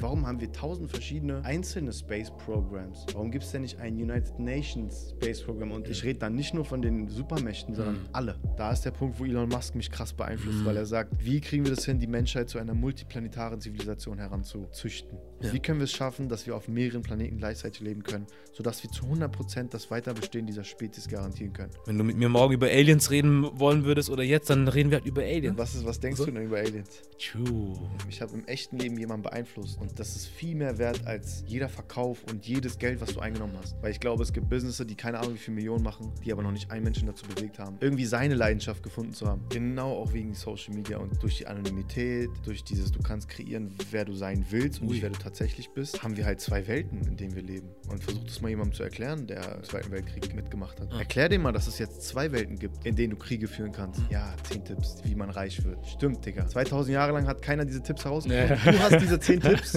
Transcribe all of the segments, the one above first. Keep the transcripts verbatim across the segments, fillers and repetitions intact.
warum haben wir tausend verschiedene einzelne Space Programs? Warum gibt es denn nicht ein United Nations Space Program? Und ich rede dann nicht nur von den Supermächten, sondern mhm. alle. Da ist der Punkt, wo Elon Musk mich krass beeinflusst, mhm. weil er sagt, wie kriegen wir das hin, die Menschheit zu einer multiplanetaren Zivilisation heranzuzüchten? Ja. Wie können wir es schaffen, dass wir auf mehreren Planeten gleichzeitig leben können, sodass wir zu hundert Prozent das Weiterbestehen dieser Spezies garantieren können? Wenn du mit mir morgen über Aliens reden wollen würdest oder jetzt, dann reden wir halt über Aliens. Was, ist, was denkst so? du denn über Aliens? True. Ich habe im echten Leben jemanden beeinflusst und das ist viel mehr wert als jeder Verkauf und jedes Geld, was du eingenommen hast. Weil ich glaube, es gibt Businesses, die keine Ahnung wie viele Millionen machen, die aber noch nicht einen Menschen dazu bewegt haben, irgendwie seine Leidenschaft gefunden zu haben. Genau auch wegen Social Media und durch die Anonymität, durch dieses, du kannst kreieren, wer du sein willst und Ui. nicht, wer du tatsächlich bist, haben wir halt zwei Welten, in denen wir leben. Und versuch das mal jemandem zu erklären, der im Zweiten Weltkrieg mitgemacht hat. Ah. Erklär dir mal, dass es jetzt zwei Welten gibt, in denen du Kriege führen kannst. Ja, zehn Tipps, wie man reich wird. Stimmt, Digga. zweitausend Jahre lang hat keiner diese Tipps herausgefunden. Ja. Du hast diese zehn Tipps.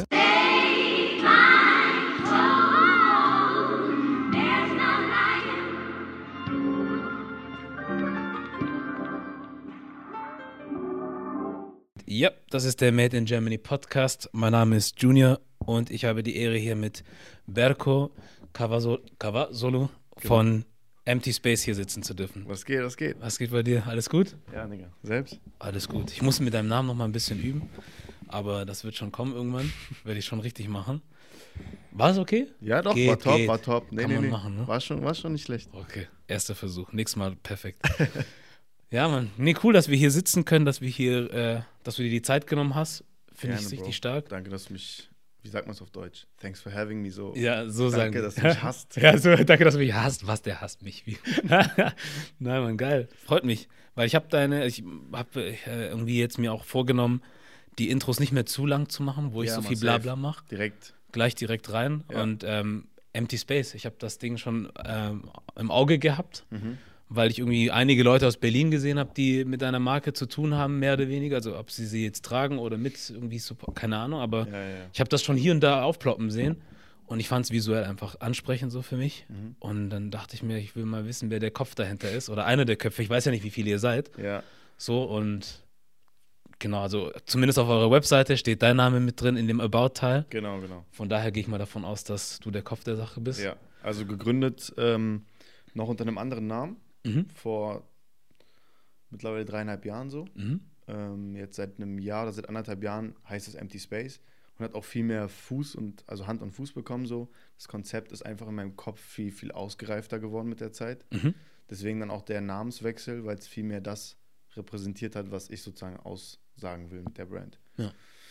Ja, das ist der Made in Germany Podcast. Mein Name ist Junior und ich habe die Ehre, hier mit Berko Cavazolu von Empty Space hier sitzen zu dürfen. Was geht, was geht? Was geht bei dir? Alles gut? Ja, Digga. Selbst? Alles gut. Ich muss mit deinem Namen noch mal ein bisschen üben, aber das wird schon kommen irgendwann. Werde ich schon richtig machen. War es okay? Ja, doch, geht, war top, geht. war top. Nee, Kann nee, man nee. machen, ne? War schon, war schon nicht schlecht. Okay, erster Versuch. Nächstes Mal perfekt. Ja, Mann. Nee, cool, dass wir hier sitzen können, dass wir hier, äh, dass du dir die Zeit genommen hast. Finde ich richtig Bro. stark. Danke, dass du mich, wie sagt man es auf Deutsch? Thanks for having me. So. Ja, so sagen. Danke, dass du mich hasst. Ja, so, danke, dass du mich hasst. Was, der hasst mich? Wie? Nein, Mann, geil. Freut mich. Weil ich habe deine, ich habe äh, irgendwie jetzt mir auch vorgenommen, die Intros nicht mehr zu lang zu machen, wo ich ja, so viel Blabla mache. Direkt. Gleich direkt rein. Ja. Und ähm, Empty Space, ich habe das Ding schon ähm, im Auge gehabt. Mhm. Weil ich irgendwie einige Leute aus Berlin gesehen habe, die mit deiner Marke zu tun haben, mehr oder weniger. Also ob sie sie jetzt tragen oder mit irgendwie, Support, keine Ahnung. Aber ja, ja. ich habe das schon hier und da aufploppen sehen. Und ich fand es visuell einfach ansprechend so für mich. Mhm. Und dann dachte ich mir, ich will mal wissen, wer der Kopf dahinter ist. Oder einer der Köpfe. Ich weiß ja nicht, wie viele ihr seid. Ja. So und genau, also zumindest auf eurer Webseite steht dein Name mit drin in dem About-Teil. Genau, genau. Von daher gehe ich mal davon aus, dass du der Kopf der Sache bist. Ja, also gegründet ähm, noch unter einem anderen Namen. Mhm. Vor mittlerweile dreieinhalb Jahren so. Mhm. Ähm, jetzt seit einem Jahr oder seit anderthalb Jahren heißt es Empty Space und hat auch viel mehr Fuß und also Hand und Fuß bekommen so. Das Konzept ist einfach in meinem Kopf viel, viel ausgereifter geworden mit der Zeit. Mhm. Deswegen dann auch der Namenswechsel, weil es viel mehr das repräsentiert hat, was ich sozusagen aussagen will mit der Brand. Ja,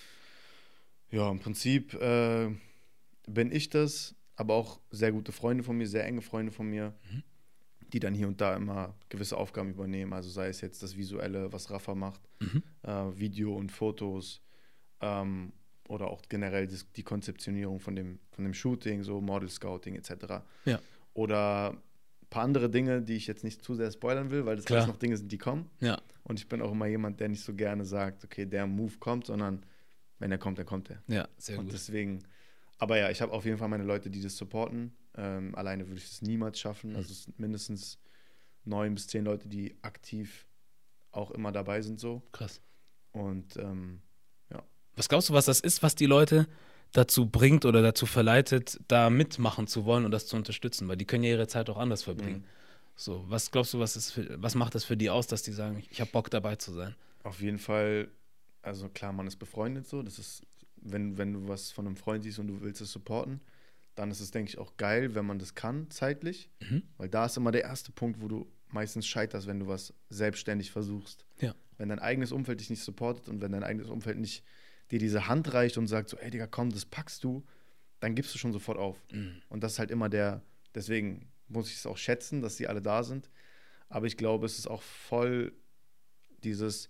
ja im Prinzip äh, bin ich das, aber auch sehr gute Freunde von mir, sehr enge Freunde von mir, mhm. die dann hier und da immer gewisse Aufgaben übernehmen. Also sei es jetzt das Visuelle, was Rafa macht, mhm. äh, Video und Fotos ähm, oder auch generell das, die Konzeptionierung von dem, von dem Shooting, so Model Scouting et cetera. Ja. Oder ein paar andere Dinge, die ich jetzt nicht zu sehr spoilern will, weil das Klar. alles noch Dinge sind, die kommen. Ja. Und ich bin auch immer jemand, der nicht so gerne sagt, okay, der Move kommt, sondern wenn er kommt, dann kommt er. Ja, sehr und gut. Deswegen, aber ja, ich habe auf jeden Fall meine Leute, die das supporten. Ähm, alleine würde ich das niemals schaffen. Mhm. Also es sind mindestens neun bis zehn Leute, die aktiv auch immer dabei sind so. Krass. Und ähm, ja. Was glaubst du, was das ist, was die Leute dazu bringt oder dazu verleitet, da mitmachen zu wollen und das zu unterstützen? Weil die können ja ihre Zeit auch anders verbringen. Mhm. So, was glaubst du, was, ist für, was macht das für die aus, dass die sagen, ich habe Bock dabei zu sein? Auf jeden Fall, also klar, man ist befreundet so. Das ist, wenn, wenn du was von einem Freund siehst und du willst es supporten, dann ist es, denke ich, auch geil, wenn man das kann, zeitlich. Mhm. Weil da ist immer der erste Punkt, wo du meistens scheiterst, wenn du was selbstständig versuchst. Ja. Wenn dein eigenes Umfeld dich nicht supportet und wenn dein eigenes Umfeld nicht dir diese Hand reicht und sagt so, ey Digga, komm, das packst du, dann gibst du schon sofort auf. Mhm. Und das ist halt immer der, deswegen muss ich es auch schätzen, dass sie alle da sind. Aber ich glaube, es ist auch voll dieses,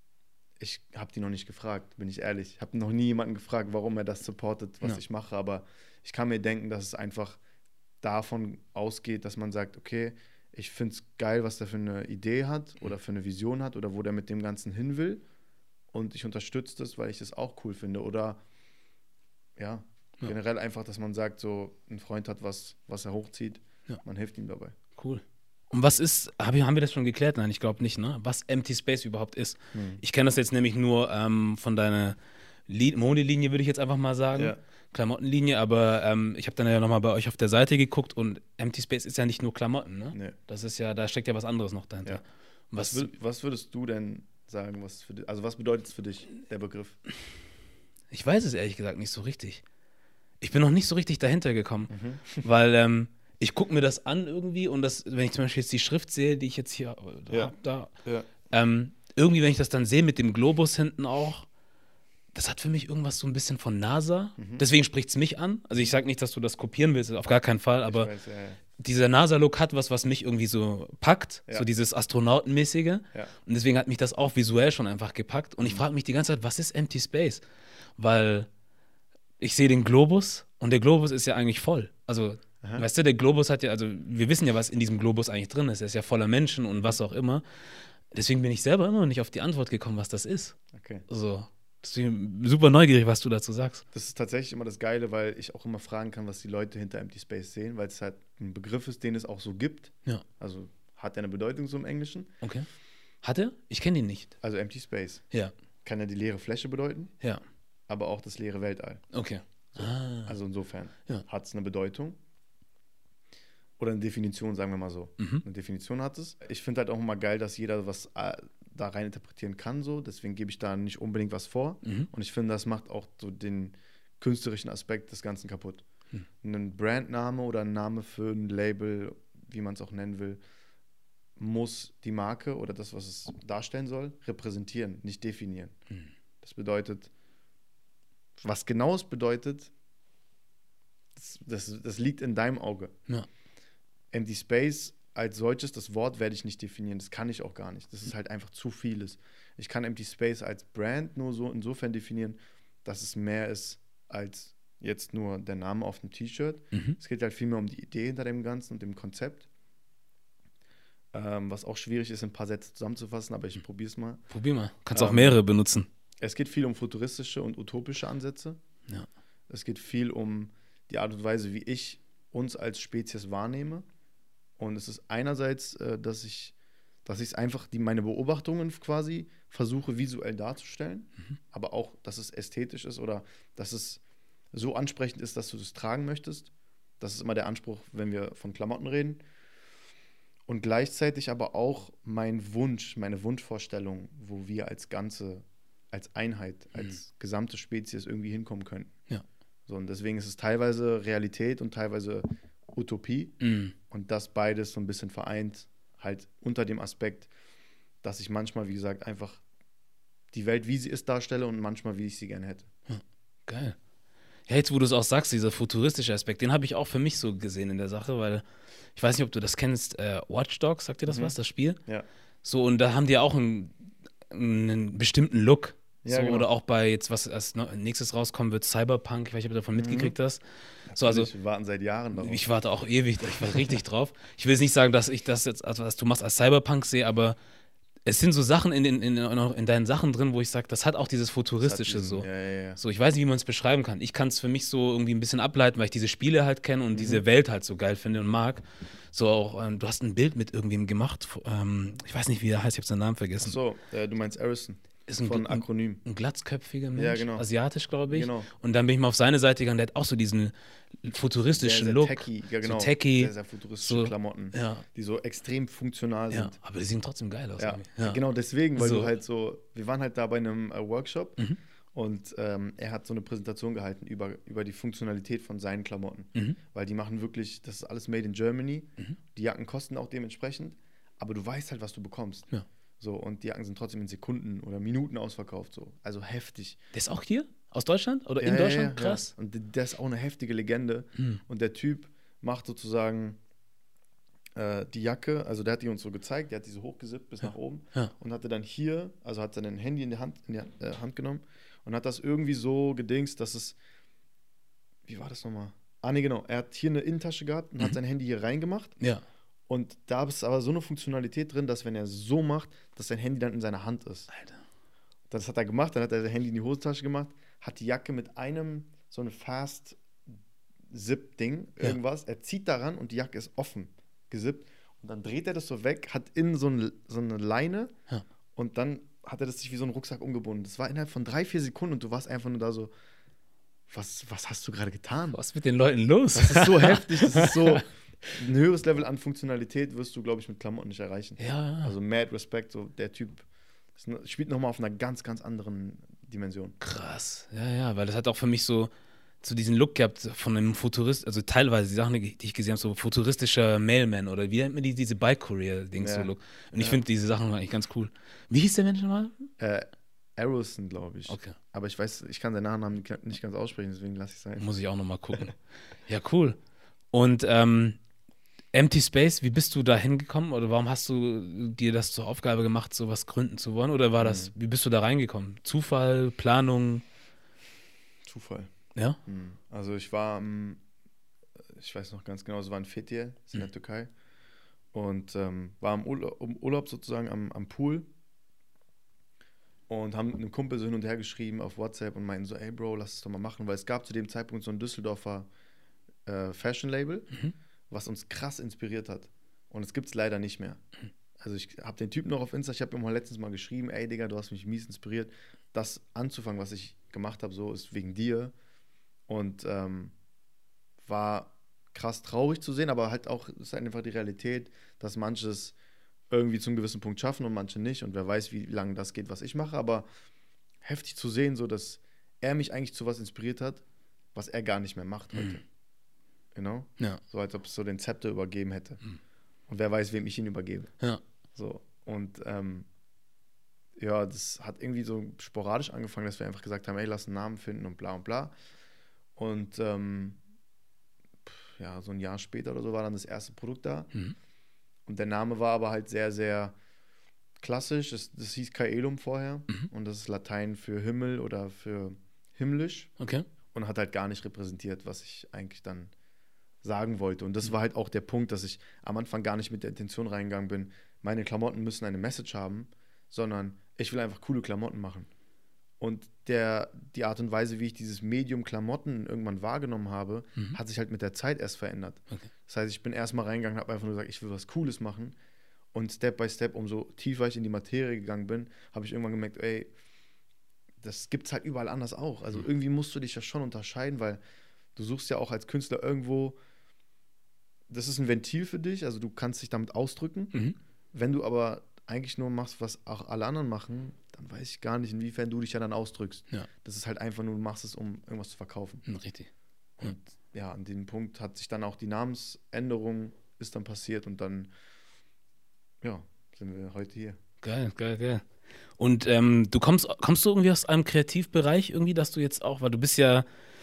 ich habe die noch nicht gefragt, bin ich ehrlich. Ich habe noch nie jemanden gefragt, warum er das supportet, was ja. ich mache. Aber ich kann mir denken, dass es einfach davon ausgeht, dass man sagt, okay, ich finde es geil, was der für eine Idee hat oder für eine Vision hat oder wo der mit dem Ganzen hin will. Und ich unterstütze das, weil ich das auch cool finde. Oder ja, ja. generell einfach, dass man sagt, so ein Freund hat was, was er hochzieht. Ja. Man hilft ihm dabei. Cool. Und was ist, haben wir das schon geklärt? Nein, ich glaube nicht, ne? Was Empty Space überhaupt ist. Hm. Ich kenne das jetzt nämlich nur ähm, von deiner Li- Modelinie, würde ich jetzt einfach mal sagen. Ja. Klamottenlinie, aber ähm, ich habe dann ja nochmal bei euch auf der Seite geguckt und Empty Space ist ja nicht nur Klamotten, ne? Nee. Das ist ja, da steckt ja was anderes noch dahinter. Ja. Was, Was, wür- was würdest du denn sagen, was für dich, also was bedeutet es für dich, der Begriff? ich weiß es ehrlich gesagt nicht so richtig. Ich bin noch nicht so richtig dahinter gekommen, Mhm. weil ähm, ich gucke mir das an irgendwie und das, wenn ich zum Beispiel jetzt die Schrift sehe, die ich jetzt hier Ja. habe, da, Ja. ähm, irgendwie, wenn ich das dann sehe mit dem Globus hinten auch, das hat für mich irgendwas so ein bisschen von NASA. Mhm. Deswegen spricht es mich an. Also ich sage nicht, dass du das kopieren willst, auf gar keinen Fall, aber Ich weiß, ja, ja. dieser NASA-Look hat was, was mich irgendwie so packt, Ja. so dieses Astronautenmäßige. Ja. Und deswegen hat mich das auch visuell schon einfach gepackt. Und ich Mhm. frage mich die ganze Zeit, was ist Empty Space? Weil ich sehe den Globus und der Globus ist ja eigentlich voll. Also, Aha. weißt du, der Globus hat ja, also wir wissen ja, was in diesem Globus eigentlich drin ist. Er ist ja voller Menschen und was auch immer. Deswegen bin ich selber immer noch nicht auf die Antwort gekommen, was das ist. Okay. So, deswegen super neugierig, was du dazu sagst. Das ist tatsächlich immer das Geile, weil ich auch immer fragen kann, was die Leute hinter Empty Space sehen, weil es halt ein Begriff ist, den es auch so gibt. Ja. Also hat er eine Bedeutung so im Englischen. Okay. Hat er? Ich kenne ihn nicht. Also Empty Space Ja, kann ja die leere Fläche bedeuten, ja. aber auch das leere Weltall. Okay. Ah. Also insofern Ja. hat es eine Bedeutung. Oder eine Definition, sagen wir mal so. Mhm. Eine Definition hat es. Ich finde halt auch immer geil, dass jeder was äh, da rein interpretieren kann, so. Deswegen gebe ich da nicht unbedingt was vor. Mhm. Und ich finde, das macht auch so den künstlerischen Aspekt des Ganzen kaputt. Hm. Ein Brandname oder ein Name für ein Label, wie man es auch nennen will, muss die Marke oder das, was es darstellen soll, repräsentieren, nicht definieren. Hm. Das bedeutet, was genau es bedeutet, das, das, das liegt in deinem Auge. Ja. Empty Space als solches, das Wort werde ich nicht definieren, das kann ich auch gar nicht. Das ist halt einfach zu vieles. Ich kann Empty Space als Brand nur so insofern definieren, dass es mehr ist als jetzt nur der Name auf dem T-Shirt. Mhm. Es geht halt vielmehr um die Idee hinter dem Ganzen und dem Konzept. Ähm, was auch schwierig ist, in ein paar Sätze zusammenzufassen, aber ich probiere es mal. Probier mal. Kannst auch Ähm, mehrere benutzen. Es geht viel um futuristische und utopische Ansätze. Ja. Es geht viel um die Art und Weise, wie ich uns als Spezies wahrnehme. Und es ist einerseits, äh, dass ich dass ich einfach die, meine Beobachtungen quasi versuche visuell darzustellen, Mhm. aber auch, dass es ästhetisch ist oder dass es so ansprechend ist, dass du das tragen möchtest. Das ist immer der Anspruch, wenn wir von Klamotten reden. Und gleichzeitig aber auch mein Wunsch, meine Wunschvorstellung, wo wir als Ganze, als Einheit, als gesamte Spezies irgendwie hinkommen können. Ja. So, und deswegen ist es teilweise Realität und teilweise Utopie. Mhm. Und das beides so ein bisschen vereint, halt unter dem Aspekt, dass ich manchmal, wie gesagt, einfach die Welt, wie sie ist, darstelle und manchmal, wie ich sie gerne hätte. Geil. Ja, jetzt, wo du es auch sagst, dieser futuristische Aspekt, den habe ich auch für mich so gesehen in der Sache, weil ich weiß nicht, ob du das kennst, äh, Watch Dogs, sagt dir das Mhm. was, das Spiel? Ja. So, und da haben die auch einen, einen bestimmten Look. Ja, so, genau. Oder auch bei jetzt, was als no- nächstes rauskommen wird, Cyberpunk, ich weiß nicht, ob du davon Mhm. mitgekriegt hast. So, also, wir warten seit Jahren darauf. ich warte auch ewig, ich war richtig drauf. Ich will jetzt nicht sagen, dass ich das jetzt, also was du machst, als Cyberpunk sehe, aber es sind so Sachen in, den, in, in deinen Sachen drin, wo ich sage, das hat auch dieses Das hat Futuristische diesen- so. Ja, ja, ja. So, ich weiß nicht, wie man es beschreiben kann. Ich kann es für mich so irgendwie ein bisschen ableiten, weil ich diese Spiele halt kenne und Mhm. diese Welt halt so geil finde und mag. So auch, ähm, du hast ein Bild mit irgendwem gemacht. Ähm, ich weiß nicht, wie der heißt, ich habe seinen Namen vergessen. So, äh, du meinst Arison Ist ein, von ein, Akronym. ein glatzköpfiger Mensch, Ja, genau. asiatisch, glaube ich. Genau. Und dann bin ich mal auf seine Seite gegangen, der hat auch so diesen futuristischen sehr Look. techy, ja genau. So techy. Sehr, sehr futuristische so- Klamotten, Ja, die so extrem funktional ja, sind. aber die sehen trotzdem geil aus. Ja, irgendwie. Ja. genau deswegen, weil So. du halt so, wir waren halt da bei einem äh, Workshop Mhm. und ähm, er hat so eine Präsentation gehalten über, über die Funktionalität von seinen Klamotten. Mhm. Weil die machen wirklich, das ist alles made in Germany. Mhm. Die Jacken kosten auch dementsprechend, aber du weißt halt, was du bekommst. Ja. So, und die Jacken sind trotzdem in Sekunden oder Minuten ausverkauft. So. Also heftig. Der ist auch hier? Aus Deutschland? Oder Ja, in ja, Deutschland? ja, Krass. Ja. Und d- der ist auch eine heftige Legende. Mhm. Und der Typ macht sozusagen äh, die Jacke, also der hat die uns so gezeigt, der hat die so hochgesippt bis Ja. nach oben Ja. und hatte dann hier, also hat sein Handy in die Hand, in die äh, Hand genommen und hat das irgendwie so gedingst, dass es, wie war das nochmal? Ah, nee, genau, er hat hier eine Innentasche gehabt und hat Mhm. sein Handy hier reingemacht Ja. und da ist aber so eine Funktionalität drin, dass wenn er so macht, dass sein Handy dann in seiner Hand ist. Alter. Das hat er gemacht, dann hat er sein Handy in die Hosentasche gemacht, hat die Jacke mit einem, so ein Fast-Zip-Ding, Ja. irgendwas, er zieht daran und die Jacke ist offen gesippt und dann dreht er das so weg, hat innen so, ein, so eine Leine Ja. und dann hat er das sich wie so ein Rucksack umgebunden. Das war innerhalb von drei, vier Sekunden und du warst einfach nur da so, was, was hast du gerade getan? Was ist mit den Leuten los? Das ist so heftig, das ist so, ein höheres Level an Funktionalität wirst du, glaube ich, mit Klamotten nicht erreichen. Ja, ja. Also mad Respect, so der Typ ist, spielt nochmal auf einer ganz, ganz anderen Dimension. Krass. Ja, ja, weil das hat auch für mich so, so diesen Look gehabt von einem Futurist, also teilweise die Sachen, die ich gesehen habe, so futuristischer Mailman oder wie nennt man die, diese Bike-Courier-Dings Ja. so Look. Und ich Ja. finde diese Sachen eigentlich ganz cool. Wie hieß der Mensch nochmal? Äh, Arrowson, glaube ich. Okay. Aber ich weiß, ich kann seinen Nachnamen nicht ganz aussprechen, deswegen lasse ich es sein. Muss ich auch nochmal gucken. Ja, cool. Und ähm, Empty Space, wie bist du da hingekommen? Oder warum hast du dir das zur Aufgabe gemacht, sowas gründen zu wollen? Oder war das, wie bist du da reingekommen? Zufall, Planung? Zufall. Ja? Mhm. Also ich war, am- ich weiß noch ganz genau, es war in Fethiye, das ist in der Türkei. Und ähm, war im Urlaub, im Urlaub sozusagen am, am Pool. Und haben mit einem Kumpel so hin und her geschrieben auf WhatsApp und meinten so, ey Bro, lass es doch mal machen. Weil es gab zu dem Zeitpunkt so ein Düsseldorfer äh, Fashion-Label, Mhm. was uns krass inspiriert hat. Und es gibt es leider nicht mehr. Also ich habe den Typen noch auf Insta, ich habe ihm mal letztens mal geschrieben, ey Digga, du hast mich mies inspiriert. Das anzufangen, was ich gemacht habe, so ist wegen dir. Und ähm, war krass traurig zu sehen, aber halt auch, es ist halt einfach die Realität, dass manches irgendwie zu einem gewissen Punkt schaffen und manche nicht. Und wer weiß, wie lange das geht, was ich mache. Aber heftig zu sehen, so dass er mich eigentlich zu was inspiriert hat, was er gar nicht mehr macht heute. Mhm. Genau? Ja. So als ob es so den Zepter übergeben hätte. Mhm. Und wer weiß, wem ich ihn übergebe. Ja. So. Und ähm, ja, das hat irgendwie so sporadisch angefangen, dass wir einfach gesagt haben, ey, lass einen Namen finden und bla und bla. Und ähm, pff, ja, so ein Jahr später oder so war dann das erste Produkt da. Mhm. Und der Name war aber halt sehr, sehr klassisch. Das, das hieß Caelum vorher. Mhm. Und das ist Latein für Himmel oder für himmlisch. Okay. Und hat halt gar nicht repräsentiert, was ich eigentlich dann sagen wollte. Und das war halt auch der Punkt, dass ich am Anfang gar nicht mit der Intention reingegangen bin, meine Klamotten müssen eine Message haben, sondern ich will einfach coole Klamotten machen. Und der, die Art und Weise, wie ich dieses Medium Klamotten irgendwann wahrgenommen habe, Mhm. hat sich halt mit der Zeit erst verändert. Okay. Das heißt, ich bin erstmal reingegangen, habe einfach nur gesagt, ich will was Cooles machen. Und Step by Step, umso tiefer ich in die Materie gegangen bin, habe ich irgendwann gemerkt, ey, das gibt es halt überall anders auch. Also Mhm. irgendwie musst du dich ja schon unterscheiden, weil du suchst ja auch als Künstler irgendwo, das ist ein Ventil für dich, also du kannst dich damit ausdrücken. Mhm. Wenn du aber eigentlich nur machst, was auch alle anderen machen, dann weiß ich gar nicht, inwiefern du dich ja dann ausdrückst. Ja. Das ist halt einfach nur, du machst es, um irgendwas zu verkaufen. Mhm. Richtig. Und ja, an dem Punkt hat sich dann auch die Namensänderung ist dann passiert und dann, ja, sind wir heute hier. Geil, geil, geil. Und ähm, du kommst, kommst du irgendwie aus einem Kreativbereich irgendwie, dass du jetzt auch, weil du bist ja,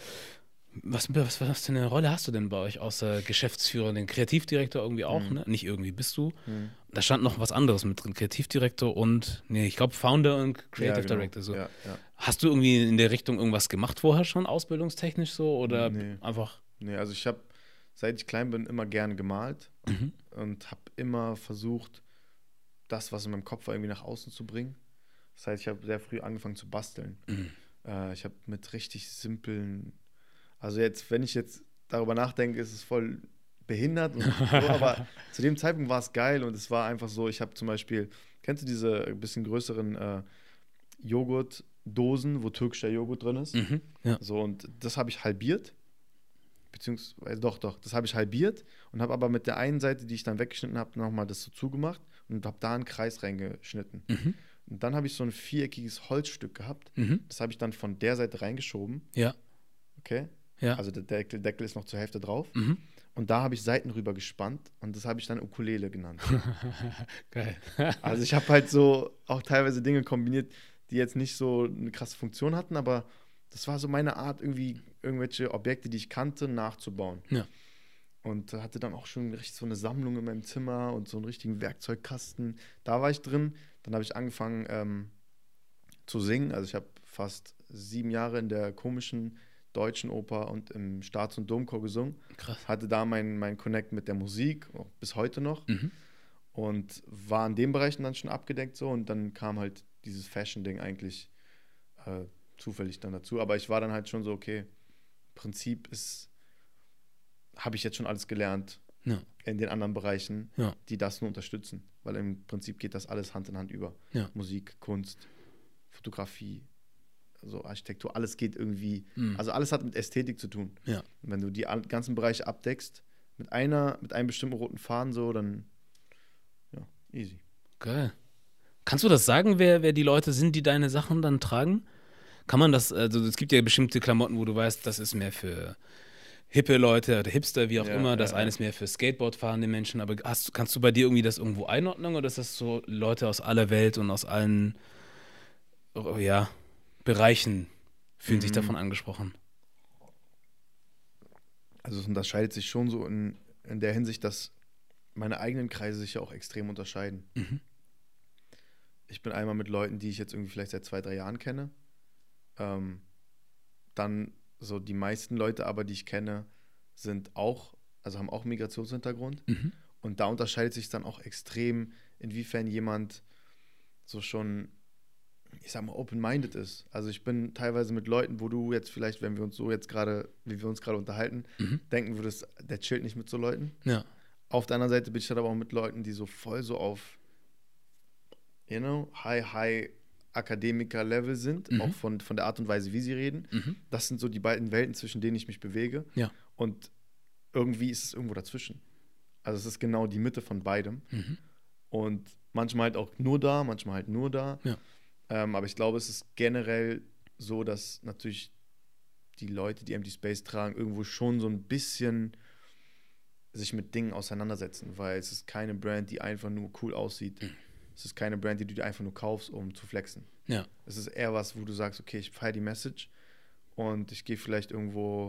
was, was, was für eine Rolle hast du denn bei euch außer Geschäftsführer, den Kreativdirektor irgendwie auch, Mhm. ne? Nicht irgendwie, bist du? Mhm. Da stand noch was anderes mit drin, Kreativdirektor und, nee, ich glaube Founder und Creative Ja, genau. Director. So. Ja, ja. Hast du irgendwie in der Richtung irgendwas gemacht vorher schon, ausbildungstechnisch so? Oder Nee. einfach, Nee, also ich habe, seit ich klein bin, immer gerne gemalt mhm. und habe immer versucht, das, was in meinem Kopf war, irgendwie nach außen zu bringen. Das heißt, ich habe sehr früh angefangen zu basteln. Mhm. Äh, ich habe mit richtig simplen, also jetzt, wenn ich jetzt darüber nachdenke, ist es voll behindert und so, aber zu dem Zeitpunkt war es geil und es war einfach so, ich habe zum Beispiel, kennst du diese bisschen größeren äh, Joghurtdosen, wo türkischer Joghurt drin ist? Mhm. Ja. So, und das habe ich halbiert, beziehungsweise doch, doch, das habe ich halbiert und habe aber mit der einen Seite, die ich dann weggeschnitten habe, nochmal das so zugemacht und habe da einen Kreis reingeschnitten. Mhm. Und dann habe ich so ein viereckiges Holzstück gehabt, Mhm. das habe ich dann von der Seite reingeschoben, Ja. okay? Ja. Also der Deckel, Deckel ist noch zur Hälfte drauf. Mhm. Und da habe ich Seiten rüber gespannt und das habe ich dann Ukulele genannt. Geil. Also ich habe halt so auch teilweise Dinge kombiniert, die jetzt nicht so eine krasse Funktion hatten, aber das war so meine Art, irgendwie irgendwelche Objekte, die ich kannte, nachzubauen. Ja. Und hatte dann auch schon richtig so eine Sammlung in meinem Zimmer und so einen richtigen Werkzeugkasten. Da war ich drin. Dann habe ich angefangen ähm, zu singen. Also ich habe fast sieben Jahre in der komischen Deutschen Oper und im Staats- und Domchor gesungen. Krass. Hatte da meinen mein Connect mit der Musik, auch bis heute noch. Mhm. Und war in den Bereichen dann schon abgedeckt so. Und dann kam halt dieses Fashion-Ding eigentlich äh, zufällig dann dazu. Aber ich war dann halt schon so, okay, Prinzip ist, habe ich jetzt schon alles gelernt Ja. in den anderen Bereichen, Ja. die das nur unterstützen. Weil im Prinzip geht das alles Hand in Hand über. Ja. Musik, Kunst, Fotografie, so Architektur, alles geht irgendwie, Mhm. also alles hat mit Ästhetik zu tun. Ja. Und wenn du die an- ganzen Bereiche abdeckst, mit einer, mit einem bestimmten roten Faden so, dann, ja, easy. Geil. Kannst du das sagen, wer, wer die Leute sind, die deine Sachen dann tragen? Kann man das, also es gibt ja bestimmte Klamotten, wo du weißt, das ist mehr für hippe Leute oder Hipster, wie auch Ja, immer. Das ja, eine ja. ist mehr für Skateboard fahrende Menschen. Aber hast, kannst du bei dir irgendwie das irgendwo einordnen oder ist das so Leute aus aller Welt und aus allen oh, ja, Bereichen fühlen sich Mhm. davon angesprochen? Also es unterscheidet sich schon so in, in der Hinsicht, dass meine eigenen Kreise sich ja auch extrem unterscheiden. Mhm. Ich bin einmal mit Leuten, die ich jetzt irgendwie vielleicht seit zwei, drei Jahren kenne. Ähm, dann so die meisten Leute aber, die ich kenne, sind auch, also haben auch einen Migrationshintergrund. Mhm. Und da unterscheidet sich dann auch extrem, inwiefern jemand so schon, ich sag mal, open-minded ist. Also ich bin teilweise mit Leuten, wo du jetzt vielleicht, wenn wir uns so jetzt gerade, wie wir uns gerade unterhalten, Mhm. denken würdest, der chillt nicht mit so Leuten. Ja. Auf der anderen Seite bin ich dann aber auch mit Leuten, die so voll so auf, you know, high, high Akademiker-Level sind, Mhm. auch von, von der Art und Weise, wie sie reden. Mhm. Das sind so die beiden Welten, zwischen denen ich mich bewege. Ja. Und irgendwie ist es irgendwo dazwischen. Also es ist genau die Mitte von beidem. Mhm. Und manchmal halt auch nur da, manchmal halt nur da. Ja. Ähm, aber ich glaube, es ist generell so, dass natürlich die Leute, die Empty Space tragen, irgendwo schon so ein bisschen sich mit Dingen auseinandersetzen, weil es ist keine Brand, die einfach nur cool aussieht. Mhm. Es ist keine Brand, die du dir einfach nur kaufst, um zu flexen. Ja. Es ist eher was, wo du sagst, okay, ich feiere die Message und ich gehe vielleicht irgendwo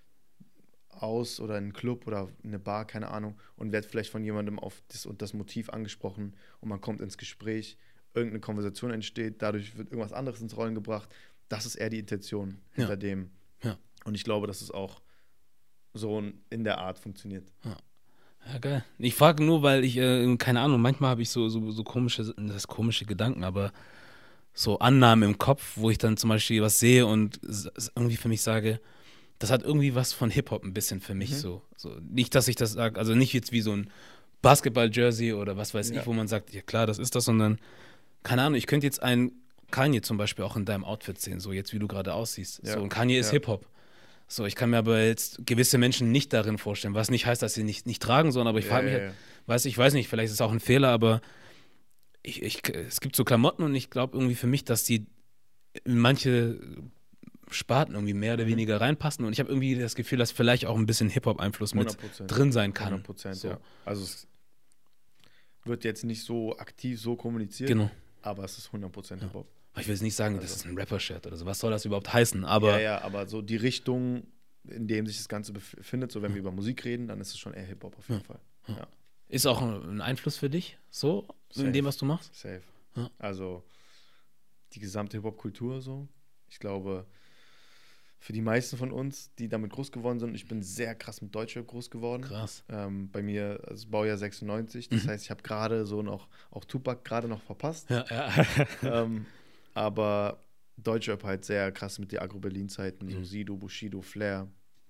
aus oder in einen Club oder in eine Bar, keine Ahnung, und werde vielleicht von jemandem auf das und das Motiv angesprochen und man kommt ins Gespräch, irgendeine Konversation entsteht, dadurch wird irgendwas anderes ins Rollen gebracht. Das ist eher die Intention hinter Ja. dem. Ja. Und ich glaube, dass es auch so in der Art funktioniert. Ja, geil. Ich frage nur, weil ich, äh, keine Ahnung, manchmal habe ich so, so, so komische, das heißt komische Gedanken, aber so Annahmen im Kopf, wo ich dann zum Beispiel was sehe und s- s- irgendwie für mich sage, das hat irgendwie was von Hip-Hop ein bisschen für mich Mhm. so. so. Nicht, dass ich das sage, also nicht jetzt wie so ein Basketball-Jersey oder was weiß Ja. ich, wo man sagt, ja klar, das ist das, sondern, keine Ahnung, ich könnte jetzt einen Kanye zum Beispiel auch in deinem Outfit sehen, so jetzt wie du gerade aussiehst. Ja. So, und Kanye ist Ja. Hip-Hop. So, ich kann mir aber jetzt gewisse Menschen nicht darin vorstellen, was nicht heißt, dass sie nicht, nicht tragen sollen, aber ich Ja, frage mich, ja, halt, ja. weiß ich weiß nicht, vielleicht ist es auch ein Fehler, aber ich, ich, es gibt so Klamotten und ich glaube irgendwie für mich, dass die in manche Sparten irgendwie mehr oder Mhm. weniger reinpassen und ich habe irgendwie das Gefühl, dass vielleicht auch ein bisschen Hip-Hop-Einfluss mit hundert Prozent. drin sein kann. hundert Prozent, So. ja. Also es wird jetzt nicht so aktiv so kommuniziert, Genau. aber es ist hundert Prozent Hip-Hop. Ich will jetzt nicht sagen, das Also. ist ein Rapper-Shirt oder so. Was soll das überhaupt heißen? Aber ja, ja, aber so die Richtung, in dem sich das Ganze befindet, so wenn wir über Musik reden, dann ist es schon eher Hip-Hop auf jeden Ja. Fall. Ja. Ja, ist auch ein Einfluss für dich, so, in Safe. dem, was du machst? safe. Ja. Also die gesamte Hip-Hop-Kultur so. Ich glaube, für die meisten von uns, die damit groß geworden sind, ich bin sehr krass mit Deutschrap groß geworden. Krass. Ähm, bei mir, also Baujahr sechsundneunzig, das Mhm. heißt, ich habe gerade so noch, auch Tupac gerade noch verpasst. Ja, ja. ähm, aber Deutschrap halt sehr krass mit den Agro-Berlin-Zeiten, so Mhm. Sido, Bushido, Flair,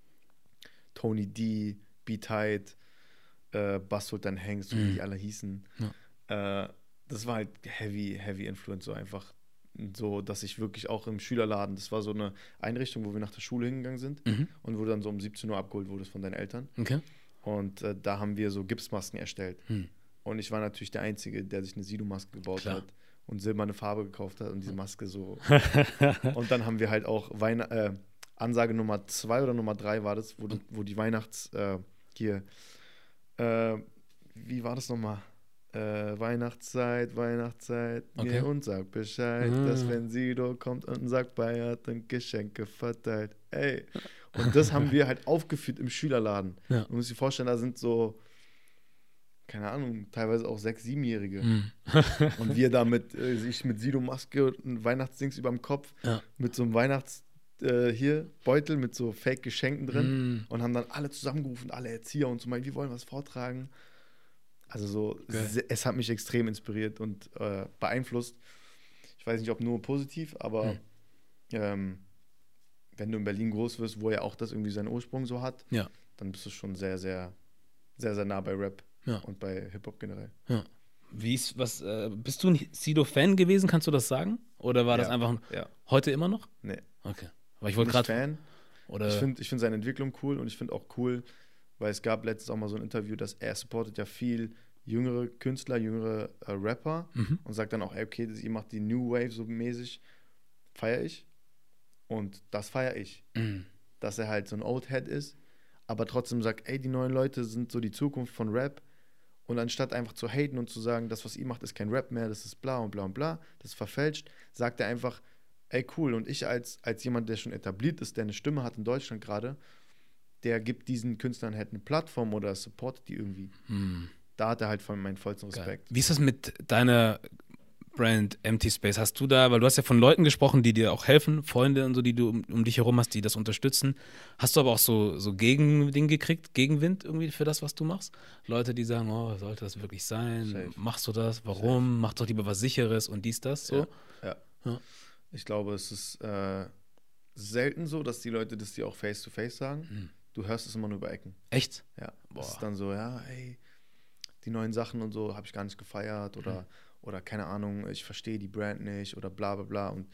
Tony D, B-Tight, äh, Bass Sultan Hengst, so wie Mhm. die alle hießen. Äh, das war halt heavy, heavy Influence, so einfach so, dass ich wirklich auch im Schülerladen, das war so eine Einrichtung, wo wir nach der Schule hingegangen sind Mhm. und wo du dann so um siebzehn Uhr abgeholt wurdest von deinen Eltern. Okay. Und äh, da haben wir so Gipsmasken erstellt. Hm. Und ich war natürlich der Einzige, der sich eine Sido-Maske gebaut Klar. hat und silberne Farbe gekauft hat und diese Maske so. Und dann haben wir halt auch Weihn äh, Ansage Nummer zwei oder Nummer drei war das, wo, du, wo die Weihnachts äh, hier äh, wie war das nochmal? Äh, Weihnachtszeit, Weihnachtszeit, Okay. geh und sag Bescheid, Ah. dass wenn Sido kommt und sagt, Bayard und Geschenke verteilt. Ey. Und das haben wir halt aufgeführt im Schülerladen. Ja. Du musst dir vorstellen, da sind so, keine Ahnung, teilweise auch sechs-, siebenjährige. Hm. Und wir da mit, äh, ich mit Sido-Maske und ein Weihnachtsdings überm Kopf, Ja. mit so einem Weihnachts- äh, hier Beutel mit so Fake-Geschenken drin Hm. und haben dann alle zusammengerufen, alle Erzieher und so, meinen, wir wollen was vortragen. Also so, Geil. se- es hat mich extrem inspiriert und äh, beeinflusst. Ich weiß nicht, ob nur positiv, aber Hm. ähm, wenn du in Berlin groß wirst, wo ja auch das irgendwie seinen Ursprung so hat, Ja. dann bist du schon sehr, sehr, sehr, sehr nah bei Rap Ja. und bei Hip-Hop generell. Ja. Wie ist, was, äh, bist du ein Sido-Fan gewesen, kannst du das sagen? Oder war das Ja, einfach ja. heute immer noch? Nee, Okay. Aber ich wollte nicht gerade. Fan. Oder. Ich finde ich find seine Entwicklung cool und ich finde auch cool, weil es gab letztens auch mal so ein Interview, dass er supportet ja viel jüngere Künstler, jüngere äh, Rapper Mhm. und sagt dann auch, ey, okay, das, ihr macht die New Wave so mäßig, feiere ich. Und das feiere ich. Mhm. Dass er halt so ein Old Head ist, aber trotzdem sagt, ey, die neuen Leute sind so die Zukunft von Rap. Und anstatt einfach zu haten und zu sagen, das, was ihr macht, ist kein Rap mehr, das ist bla und bla und bla, das ist verfälscht, sagt er einfach, ey, cool. Und ich als, als jemand, der schon etabliert ist, der eine Stimme hat in Deutschland gerade, der gibt diesen Künstlern halt eine Plattform oder supportet die irgendwie. Mhm. Da hat er halt von meinen vollsten Geil. Respekt. Wie ist das mit deiner Brand Empty Space? Hast du da, weil du hast ja von Leuten gesprochen, die dir auch helfen, Freunde und so, die du um, um dich herum hast, die das unterstützen. Hast du aber auch so, so Gegending gekriegt, Gegenwind irgendwie für das, was du machst? Leute, die sagen, oh, sollte das wirklich sein? Safe. Machst du das? Warum? Mach doch lieber was Sicheres und dies, das, so. Ja, ja. Ja. Ich glaube, es ist äh, selten so, dass die Leute das dir auch face-to-face sagen. Mhm. Du hörst es immer nur über Ecken. Echt? Ja, Boah. das ist dann so, ja, ey, die neuen Sachen und so habe ich gar nicht gefeiert oder, Mhm. oder keine Ahnung, ich verstehe die Brand nicht oder bla bla bla und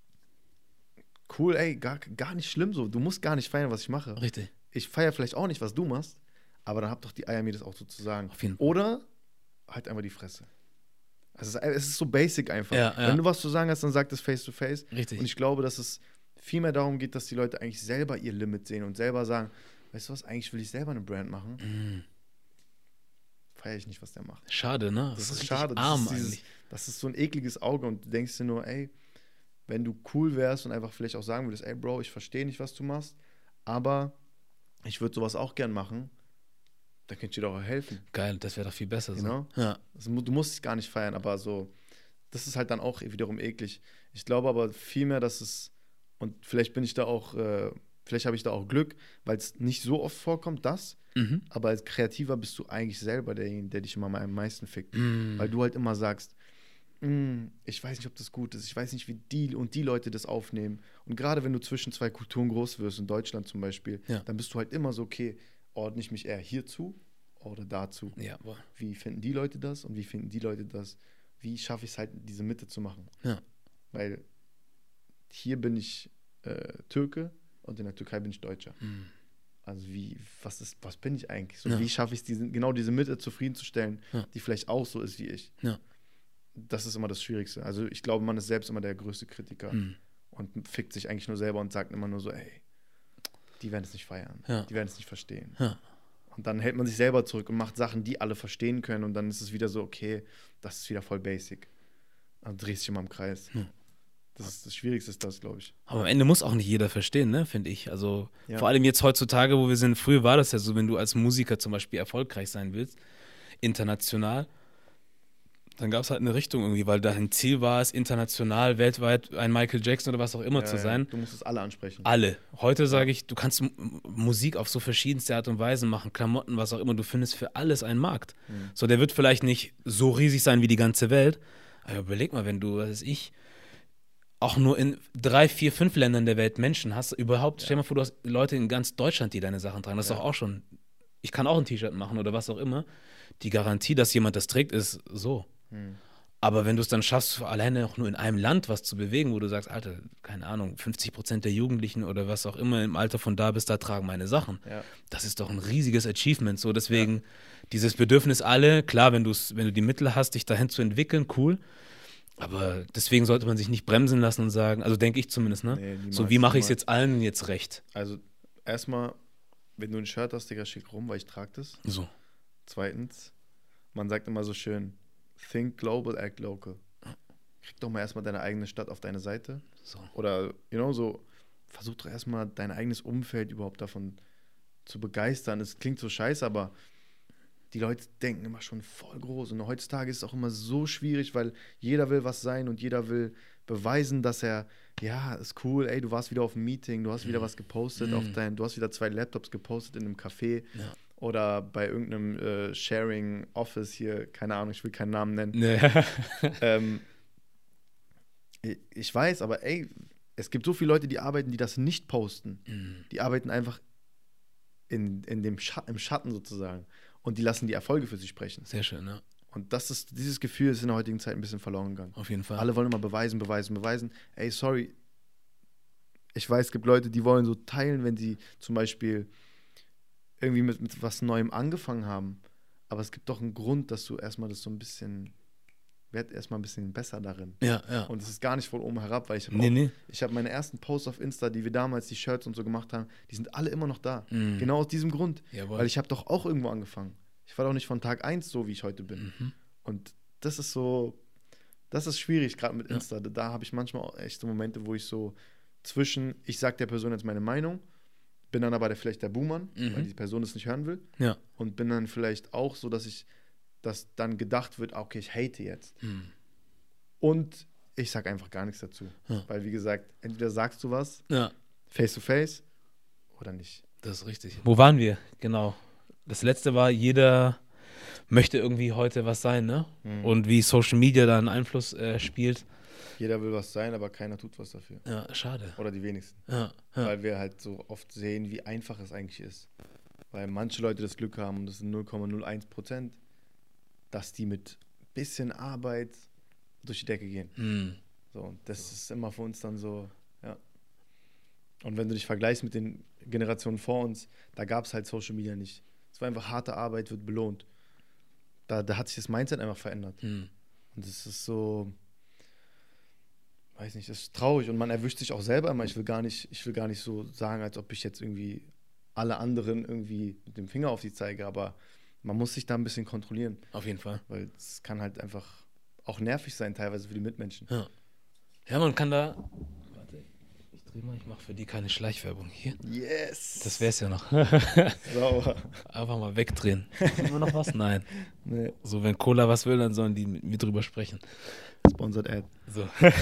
cool, ey, gar, gar nicht schlimm so, du musst gar nicht feiern, was ich mache. Richtig. Ich feiere vielleicht auch nicht, was du machst, aber dann hab doch die Eier, mir das auch so zu sagen. Auf jeden Fall. Oder halt einfach die Fresse. Also es ist, es ist so basic einfach. Ja, ja. Wenn du was zu sagen hast, dann sag das face to face. Richtig. Und ich glaube, dass es viel mehr darum geht, dass die Leute eigentlich selber ihr Limit sehen und selber sagen, weißt du was, eigentlich will ich selber eine Brand machen. Mhm. Feiere ich nicht, was der macht. Schade, ne? Das, ist richtig schade. Das arm ist dieses, eigentlich. das ist so ein ekliges Auge und du denkst dir nur, ey, wenn du cool wärst und einfach vielleicht auch sagen würdest, ey Bro, ich verstehe nicht, was du machst, aber ich würde sowas auch gern machen, dann könnt ihr dir doch auch helfen. Geil, das wäre doch viel besser. So. Genau. Ja. Also, du musst es gar nicht feiern, aber so, das ist halt dann auch wiederum eklig. Ich glaube aber vielmehr, dass es, und vielleicht bin ich da auch, äh, vielleicht habe ich da auch Glück, weil es nicht so oft vorkommt, das, Mhm. aber als Kreativer bist du eigentlich selber derjenige, der dich immer am meisten fickt. Mhm. Weil du halt immer sagst, "Mm, ich weiß nicht, ob das gut ist, ich weiß nicht, wie die und die Leute das aufnehmen. Und gerade wenn du zwischen zwei Kulturen groß wirst, in Deutschland zum Beispiel, Ja. dann bist du halt immer so, okay, ordne ich mich eher hierzu oder dazu. Ja, boah. Wie finden die Leute das und wie finden die Leute das? Wie schaffe ich es halt, diese Mitte zu machen? Ja. Weil hier bin ich äh, Türke und in der Türkei bin ich Deutscher. Mhm. Also wie, was ist, was bin ich eigentlich? So, Ja. wie schaffe ich es, diese, genau diese Mitte zufriedenzustellen, Ja. die vielleicht auch so ist wie ich? Ja. Das ist immer das Schwierigste. Also ich glaube, man ist selbst immer der größte Kritiker Mhm. und fickt sich eigentlich nur selber und sagt immer nur so, ey, die werden es nicht feiern, Ja. die werden es nicht verstehen. Ja. Und dann hält man sich selber zurück und macht Sachen, die alle verstehen können und dann ist es wieder so, okay, das ist wieder voll basic. Dann drehst du dich immer im Kreis. Hm. Das ist das Schwierigste, ist das, glaube ich. Aber am Ende muss auch nicht jeder verstehen, ne, finde ich. Also Ja. vor allem jetzt heutzutage, wo wir sind, früher war das ja so, wenn du als Musiker zum Beispiel erfolgreich sein willst, international, dann gab es halt eine Richtung irgendwie, weil dein Ziel war es, international, weltweit ein Michael Jackson oder was auch immer Ja, zu ja, sein. Du musst es alle ansprechen. Alle. Heute sage ich, du kannst M- Musik auf so verschiedenste Art und Weise machen, Klamotten, was auch immer. Du findest für alles einen Markt. Mhm. So, der wird vielleicht nicht so riesig sein wie die ganze Welt. Aber überleg mal, wenn du, was weiß ich, auch nur in drei, vier, fünf Ländern der Welt Menschen hast, überhaupt, Ja. stell dir mal vor, du hast Leute in ganz Deutschland, die deine Sachen tragen. Das ist Ja. doch auch schon, ich kann auch ein T-Shirt machen oder was auch immer. Die Garantie, dass jemand das trägt, ist so. Mhm. Aber wenn du es dann schaffst, alleine auch nur in einem Land was zu bewegen, wo du sagst, Alter, keine Ahnung, fünfzig Prozent der Jugendlichen oder was auch immer im Alter von da bis da tragen meine Sachen. Ja. Das ist doch ein riesiges Achievement. So, deswegen dieses Bedürfnis alle, klar, wenn, du's, wenn du die Mittel hast, dich dahin zu entwickeln, cool. Aber deswegen sollte man sich nicht bremsen lassen und sagen, also denke ich zumindest, ne? Nee, niemals, so, wie mache ich es niemals. jetzt allen jetzt recht? Also erstmal, wenn du ein Shirt hast, Digga, schick rum, weil ich trage das. So. Zweitens, man sagt immer so schön, think global, act local. Krieg doch mal erstmal deine eigene Stadt auf deine Seite. So. Oder, you know, so, versuch doch erstmal dein eigenes Umfeld überhaupt davon zu begeistern. Es klingt so scheiße, aber die Leute denken immer schon voll groß. Und heutzutage ist es auch immer so schwierig, weil jeder will was sein und jeder will beweisen, dass er, ja, ist cool, ey, du warst wieder auf einem Meeting, du hast wieder was gepostet Mhm. auf dein, du hast wieder zwei Laptops gepostet in einem Café Ja. oder bei irgendeinem äh, Sharing Office hier, keine Ahnung, ich will keinen Namen nennen. Nee. ähm, ich, ich weiß, aber ey, es gibt so viele Leute, die arbeiten, die das nicht posten. Mhm. Die arbeiten einfach in, in dem Scha im Schatten sozusagen. Und die lassen die Erfolge für sich sprechen. Sehr schön, ja. Und das ist, dieses Gefühl ist in der heutigen Zeit ein bisschen verloren gegangen. Auf jeden Fall. Alle wollen immer beweisen, beweisen, beweisen. Ey, sorry. Ich weiß, es gibt Leute, die wollen so teilen, wenn sie zum Beispiel irgendwie mit, mit was Neuem angefangen haben. Aber es gibt doch einen Grund, dass du erstmal das so ein bisschen, werd erstmal ein bisschen besser darin. Ja, ja. Und es ist gar nicht von oben herab, weil ich habe Nee, nee. ich habe meine ersten Posts auf Insta, die wir damals, die Shirts und so gemacht haben, die sind alle immer noch da. Mhm. Genau aus diesem Grund. Jawohl. Weil ich habe doch auch irgendwo angefangen. Ich war doch nicht von Tag eins so, wie ich heute bin. Mhm. Und das ist so, das ist schwierig, gerade mit Ja. Insta. Da, da habe ich manchmal auch echt so Momente, wo ich so zwischen, ich sag der Person jetzt meine Meinung, bin dann aber der, vielleicht der Buhmann, Mhm. weil die Person es nicht hören will. Ja. Und bin dann vielleicht auch so, dass ich, dass dann gedacht wird, okay, ich hate jetzt. Mhm. Und ich sag einfach gar nichts dazu. Ja. Weil, wie gesagt, entweder sagst du was, Ja, face to face, oder nicht. das ist richtig. Wo waren wir? Genau. Das letzte war, jeder möchte irgendwie heute was sein, ne? Mhm. Und wie Social Media da einen Einfluss äh, spielt. Jeder will was sein, aber keiner tut was dafür. Ja, schade. Oder die wenigsten. Ja, ja. Weil wir halt so oft sehen, wie einfach es eigentlich ist. Weil manche Leute das Glück haben, und das sind null Komma null eins Prozent, dass die mit bisschen Arbeit durch die Decke gehen. Mhm. So, und das ist immer für uns dann so, ja. Und wenn du dich vergleichst mit den Generationen vor uns, da gab es halt Social Media nicht. Es war einfach harte Arbeit, wird belohnt. Da, da hat sich das Mindset einfach verändert. Mhm. Und es ist so, weiß nicht, das ist traurig. Und man erwischt sich auch selber immer. Ich will gar nicht, ich will gar nicht so sagen, als ob ich jetzt irgendwie alle anderen irgendwie mit dem Finger auf sie zeige, aber man muss sich da ein bisschen kontrollieren, Auf jeden Fall. weil es kann halt einfach auch nervig sein, teilweise für die Mitmenschen. Ja. Ja, man kann da. Warte, ich dreh mal, ich mache für die keine Schleichwerbung hier. Yes! Das wär's ja noch. Sauber. Einfach mal wegdrehen. Haben wir noch was? Nein. Nee, So, wenn Cola was will, dann sollen die mit mir drüber sprechen. Sponsored Ad. So.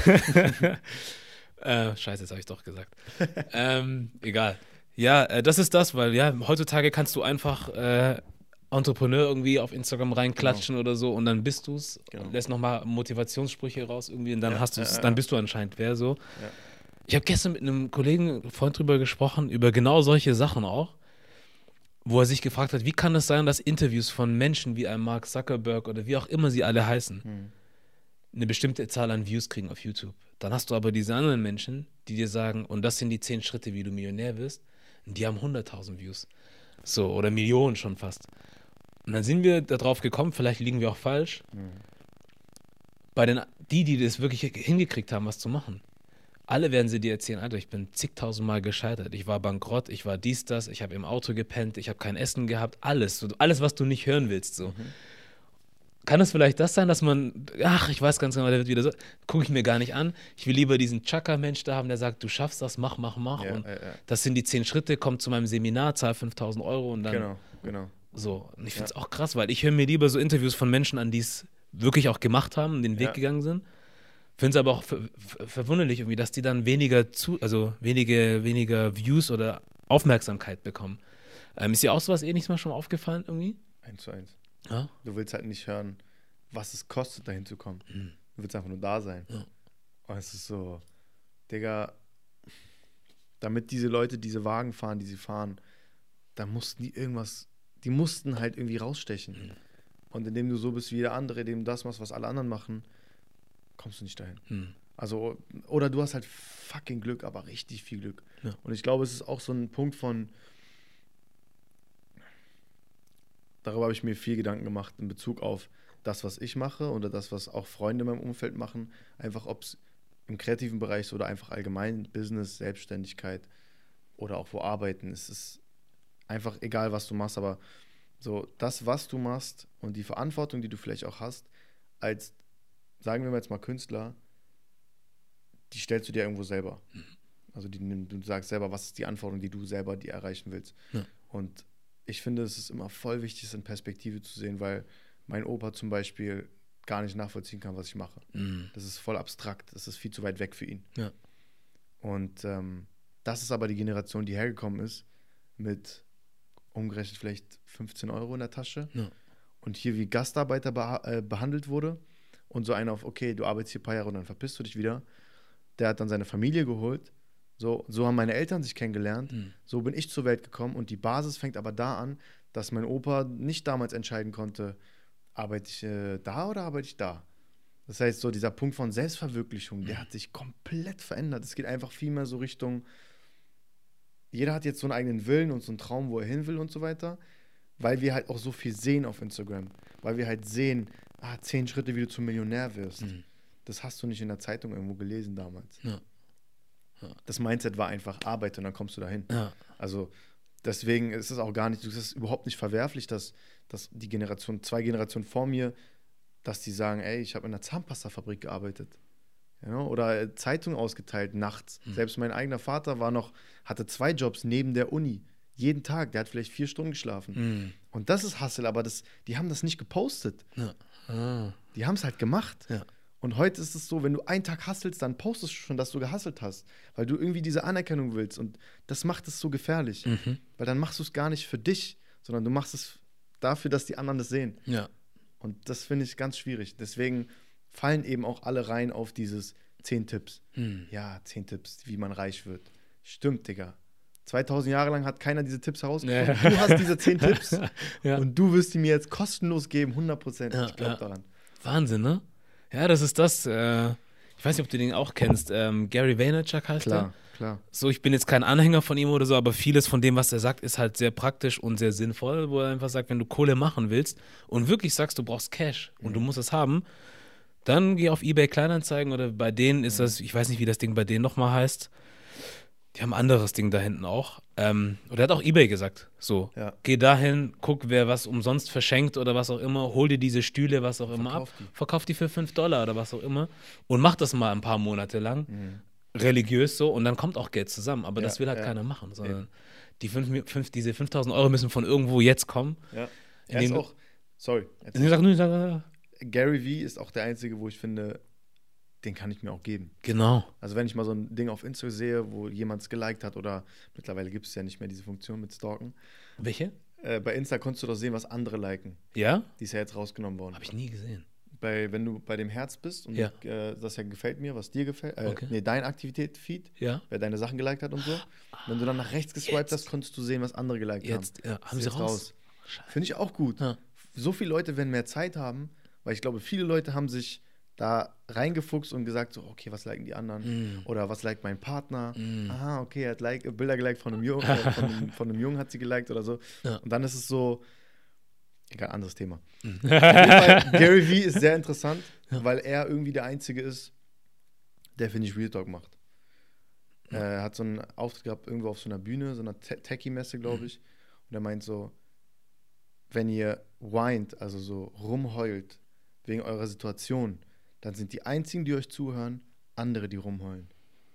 äh, scheiße, jetzt habe ich doch gesagt. ähm, egal. Ja, äh, das ist das, weil ja, heutzutage kannst du einfach äh, Entrepreneur irgendwie auf Instagram reinklatschen oder so und dann bist du es, Genau. lässt nochmal Motivationssprüche raus irgendwie und dann Ja, hast du es, ja, ja. dann bist du anscheinend wer so. Ja. Ich habe gestern mit einem Kollegen, Freund drüber gesprochen, über genau solche Sachen auch, wo er sich gefragt hat, wie kann es sein, dass Interviews von Menschen wie einem Mark Zuckerberg oder wie auch immer sie alle heißen, Hm. eine bestimmte Zahl an Views kriegen auf YouTube. Dann hast du aber diese anderen Menschen, die dir sagen, und das sind die zehn Schritte, wie du Millionär wirst, und die haben hunderttausend Views. So, oder Millionen schon fast. Und dann sind wir darauf gekommen, vielleicht liegen wir auch falsch, Hm. bei den, die, die das wirklich hingekriegt haben, was zu machen. Alle werden sie dir erzählen, Alter, ich bin zigtausendmal gescheitert. Ich war bankrott, ich war dies, das, ich habe im Auto gepennt, ich habe kein Essen gehabt, alles. So, alles, was du nicht hören willst. So. Mhm. Kann es vielleicht das sein, dass man, ach, ich weiß ganz genau, der wird wieder so, gucke ich mir gar nicht an. Ich will lieber diesen Chaka-Mensch da haben, der sagt, du schaffst das, mach, mach, mach. Ja, und ja, ja. das sind die zehn Schritte, komm zu meinem Seminar, zahl fünftausend Euro und dann Genau, genau. so. Und ich finde es Ja. auch krass, weil ich höre mir lieber so Interviews von Menschen an, die es wirklich auch gemacht haben, den Weg Ja. gegangen sind. Finde es aber auch ver ver verwunderlich irgendwie, dass die dann weniger zu, also wenige, weniger Views oder Aufmerksamkeit bekommen. Ähm, ist dir auch sowas ähnliches mal schon aufgefallen irgendwie? Eins zu eins. Ja. Du willst halt nicht hören, was es kostet, dahin zu kommen. Mhm. Du willst einfach nur da sein. Ja. Und es ist so, Digga, damit diese Leute diese Wagen fahren, die sie fahren, da mussten die irgendwas, die mussten halt irgendwie rausstechen. Mhm. Und indem du so bist wie jeder andere, indem du das machst, was alle anderen machen, kommst du nicht dahin. Mhm. Also, oder du hast halt fucking Glück, aber richtig viel Glück. Ja. Und ich glaube, es ist auch so ein Punkt von, darüber habe ich mir viel Gedanken gemacht in Bezug auf das, was ich mache oder das, was auch Freunde in meinem Umfeld machen. Einfach, ob es im kreativen Bereich ist oder einfach allgemein Business, Selbstständigkeit oder auch wo arbeiten. Es ist einfach egal, was du machst, aber so das, was du machst und die Verantwortung, die du vielleicht auch hast, als, sagen wir mal jetzt mal Künstler, die stellst du dir irgendwo selber. Also die, du sagst selber, was ist die Anforderung, die du selber die erreichen willst. Ja. Und ich finde, es ist immer voll wichtig, es in Perspektive zu sehen, weil mein Opa zum Beispiel gar nicht nachvollziehen kann, was ich mache. Mhm. Das ist voll abstrakt, das ist viel zu weit weg für ihn. Ja. Und ähm, das ist aber die Generation, die hergekommen ist mit umgerechnet vielleicht fünfzehn Euro in der Tasche Ja. und hier wie Gastarbeiter beha äh, behandelt wurde und so einer auf, okay, du arbeitest hier ein paar Jahre und dann verpisst du dich wieder. Der hat dann seine Familie geholt. So, so haben meine Eltern sich kennengelernt. Mhm. So bin ich zur Welt gekommen und die Basis fängt aber da an, dass mein Opa nicht damals entscheiden konnte, arbeite ich äh, da oder arbeite ich da? Das heißt, so dieser Punkt von Selbstverwirklichung, der hat sich komplett verändert. Es geht einfach viel mehr so Richtung, jeder hat jetzt so einen eigenen Willen und so einen Traum, wo er hin will und so weiter, weil wir halt auch so viel sehen auf Instagram. Weil wir halt sehen, ah, zehn Schritte, wie du zum Millionär wirst. Mhm. Das hast du nicht in der Zeitung irgendwo gelesen damals. Ja. Ja. Das Mindset war einfach Arbeit und dann kommst du dahin. Ja. Also deswegen ist es auch gar nicht, es ist überhaupt nicht verwerflich, dass, dass die Generation, zwei Generationen vor mir, dass die sagen, ey, ich habe in einer Zahnpastafabrik gearbeitet. You know? Oder Zeitung ausgeteilt nachts. Mhm. Selbst mein eigener Vater war noch, hatte zwei Jobs neben der Uni. Jeden Tag, der hat vielleicht vier Stunden geschlafen. Mhm. Und das ist Hustle, aber das, die haben das nicht gepostet. Ja. Ah. Die haben es halt gemacht. Ja. Und heute ist es so, wenn du einen Tag hustlest, dann postest du schon, dass du gehustelt hast. Weil du irgendwie diese Anerkennung willst. Und das macht es so gefährlich. Mhm. Weil dann machst du es gar nicht für dich, sondern du machst es dafür, dass die anderen das sehen. Ja. Und das finde ich ganz schwierig. Deswegen fallen eben auch alle rein auf dieses zehn Tipps. Hm. Ja, zehn Tipps, wie man reich wird. Stimmt, Digga. zweitausend Jahre lang hat keiner diese Tipps herausgefunden. Ja. Du hast diese zehn Tipps ja. und du wirst die mir jetzt kostenlos geben, hundert Prozent. Ja, ich glaube ja. daran. Wahnsinn, ne? Ja, das ist das. Äh, ich weiß nicht, ob du den auch kennst. Ähm, Gary Vaynerchuk heißt klar, der. Klar. So, ich bin jetzt kein Anhänger von ihm oder so, aber vieles von dem, was er sagt, ist halt sehr praktisch und sehr sinnvoll, wo er einfach sagt, wenn du Kohle machen willst und wirklich sagst, du brauchst Cash und mhm. du musst es haben, dann geh auf eBay Kleinanzeigen oder bei denen ist mhm. das, ich weiß nicht, wie das Ding bei denen nochmal heißt, die haben ein anderes Ding da hinten auch. Ähm, oder er hat auch eBay gesagt, so, ja. Geh dahin, guck, wer was umsonst verschenkt oder was auch immer, hol dir diese Stühle, was auch immer ab, die. verkauf die für fünf Dollar oder was auch immer und mach das mal ein paar Monate lang. Mhm. Religiös so und dann kommt auch Geld zusammen, aber ja, das will halt ja. keiner machen, sondern ja. die fünf, fünf, diese fünftausend Euro müssen von irgendwo jetzt kommen. Ja, er ist auch, sorry. Sag, sag, sag, Gary Vee ist auch der Einzige, wo ich finde, den kann ich mir auch geben. Genau. Also wenn ich mal so ein Ding auf Insta sehe, wo jemand es geliked hat oder mittlerweile gibt es ja nicht mehr diese Funktion mit Stalken. Welche? Äh, bei Insta konntest du doch sehen, was andere liken. Ja? Die ist ja jetzt rausgenommen worden. Habe ich nie gesehen. Bei, wenn du bei dem Herz bist und ja. äh, das ja gefällt mir, was dir gefällt, äh, okay. nee, dein Aktivität-Feed, ja. wer deine Sachen geliked hat und so. Ah, wenn du dann nach rechts geswiped hast, konntest du sehen, was andere geliked jetzt, haben. Ja. Haben sie raus? raus. Finde ich auch gut. Ja. So viele Leute, wenn mehr Zeit haben, weil ich glaube, viele Leute haben sich da reingefuchst und gesagt so, okay, was liken die anderen? Mm. Oder was liked mein Partner? Mm. Aha, okay, er hat like, Bilder geliked von einem Jungen, äh, von, einem, von einem Jungen hat sie geliked oder so. Ja. Und dann ist es so, egal, anderes Thema. Mhm. Gary Vee ist sehr interessant, ja. weil er irgendwie der Einzige ist, der, finde ich, Real Talk macht. Ja. Er hat so einen Auftritt gehabt, irgendwo auf so einer Bühne, so einer Te- Techie-Messe, glaube ich. Mhm. Und er meint so, wenn ihr weint, also so rumheult, wegen eurer Situation, dann sind die Einzigen, die euch zuhören, andere, die rumheulen.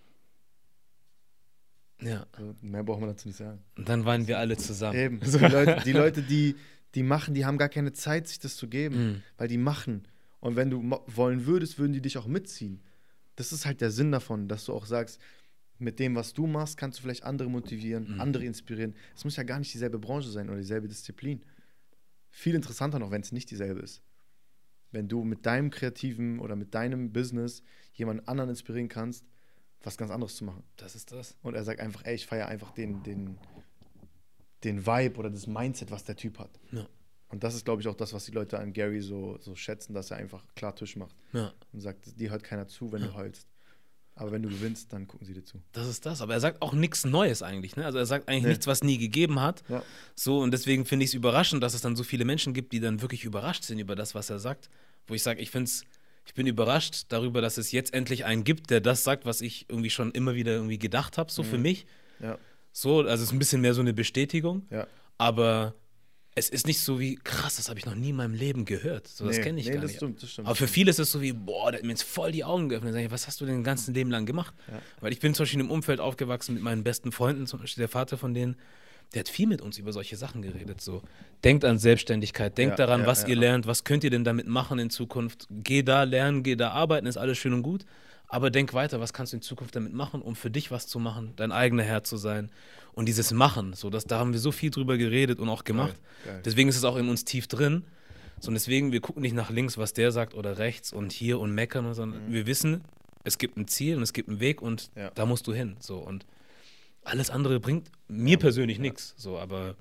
Ja. So, mehr braucht man dazu nicht sagen. Und dann weinen wir alle zusammen. Eben. Die Leute, die, Leute die, die machen, die haben gar keine Zeit, sich das zu geben, mm. weil die machen. Und wenn du mo- wollen würdest, würden die dich auch mitziehen. Das ist halt der Sinn davon, dass du auch sagst, mit dem, was du machst, kannst du vielleicht andere motivieren, mm. andere inspirieren. Es muss ja gar nicht dieselbe Branche sein oder dieselbe Disziplin. Viel interessanter noch, wenn es nicht dieselbe ist. Wenn du mit deinem kreativen oder mit deinem Business jemanden anderen inspirieren kannst, was ganz anderes zu machen. Das ist das. Und er sagt einfach, ey, ich feiere einfach den, den, den Vibe oder das Mindset, was der Typ hat. Ja. Und das ist, glaube ich, auch das, was die Leute an Gary so, so schätzen, dass er einfach klar Tisch macht. Ja. Und sagt, dir hört keiner zu, wenn ja. du heulst. Aber wenn du gewinnst, dann gucken sie dir zu. Das ist das. Aber er sagt auch nichts Neues eigentlich. Ne? Also er sagt eigentlich nee. nichts, was nie gegeben hat. Ja. So, und deswegen finde ich es überraschend, dass es dann so viele Menschen gibt, die dann wirklich überrascht sind über das, was er sagt. Wo ich sage, ich finde es, ich bin überrascht darüber, dass es jetzt endlich einen gibt, der das sagt, was ich irgendwie schon immer wieder irgendwie gedacht habe, so mhm. für mich. Ja. So, also es ist ein bisschen mehr so eine Bestätigung. Ja. Aber es ist nicht so wie, krass, das habe ich noch nie in meinem Leben gehört. So, das nee, kenne ich nee, gar das nicht. Stimmt, das stimmt. Aber für viele ist es so wie, boah, der hat mir jetzt voll die Augen geöffnet. Sag ich, was hast du denn den ganzen Leben lang gemacht? Ja. Weil ich bin zum Beispiel in einem Umfeld aufgewachsen mit meinen besten Freunden, zum Beispiel der Vater von denen, der hat viel mit uns über solche Sachen geredet. So, denkt an Selbstständigkeit, denkt ja, daran, ja, was ja. ihr lernt, was könnt ihr denn damit machen in Zukunft. Geh da lernen, geh da arbeiten, ist alles schön und gut. Aber denk weiter, was kannst du in Zukunft damit machen, um für dich was zu machen, dein eigener Herr zu sein. Und dieses Machen, so, das, da haben wir so viel drüber geredet und auch gemacht. Geil, geil. Deswegen ist es auch in uns tief drin. So, und deswegen, wir gucken nicht nach links, was der sagt, oder rechts und hier und meckern, sondern mhm. wir wissen, es gibt ein Ziel und es gibt einen Weg und ja. da musst du hin. So, und alles andere bringt mir persönlich ja. nichts. So, aber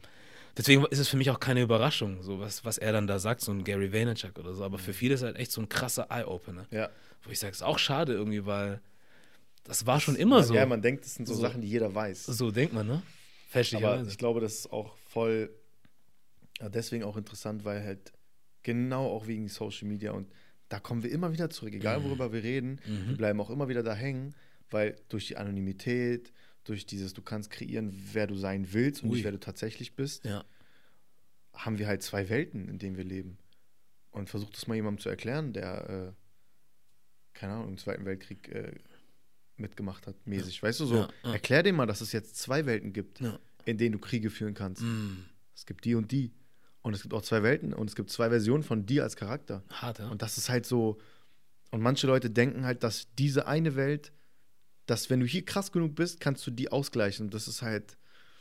Deswegen ist es für mich auch keine Überraschung, so was, was er dann da sagt, so ein Gary Vaynerchuk oder so. Aber für viele ist halt echt so ein krasser Eye-Opener. Ja. Wo ich sage, ist auch schade irgendwie, weil das war Das, schon immer man, so. Ja, man denkt, das sind so, So. Sachen, die jeder weiß. So denkt man, ne? Aber Fälschlicherweise. ich glaube, das ist auch voll, ja, deswegen auch interessant, weil halt genau auch wegen Social Media und da kommen wir immer wieder zurück, egal worüber wir reden, Mhm. wir bleiben auch immer wieder da hängen, weil durch die Anonymität, durch dieses, du kannst kreieren, wer du sein willst und Ui. nicht, wer du tatsächlich bist, Ja. haben wir halt zwei Welten, in denen wir leben. Und versuch das mal jemandem zu erklären, der, äh, keine Ahnung, im Zweiten Weltkrieg äh, mitgemacht hat, mäßig. Weißt du, so, Ja, ja. erklär dir mal, dass es jetzt zwei Welten gibt, Ja. in denen du Kriege führen kannst. Mm. Es gibt die und die. Und es gibt auch zwei Welten und es gibt zwei Versionen von dir als Charakter. Hart, ja. Und das ist halt so. Und manche Leute denken halt, dass diese eine Welt, dass wenn du hier krass genug bist, kannst du die ausgleichen. Und das ist halt.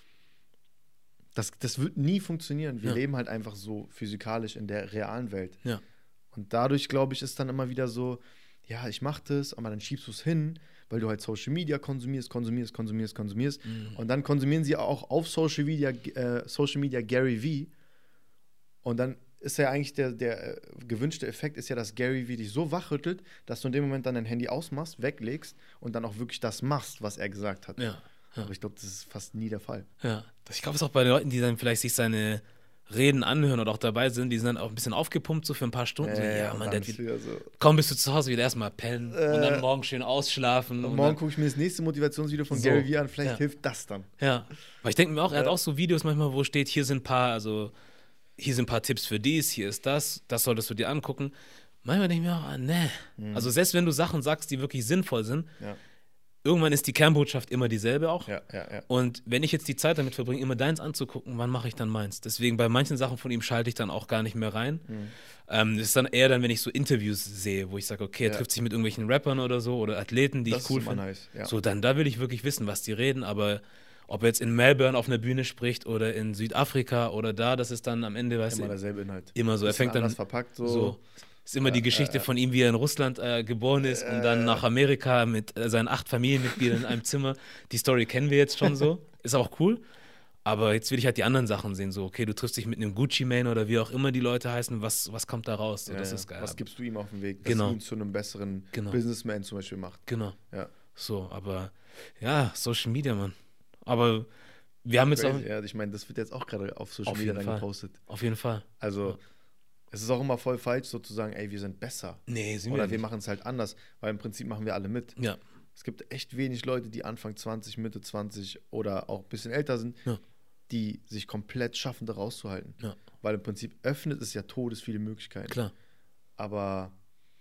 Das, das wird nie funktionieren. Wir Ja. leben halt einfach so physikalisch in der realen Welt. Ja. Und dadurch, glaube ich, ist dann immer wieder so, ja, ich mach das, aber dann schiebst du es hin, weil du halt Social Media konsumierst, konsumierst, konsumierst, konsumierst. Mhm. Und dann konsumieren sie auch auf Social Media, äh, Social Media Gary Vee. Und dann ist ja eigentlich der, der äh, gewünschte Effekt ist ja, dass Gary Vee dich so wachrüttelt, dass du in dem Moment dann dein Handy ausmachst, weglegst und dann auch wirklich das machst, was er gesagt hat. Ja. Ja. Aber ich glaube, das ist fast nie der Fall. Ja. Das- Ich glaube, es ist auch bei den Leuten, die dann vielleicht sich seine Reden anhören oder auch dabei sind, die sind dann auch ein bisschen aufgepumpt, so für ein paar Stunden. so, ja, und man, dann der hat ist wieder, wieder so. kaum bist du zu Hause, wieder erstmal pennen und dann Äh, morgen schön ausschlafen. Und und morgen dann, gucke ich mir das nächste Motivationsvideo von So, Gary Vee an, vielleicht ja. hilft das dann. Ja, weil ich denke mir auch, er hat Ja. auch so Videos manchmal, wo steht, hier sind ein paar, also hier sind ein paar Tipps für dies, hier ist das, das solltest du dir angucken. Manchmal denke ich mir auch, ah, ne. Also selbst wenn du Sachen sagst, die wirklich sinnvoll sind, Ja, irgendwann ist die Kernbotschaft immer dieselbe auch. ja, ja. ja. Und wenn ich jetzt die Zeit damit verbringe, immer deins anzugucken, wann mache ich dann meins? Deswegen bei manchen Sachen von ihm schalte ich dann auch gar nicht mehr rein. Ähm, das ist dann eher dann, wenn ich so Interviews sehe, wo ich sage, okay, er Ja. trifft sich mit irgendwelchen Rappern oder so oder Athleten, die Das ich cool ist immer finde. nice. Ja. So, dann da will ich wirklich wissen, was die reden, aber ob er jetzt in Melbourne auf einer Bühne spricht oder in Südafrika oder da, das ist dann am Ende, weißt Immer du, derselbe Inhalt. immer so. Er Bisschen fängt dann anders verpackt, so. so. Ist immer die Ja, Geschichte ja, ja. von ihm, wie er in Russland äh, geboren ist und dann nach Amerika mit äh, seinen acht Familienmitgliedern in einem Zimmer. Die Story kennen wir jetzt schon so. Ist auch cool. Aber jetzt will ich halt die anderen Sachen sehen. So, okay, du triffst dich mit einem Gucci-Man oder wie auch immer die Leute heißen. Was, was kommt da raus? So, Ja, das ja. ist geil. Was gibst du ihm auf den Weg, dass Genau. ihn zu einem besseren Genau. Businessman zum Beispiel macht? Genau. Ja. So, aber ja, Social Media, Mann. Aber wir haben jetzt auch. Crazy. Ja, ich meine, das wird jetzt auch gerade auf Social Auf Media jeden dann Fall. gepostet. Auf jeden Fall. Also, Ja. es ist auch immer voll falsch, sozusagen, ey, wir sind besser. Nee, sind Oder wir wir nicht. machen es halt anders, weil im Prinzip machen wir alle mit. Ja. Es gibt echt wenig Leute, die Anfang zwanzig, Mitte zwanzig oder auch ein bisschen älter sind, Ja. die sich komplett schaffen, da rauszuhalten. Ja. Weil im Prinzip öffnet es ja todes viele Möglichkeiten. Klar. Aber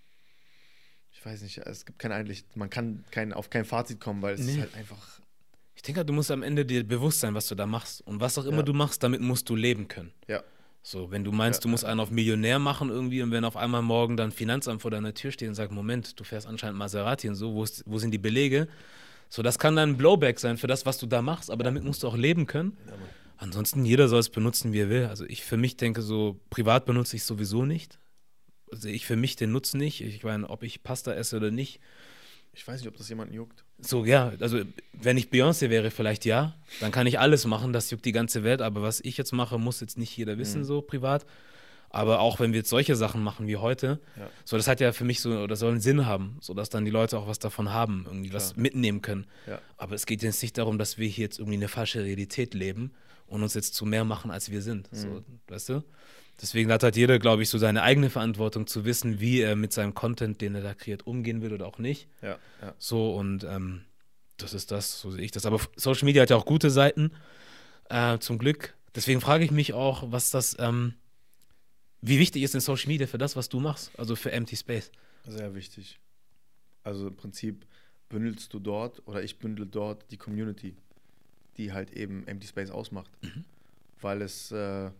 ich weiß nicht, es gibt kein eigentlich, man kann kein, auf kein Fazit kommen, weil es Nee. ist halt einfach. Ich denke, du musst am Ende dir bewusst sein, was du da machst. Und was auch immer Ja. du machst, damit musst du leben können. Ja. So, wenn du meinst, Ja, du musst ja. einen auf Millionär machen irgendwie und wenn auf einmal morgen dann Finanzamt vor deiner Tür steht und sagt, Moment, du fährst anscheinend Maserati und so, wo, ist, wo sind die Belege? So, das kann dann ein Blowback sein für das, was du da machst, aber damit musst du auch leben können. Ansonsten, jeder soll es benutzen, wie er will. Also ich für mich denke so, privat benutze ich sowieso nicht. Also ich für mich den Nutzen nicht. Ich meine, ob ich Pasta esse oder nicht. Ich weiß nicht, ob das jemanden juckt. So, ja, also wenn ich Beyoncé wäre, vielleicht ja. Dann kann ich alles machen, das juckt die ganze Welt. Aber was ich jetzt mache, muss jetzt nicht jeder wissen, Mhm. so privat. Aber auch wenn wir jetzt solche Sachen machen wie heute, Ja. so das hat ja für mich so, oder soll einen Sinn haben, sodass dann die Leute auch was davon haben, irgendwie was Klar. mitnehmen können. Ja. Aber es geht jetzt nicht darum, dass wir hier jetzt irgendwie eine falsche Realität leben und uns jetzt zu mehr machen, als wir sind. So, Mhm. weißt du? Deswegen hat halt jeder, glaube ich, so seine eigene Verantwortung zu wissen, wie er mit seinem Content, den er da kreiert, umgehen will oder auch nicht. Ja, ja. So, und ähm, das ist das, so sehe ich das. Aber Social Media hat ja auch gute Seiten, äh, zum Glück. Deswegen frage ich mich auch, was das, ähm, wie wichtig ist denn Social Media für das, was du machst, also für Empty Space? Sehr wichtig. Also im Prinzip bündelst du dort oder ich bündel dort die Community, die halt eben Empty Space ausmacht. Mhm. Weil es, äh,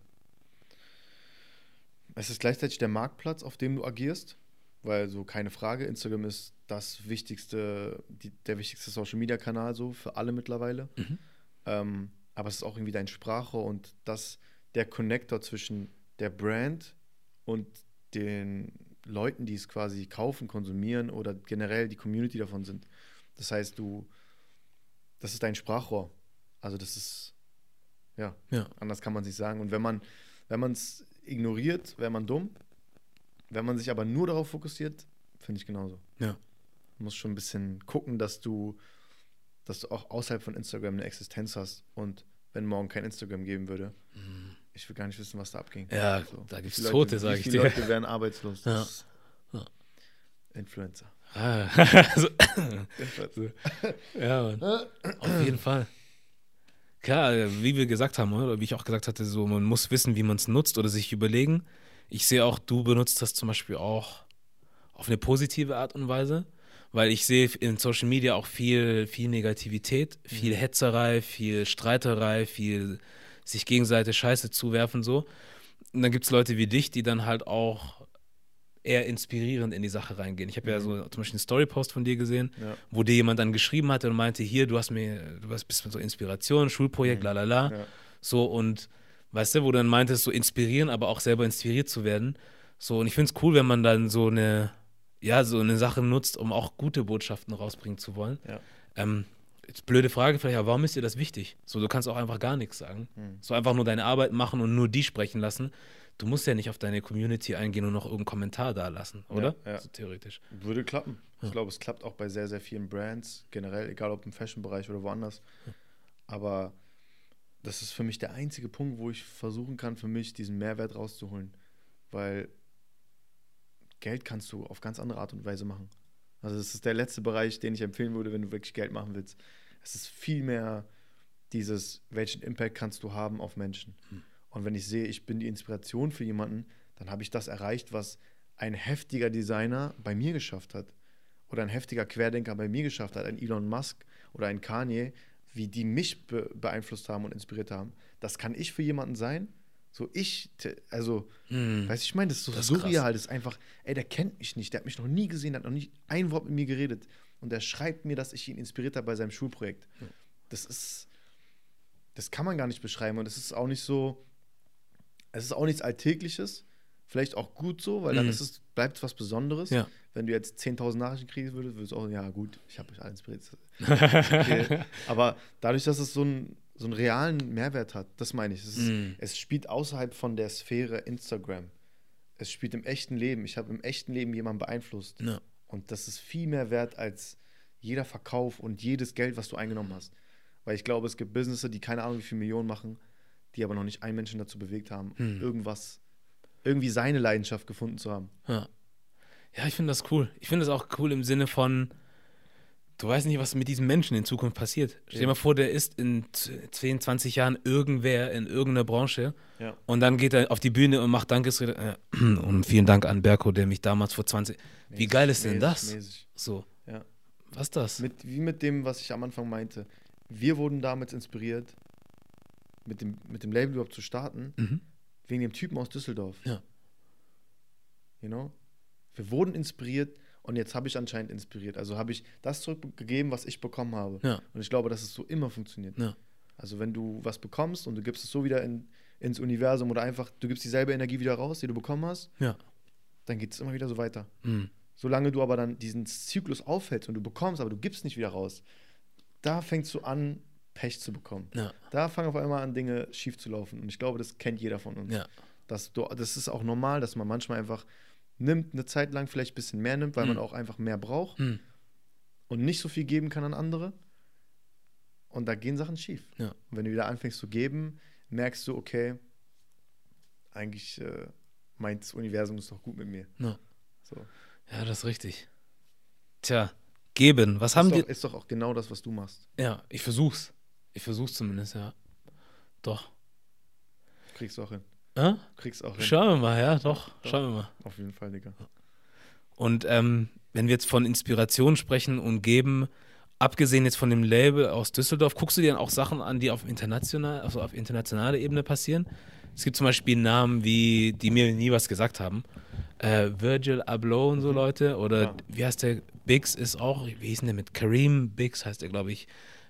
es ist gleichzeitig der Marktplatz, auf dem du agierst, weil so keine Frage, Instagram ist das wichtigste, die, der wichtigste Social Media Kanal so für alle mittlerweile. Mhm. Ähm, aber es ist auch irgendwie dein Sprachrohr und das der Connector zwischen der Brand und den Leuten, die es quasi kaufen, konsumieren oder generell die Community davon sind. Das heißt, du, das ist dein Sprachrohr. Also das ist, Ja. Ja. Anders kann man sich sagen. Und wenn man wenn man es ignoriert, wäre man dumm. Wenn man sich aber nur darauf fokussiert, finde ich genauso. Ja. Du musst schon ein bisschen gucken, dass du, dass du auch außerhalb von Instagram eine Existenz hast. Und wenn morgen kein Instagram geben würde, Mhm. ich will gar nicht wissen, was da abging. Ja, So. da gibt Wie es viele Tote, Leute- sage wie ich viele dir. Leute wären arbeitslos. Ja. Das ist Ja. Influencer. Ah, so, Influencer. ja, Mann. Auf jeden Fall. Klar, wie wir gesagt haben, oder wie ich auch gesagt hatte, so man muss wissen, wie man es nutzt oder sich überlegen. Ich sehe auch, du benutzt das zum Beispiel auch auf eine positive Art und Weise, weil ich sehe in Social Media auch viel, viel Negativität, viel Hetzerei, viel Streiterei, viel sich gegenseitig Scheiße zuwerfen so. Und dann gibt es Leute wie dich, die dann halt auch eher inspirierend in die Sache reingehen. Ich habe ja so zum Beispiel einen Storypost von dir gesehen, Ja. wo dir jemand dann geschrieben hatte und meinte, hier, du hast mir, du hast- bist mit so Inspiration, Schulprojekt, la la la. Ja. So und weißt du, wo du dann meintest, so inspirieren, aber auch selber inspiriert zu werden. So, und ich finde es cool, wenn man dann so eine, ja, so eine Sache nutzt, um auch gute Botschaften rausbringen zu wollen. Ja. Ähm, jetzt blöde Frage vielleicht, aber warum ist dir das wichtig? So, du kannst auch einfach gar nichts sagen. Hm. So einfach nur deine Arbeit machen und nur die sprechen lassen. Du musst ja nicht auf deine Community eingehen und noch irgendeinen Kommentar da lassen, oder? Ja, ja. So theoretisch. Würde klappen. Ja. Ich glaube, es klappt auch bei sehr, sehr vielen Brands, generell, egal ob im Fashion-Bereich oder woanders. Aber das ist für mich der einzige Punkt, wo ich versuchen kann, für mich diesen Mehrwert rauszuholen. Weil Geld kannst du auf ganz andere Art und Weise machen. Also das ist der letzte Bereich, den ich empfehlen würde, wenn du wirklich Geld machen willst. Es ist viel mehr dieses, welchen Impact kannst du haben auf Menschen. Hm. Und wenn ich sehe, ich bin die Inspiration für jemanden, dann habe ich das erreicht, was ein heftiger Designer bei mir geschafft hat. Oder ein heftiger Querdenker bei mir geschafft hat, ein Elon Musk oder ein Kanye, wie die mich be beeinflusst haben und inspiriert haben. Das kann ich für jemanden sein. So ich, te- also, Hm. weißt du, ich meine, das ist so Das ist surreal. Das ist einfach, ey, der kennt mich nicht, der hat mich noch nie gesehen, der hat noch nicht ein Wort mit mir geredet. Und der schreibt mir, dass ich ihn inspiriert habe bei seinem Schulprojekt. Das ist, das kann man gar nicht beschreiben. Und es ist auch nicht so, es ist auch nichts Alltägliches. Vielleicht auch gut so, weil dann Mhm. ist es, bleibt es was Besonderes. Ja. Wenn du jetzt zehntausend Nachrichten kriegen würdest, würdest du auch, ja gut, ich habe euch alle inspiriert. Okay. Aber dadurch, dass es so einen, so einen realen Mehrwert hat, das meine ich. Es, ist, Mhm. es spielt außerhalb von der Sphäre Instagram. Es spielt im echten Leben. Ich habe im echten Leben jemanden beeinflusst. Ja. Und das ist viel mehr wert als jeder Verkauf und jedes Geld, was du eingenommen hast. Weil ich glaube, es gibt Businesses, die keine Ahnung, wie viele Millionen machen, die aber noch nicht einen Menschen dazu bewegt haben, Hm. irgendwas, irgendwie seine Leidenschaft gefunden zu haben. Ja. Ja, ich finde das cool. Ich finde das auch cool im Sinne von, du weißt nicht, was mit diesem Menschen in Zukunft passiert. Stell dir Ja. mal vor, der ist in zehn, zwanzig Jahren irgendwer in irgendeiner Branche Ja. und dann geht er auf die Bühne und macht Dankesrede. Äh, und vielen Dank an Berko, der mich damals vor zwanzig. Wie geil ist denn das? Mäßig. So. Ja. Was ist das? Mit, wie mit dem, was ich am Anfang meinte. Wir wurden damals inspiriert, mit dem, mit dem Label überhaupt zu starten, Mhm. wegen dem Typen aus Düsseldorf. Ja. You know? Wir wurden inspiriert und jetzt habe ich anscheinend inspiriert. Also habe ich das zurückgegeben, was ich bekommen habe. Ja. Und ich glaube, dass es so immer funktioniert. Ja. Also wenn du was bekommst und du gibst es so wieder in, ins Universum oder einfach, du gibst dieselbe Energie wieder raus, die du bekommen hast, Ja. dann geht es immer wieder so weiter. Mhm. Solange du aber dann diesen Zyklus aufhältst und du bekommst, aber du gibst nicht wieder raus, da fängst du an, Pech zu bekommen. Ja. Da fangen auf einmal an, Dinge schief zu laufen. Und ich glaube, das kennt jeder von uns. Ja. Das, das ist auch normal, dass man manchmal einfach nimmt, eine Zeit lang vielleicht ein bisschen mehr nimmt, weil Mhm. man auch einfach mehr braucht Mhm. und nicht so viel geben kann an andere. Und da gehen Sachen schief. Ja. Und wenn du wieder anfängst zu geben, merkst du, okay, eigentlich äh, meint das Universum ist doch gut mit mir. Ja. So. Ja, das ist richtig. Tja, geben. Was haben ist, wir? doch, ist doch auch genau das, was du machst. Ja, ich versuch's. Ich versuch's zumindest, ja. Doch. Kriegst du auch hin. Äh? Kriegst auch hin. Schauen wir mal, ja, doch. Doch. Schauen wir mal. Auf jeden Fall, Digga. Und ähm, wenn wir jetzt von Inspiration sprechen und geben, abgesehen jetzt von dem Label aus Düsseldorf, guckst du dir dann auch Sachen an, die auf international, also auf internationaler Ebene passieren? Es gibt zum Beispiel Namen, wie, die mir nie was gesagt haben. Äh, Virgil Abloh und so Leute. Oder Ja. wie heißt der? Biggs ist auch, wie hieß denn der mit? Kareem Biggs heißt der, glaube ich.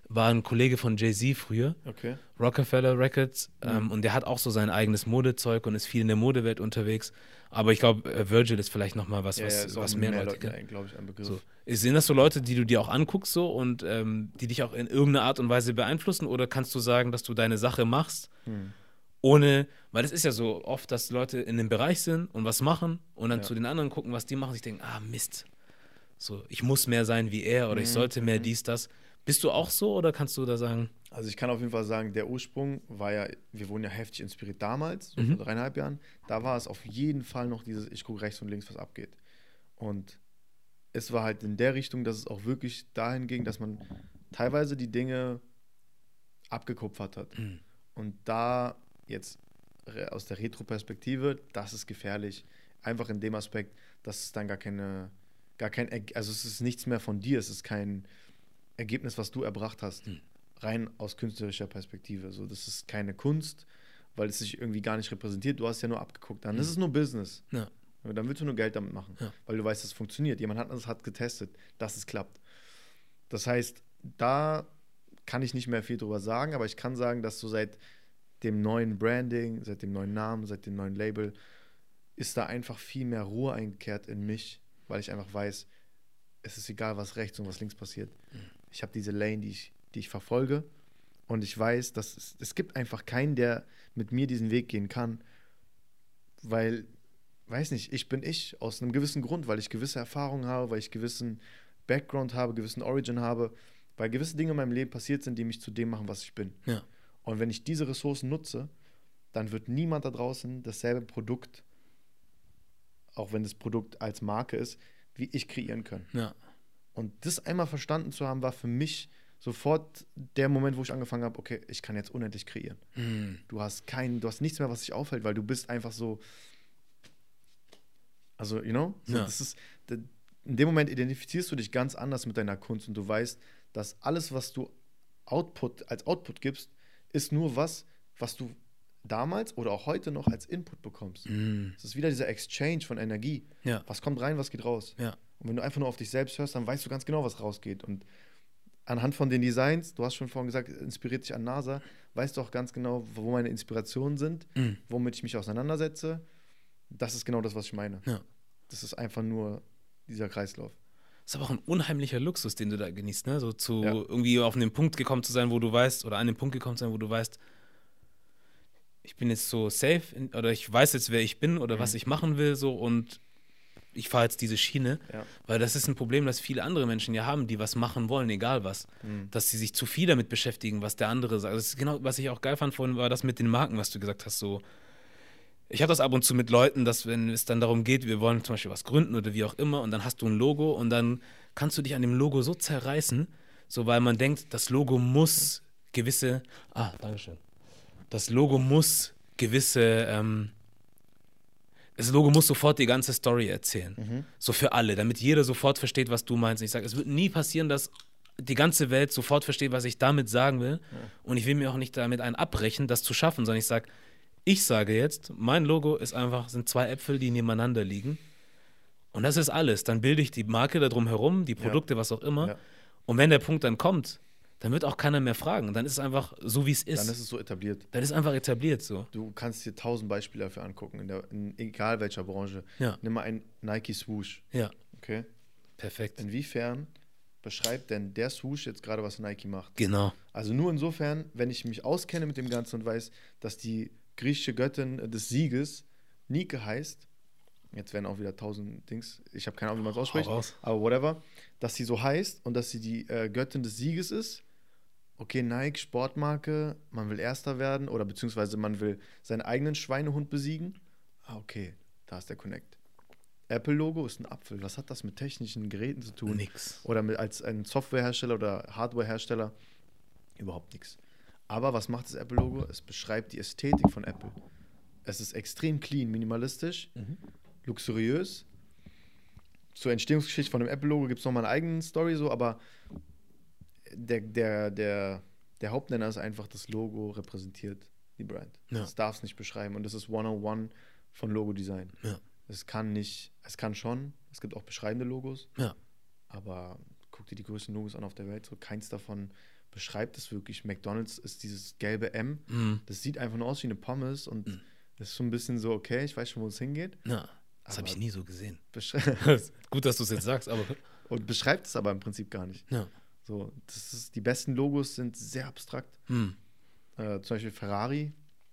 war ein Kollege von Jay-Z früher, Okay. Rockefeller Records, Mhm. ähm, und der hat auch so sein eigenes Modezeug und ist viel in der Modewelt unterwegs. Aber ich glaube, äh, Virgil ist vielleicht nochmal was, Ja, was, ja, ist auch was mehr, mehr Leute Leuten, kennen. glaube ich, ein Begriff. So. Sind das so Leute, die du dir auch anguckst so und ähm, die dich auch in irgendeiner Art und Weise beeinflussen? Oder kannst du sagen, dass du deine Sache machst, Hm. ohne, weil es ist ja so oft, dass Leute in dem Bereich sind und was machen und dann Ja. zu den anderen gucken, was die machen, sich denken, ah Mist, so, ich muss mehr sein wie er oder ich Mhm, sollte mehr mhm. dies, das. Bist du auch so oder kannst du da sagen, Also ich kann auf jeden Fall sagen, der Ursprung war ja, wir wurden ja heftig inspiriert damals, so Mhm. vor dreieinhalb Jahren. Da war es auf jeden Fall noch dieses, ich gucke rechts und links, was abgeht. Und es war halt in der Richtung, dass es auch wirklich dahin ging, dass man teilweise die Dinge abgekupfert hat. Mhm. Und da jetzt re- aus der Retro-Perspektive, das ist gefährlich. Einfach in dem Aspekt, dass es dann gar keine, gar kein, Erg- also es ist nichts mehr von dir, es ist kein Ergebnis, was du erbracht hast. Hm. Rein aus künstlerischer Perspektive. So, das ist keine Kunst, weil es sich irgendwie gar nicht repräsentiert. Du hast ja nur abgeguckt. Dann Hm. ist es nur Business. Ja. Dann willst du nur Geld damit machen, Ja. weil du weißt, dass es funktioniert. Jemand hat es hat getestet, dass es klappt. Das heißt, da kann ich nicht mehr viel drüber sagen, aber ich kann sagen, dass so seit dem neuen Branding, seit dem neuen Namen, seit dem neuen Label, ist da einfach viel mehr Ruhe eingekehrt in mich, weil ich einfach weiß, es ist egal, was rechts und was links passiert. Mhm. Ich habe diese Lane, die ich, die ich verfolge und ich weiß, dass es, es gibt einfach keinen, der mit mir diesen Weg gehen kann, weil, weiß nicht, ich bin ich aus einem gewissen Grund, weil ich gewisse Erfahrungen habe, weil ich gewissen Background habe, gewissen Origin habe, weil gewisse Dinge in meinem Leben passiert sind, die mich zu dem machen, was ich bin. Ja. Und wenn ich diese Ressourcen nutze, dann wird niemand da draußen dasselbe Produkt, auch wenn das Produkt als Marke ist, wie ich kreieren können. Ja. Und das einmal verstanden zu haben, war für mich sofort der Moment, wo ich angefangen habe, okay, ich kann jetzt unendlich kreieren. Mhm. Du hast kein, du hast nichts mehr, was dich aufhält, weil du bist einfach so, also, you know, so, Ja. das ist, in dem Moment identifizierst du dich ganz anders mit deiner Kunst und du weißt, dass alles, was du Output, als Output gibst, ist nur was, was du damals oder auch heute noch als Input bekommst. Mhm. Es ist wieder dieser Exchange von Energie. Ja. Was kommt rein, was geht raus? Ja. Und wenn du einfach nur auf dich selbst hörst, dann weißt du ganz genau, was rausgeht. Und anhand von den Designs, du hast schon vorhin gesagt, inspiriert dich an NASA, weißt du auch ganz genau, wo meine Inspirationen sind, Mhm. womit ich mich auseinandersetze. Das ist genau das, was ich meine. Ja. Das ist einfach nur dieser Kreislauf. Ist aber auch ein unheimlicher Luxus, den du da genießt, ne? So zu Ja. irgendwie auf den Punkt gekommen zu sein, wo du weißt, oder an den Punkt gekommen zu sein, wo du weißt, ich bin jetzt so safe in, oder ich weiß jetzt, wer ich bin oder Mhm. was ich machen will, so und ich fahre jetzt diese Schiene, Ja. weil das ist ein Problem, das viele andere Menschen ja haben, die was machen wollen, egal was. Mhm. Dass sie sich zu viel damit beschäftigen, was der andere sagt. Das ist genau, was ich auch geil fand vorhin, war das mit den Marken, was du gesagt hast, so. Ich habe das ab und zu mit Leuten, dass wenn es dann darum geht, wir wollen zum Beispiel was gründen oder wie auch immer und dann hast du ein Logo und dann kannst du dich an dem Logo so zerreißen, so weil man denkt, das Logo muss gewisse, ah, Dankeschön, das Logo muss gewisse, ähm, das Logo muss sofort die ganze Story erzählen, Mhm. so für alle, damit jeder sofort versteht, was du meinst. Und ich sage, es wird nie passieren, dass die ganze Welt sofort versteht, was ich damit sagen will und ich will mir auch nicht damit einen abbrechen, das zu schaffen, sondern ich sage, ich sage jetzt, mein Logo ist einfach, sind zwei Äpfel, die nebeneinander liegen. Und das ist alles. Dann bilde ich die Marke da drum herum, die Produkte, was auch immer. Ja. Und wenn der Punkt dann kommt, dann wird auch keiner mehr fragen. Dann ist es einfach so, wie es ist. Dann ist es so etabliert. Dann ist einfach etabliert so. Du kannst dir tausend Beispiele dafür angucken, in, der, in egal welcher Branche. Ja. Nimm mal einen Nike Swoosh. Ja, Okay? perfekt. Inwiefern beschreibt denn der Swoosh jetzt gerade, was Nike macht? Genau. Also nur insofern, wenn ich mich auskenne mit dem Ganzen und weiß, dass die griechische Göttin des Sieges Nike heißt, jetzt werden auch wieder tausend Dings, ich habe keine Ahnung, wie man es ausspricht, Hau raus. aber whatever, dass sie so heißt und dass sie die äh, Göttin des Sieges ist. Okay, Nike, Sportmarke, man will Erster werden oder beziehungsweise man will seinen eigenen Schweinehund besiegen. Ah, okay, da ist der Connect. Apple-Logo ist ein Apfel. Was hat das mit technischen Geräten zu tun? Nix. Oder mit, als ein Softwarehersteller oder Hardwarehersteller? Überhaupt nichts. Aber was macht das Apple-Logo? Es beschreibt die Ästhetik von Apple. Es ist extrem clean, minimalistisch, Mhm. luxuriös. Zur Entstehungsgeschichte von dem Apple-Logo gibt es nochmal eine eigene Story, so, aber der, der, der, der Hauptnenner ist einfach, das Logo repräsentiert die Brand. Ja. Das darf es nicht beschreiben. Und das ist hunderteins von Logo-Design. Ja. Es kann nicht, es kann schon, es gibt auch beschreibende Logos, Ja. aber guck dir die größten Logos an auf der Welt, so keins davon beschreibt es wirklich. McDonald's ist dieses gelbe M. Mhm. Das sieht einfach nur aus wie eine Pommes und Mhm. das ist schon ein bisschen so, okay, ich weiß schon, wo es hingeht. Ja, das habe Aber ich nie so gesehen. beschre- Gut, dass du es jetzt sagst, aber und beschreibt es aber im Prinzip gar nicht. ja. So, das ist, die besten Logos sind sehr abstrakt. Mhm. Äh, zum Beispiel Ferrari.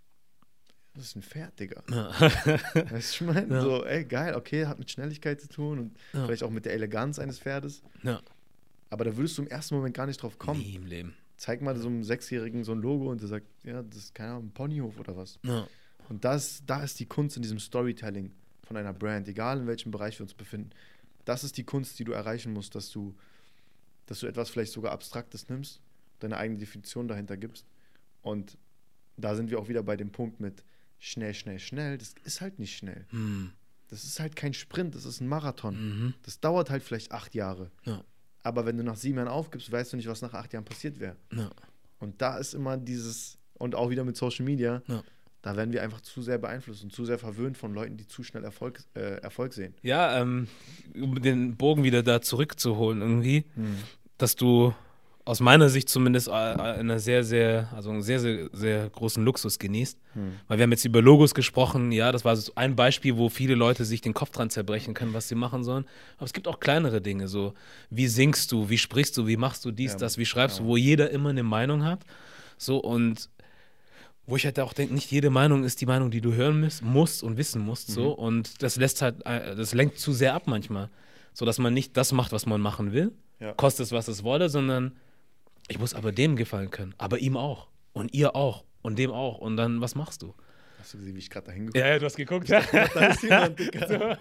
Das ist ein Pferd, Digga. Ja. Weißt du, was ich meine? Ja. So, ey, geil, okay, hat mit Schnelligkeit zu tun und Ja. vielleicht auch mit der Eleganz eines Pferdes. Ja. Aber da würdest du im ersten Moment gar nicht drauf kommen. Nie im Leben. Zeig mal so einem Sechsjährigen so ein Logo und der sagt, ja, das ist, keine Ahnung, ein Ponyhof oder was. Ja. Und das, da ist die Kunst in diesem Storytelling von einer Brand, egal in welchem Bereich wir uns befinden. Das ist die Kunst, die du erreichen musst, dass du, dass du etwas vielleicht sogar Abstraktes nimmst, deine eigene Definition dahinter gibst. Und da sind wir auch wieder bei dem Punkt mit schnell, schnell, schnell. Das ist halt nicht schnell. Mhm. Das ist halt kein Sprint, das ist ein Marathon. Mhm. Das dauert halt vielleicht acht Jahre. Ja. Aber wenn du nach sieben Jahren aufgibst, weißt du nicht, was nach acht Jahren passiert wäre. Ja. Und da ist immer dieses, und auch wieder mit Social Media, Ja. da werden wir einfach zu sehr beeinflusst und zu sehr verwöhnt von Leuten, die zu schnell Erfolg, äh, Erfolg sehen. Ja, ähm, um den Bogen wieder da zurückzuholen irgendwie, dass du aus meiner Sicht zumindest äh, einer sehr, sehr, also einen sehr, sehr, sehr großen Luxus genießt. Hm. Weil wir haben jetzt über Logos gesprochen, ja, das war so ein Beispiel, wo viele Leute sich den Kopf dran zerbrechen können, was sie machen sollen. Aber es gibt auch kleinere Dinge, so wie singst du, wie sprichst du, wie machst du dies, Ja, das, wie schreibst ja. du, wo jeder immer eine Meinung hat. So, und wo ich halt auch denke, nicht jede Meinung ist die Meinung, die du hören musst, musst und wissen musst. So. Mhm. Und das lässt halt, äh, das lenkt zu sehr ab manchmal. So dass man nicht das macht, was man machen will, Ja. kostet es, was es wolle, sondern ich muss aber dem gefallen können. Aber ihm auch. Und ihr auch. Und dem auch. Und dann, was machst du? Hast du gesehen, wie ich gerade da hingeguckt Ja, ja, du hast geguckt. Da ist jemand, Digga.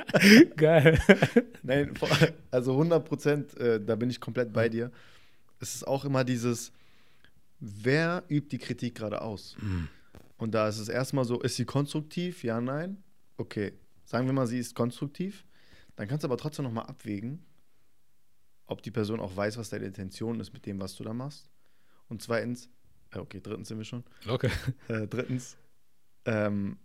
Geil. Nein, vor- also hundert Prozent, äh, da bin ich komplett bei dir. Es ist auch immer dieses, wer übt die Kritik gerade aus? Mhm. Und da ist es erstmal so, ist sie konstruktiv? Ja, nein? Okay. Sagen wir mal, sie ist konstruktiv. Dann kannst du aber trotzdem nochmal abwägen, ob die Person auch weiß, was deine Intention ist mit dem, was du da machst. Und zweitens, äh, okay, drittens sind wir schon. Okay. Äh, drittens, ähm,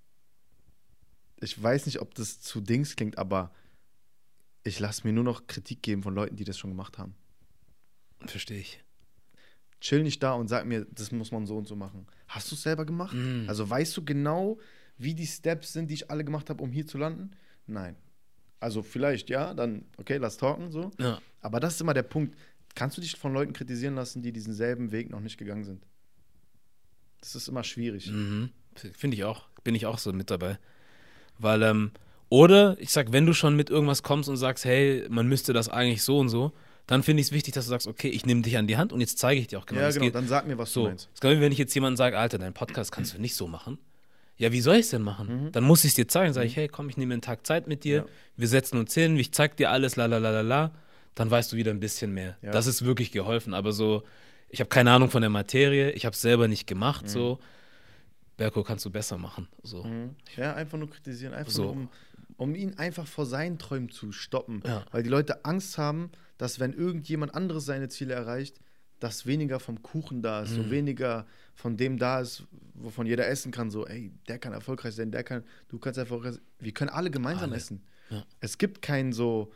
ich weiß nicht, ob das zu Dings klingt, aber ich lasse mir nur noch Kritik geben von Leuten, die das schon gemacht haben. Verstehe ich. Chill nicht da und sag mir, das muss man so und so machen. Hast du es selber gemacht? Mm. Also weißt du genau, wie die Steps sind, die ich alle gemacht habe, um hier zu landen? Nein. Also vielleicht ja, dann okay, lass talken so. Ja. Aber das ist immer der Punkt. Kannst du dich von Leuten kritisieren lassen, die diesen selben Weg noch nicht gegangen sind? Das ist immer schwierig. Mhm. Finde ich auch. Bin ich auch so mit dabei. Weil, ähm, oder ich sag, wenn du schon mit irgendwas kommst und sagst, hey, man müsste das eigentlich so und so, dann finde ich es wichtig, dass du sagst, okay, ich nehme dich an die Hand und jetzt zeige ich dir auch genau, Ja, wie es genau, geht. dann sag mir, was So, du meinst. es ist genau wie wenn ich jetzt jemandem sage, Alter, deinen Podcast kannst du nicht so machen. Ja, wie soll ich es denn machen? Mhm. Dann muss ich es dir zeigen. Sage ich, hey, komm, ich nehme einen Tag Zeit mit dir, Ja. wir setzen uns hin, ich zeig dir alles, la la la la la. Dann weißt du wieder ein bisschen mehr. Ja. Das ist wirklich geholfen. Aber so, ich habe keine Ahnung von der Materie, ich habe es selber nicht gemacht, Mhm. so. Berko, kannst du besser machen. So. Mhm. Ja, einfach nur kritisieren, einfach So. nur, um, um ihn einfach vor seinen Träumen zu stoppen. Ja. Weil die Leute Angst haben, dass wenn irgendjemand anderes seine Ziele erreicht, dass weniger vom Kuchen da ist, Mhm. so weniger von dem da ist, wovon jeder essen kann. So, ey, der kann erfolgreich sein, der kann, du kannst erfolgreich sein. Wir können alle gemeinsam Alle. essen. Ja. Es gibt kein so,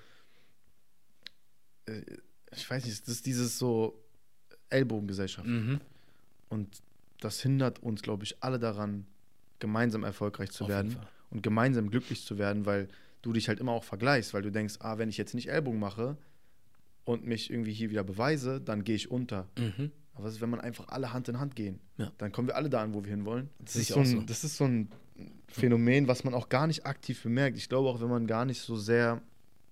äh, ich weiß nicht, das ist dieses so Ellbogengesellschaft. Mhm. Und das hindert uns, glaube ich, alle daran, gemeinsam erfolgreich zu Auf jeden werden Fall. und gemeinsam glücklich zu werden, weil du dich halt immer auch vergleichst, weil du denkst, ah, wenn ich jetzt nicht Ellbogen mache und mich irgendwie hier wieder beweise, dann gehe ich unter. Mhm. Aber was ist, wenn man einfach alle Hand in Hand gehen? Ja. Dann kommen wir alle da an, wo wir hinwollen. Das Sehe ist, ich so auch ein, so. das ist so ein Phänomen, was man auch gar nicht aktiv bemerkt. Ich glaube auch, wenn man gar nicht so sehr,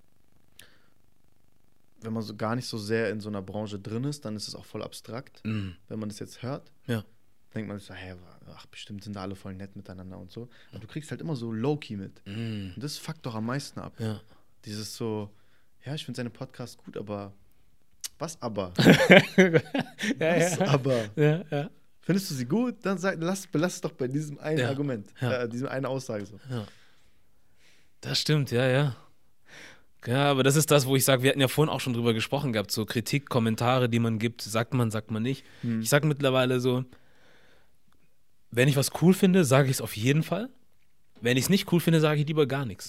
wenn man so gar nicht so sehr in so einer Branche drin ist, dann ist es auch voll abstrakt. Mhm. Wenn man das jetzt hört, Ja. denkt man so, hä, ach, bestimmt sind da alle voll nett miteinander und so. Aber du kriegst halt immer so low-key mit. Mhm. Und das fuckt doch am meisten ab. Ja. Dieses so, ja, ich finde seine Podcast gut, aber was aber? ja, Was ja. aber? Ja, ja. Findest du sie gut? Dann sag, lass, belass es doch bei diesem einen Ja. Argument, Ja. äh, diesem eine Aussage so. Ja. Das stimmt, ja, ja. Ja, aber das ist das, wo ich sage, wir hatten ja vorhin auch schon drüber gesprochen gehabt, so Kritik, Kommentare, die man gibt, sagt man, sagt man nicht. Hm. Ich sage mittlerweile so, wenn ich was cool finde, sage ich es auf jeden Fall. Wenn ich es nicht cool finde, sage ich lieber gar nichts.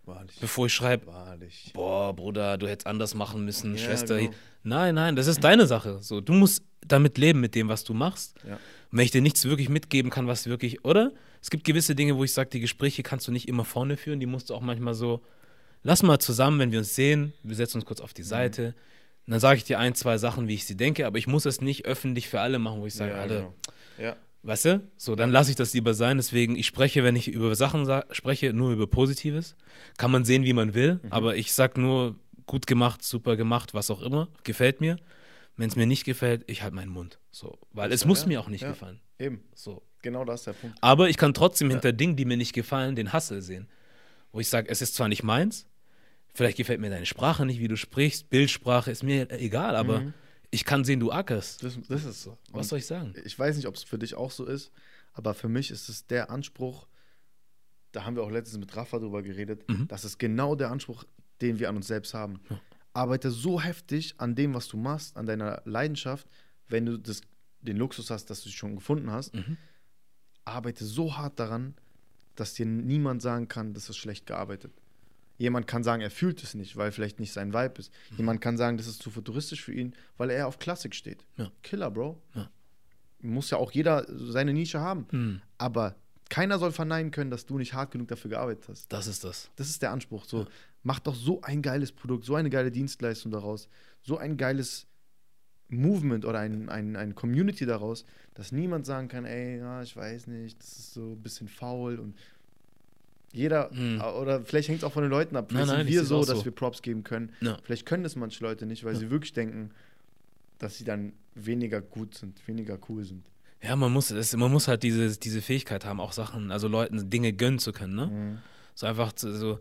Wahrlich. Bevor ich schreibe, Wahrlich. boah, Bruder, du hättest anders machen müssen, Ja, Schwester. genau. Nein, nein, das ist deine Sache. So, du musst damit leben, mit dem, was du machst. Ja. Und wenn ich dir nichts wirklich mitgeben kann, was wirklich, oder? Es gibt gewisse Dinge, wo ich sage, die Gespräche kannst du nicht immer vorne führen, die musst du auch manchmal so, lass mal zusammen, wenn wir uns sehen, wir setzen uns kurz auf die Seite. Mhm. Und dann sage ich dir ein, zwei Sachen, wie ich sie denke, aber ich muss es nicht öffentlich für alle machen, wo ich sage, Ja, alle, genau. Ja. weißt du? So, dann lasse ich das lieber sein. Deswegen, ich spreche, wenn ich über Sachen sa- spreche, nur über Positives. Kann man sehen, wie man will, Mhm. aber ich sag nur, gut gemacht, super gemacht, was auch immer, gefällt mir. Wenn es mir nicht gefällt, ich halte meinen Mund. So, weil Das es war- muss ja, mir auch nicht ja. gefallen. Eben. So. Genau das ist der Punkt. Aber ich kann trotzdem Ja. hinter Dingen, die mir nicht gefallen, den Hassel sehen. Wo ich sage, es ist zwar nicht meins, vielleicht gefällt mir deine Sprache nicht, wie du sprichst, Bildsprache ist mir egal, aber Mhm. ich kann sehen, du ackerst. Das, das ist so. Was soll ich sagen? Ich weiß nicht, ob es für dich auch so ist, aber für mich ist es der Anspruch, da haben wir auch letztens mit Rafa drüber geredet, Mhm. das ist genau der Anspruch, den wir an uns selbst haben. Ja. Arbeite so heftig an dem, was du machst, an deiner Leidenschaft, wenn du das, den Luxus hast, dass du dich schon gefunden hast, Mhm. arbeite so hart daran, dass dir niemand sagen kann, das ist schlecht gearbeitet. Jemand kann sagen, er fühlt es nicht, weil vielleicht nicht sein Vibe ist. Mhm. Jemand kann sagen, das ist zu futuristisch für ihn, weil er auf Klassik steht. Ja. Killer, Bro. Ja. Muss ja auch jeder seine Nische haben. Mhm. Aber keiner soll verneinen können, dass du nicht hart genug dafür gearbeitet hast. Das ist das. Das ist der Anspruch. So, Ja. mach doch so ein geiles Produkt, so eine geile Dienstleistung daraus, so ein geiles Movement oder ein, ein, ein Community daraus, dass niemand sagen kann, ey, ja, ich weiß nicht, das ist so ein bisschen faul und jeder, Mhm. oder vielleicht hängt es auch von den Leuten ab. Vielleicht Nein, nein, sind ich wir seh's so, auch dass so. wir Props geben können. Ja. Vielleicht können das manche Leute nicht, weil Ja. sie wirklich denken, dass sie dann weniger gut sind, weniger cool sind. Ja, man muss, das, man muss halt diese, diese Fähigkeit haben, auch Sachen, also Leuten Dinge gönnen zu können, ne? Mhm. So einfach zu- so,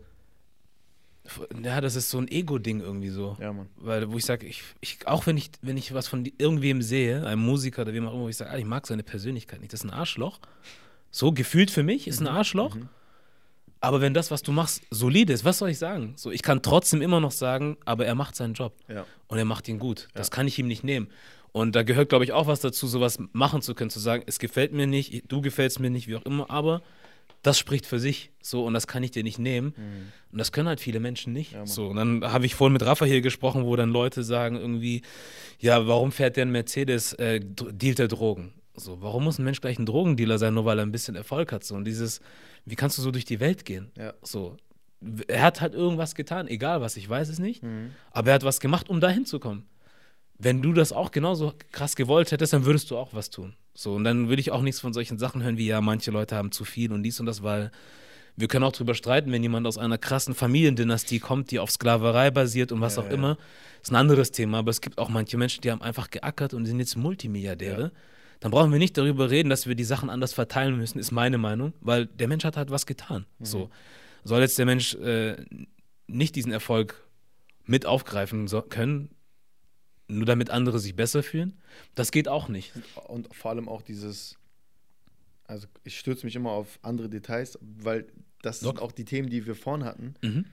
ja, das ist so ein Ego-Ding irgendwie so. Ja, Mann. Weil, wo ich sage, ich, ich, auch wenn ich, wenn ich was von irgendwem sehe, einem Musiker oder wem auch immer, wo ich sage, ah, ich mag seine Persönlichkeit nicht, das ist ein Arschloch. So gefühlt für mich ist ein Arschloch. Mhm. Aber wenn das, was du machst, solide ist, was soll ich sagen? So, ich kann trotzdem immer noch sagen, aber er macht seinen Job. Ja. Und er macht ihn gut. Das Ja. kann ich ihm nicht nehmen. Und da gehört, glaube ich, auch was dazu, sowas machen zu können, zu sagen, es gefällt mir nicht, du gefällst mir nicht, wie auch immer, aber das spricht für sich. So, und das kann ich dir nicht nehmen. Mhm. Und das können halt viele Menschen nicht. Ja, Mann. so, und dann habe ich vorhin mit Rafa hier gesprochen, wo dann Leute sagen irgendwie, ja, warum fährt der ein Mercedes, äh, d- dealt er Drogen? So, warum muss ein Mensch gleich ein Drogendealer sein, nur weil er ein bisschen Erfolg hat? So, und dieses, wie kannst du so durch die Welt gehen? Ja. So, er hat halt irgendwas getan, egal was, ich weiß es nicht, Mhm. aber er hat was gemacht, um da hinzukommen. Wenn du das auch genauso krass gewollt hättest, dann würdest du auch was tun. So, und dann würde ich auch nichts von solchen Sachen hören, wie ja, manche Leute haben zu viel und dies und das, weil wir können auch drüber streiten, wenn jemand aus einer krassen Familiendynastie kommt, die auf Sklaverei basiert und was Ja, auch ja. immer, ist ein anderes Thema, aber es gibt auch manche Menschen, die haben einfach geackert und sind jetzt Multimilliardäre. Ja. Dann brauchen wir nicht darüber reden, dass wir die Sachen anders verteilen müssen, ist meine Meinung, weil der Mensch hat halt was getan. Mhm. So. Soll jetzt der Mensch äh, nicht diesen Erfolg mit aufgreifen so, können, nur damit andere sich besser fühlen? Das geht auch nicht. Und vor allem auch dieses, also ich stürze mich immer auf andere Details, weil das sind Doch. auch die Themen, die wir vorhin hatten. Mhm.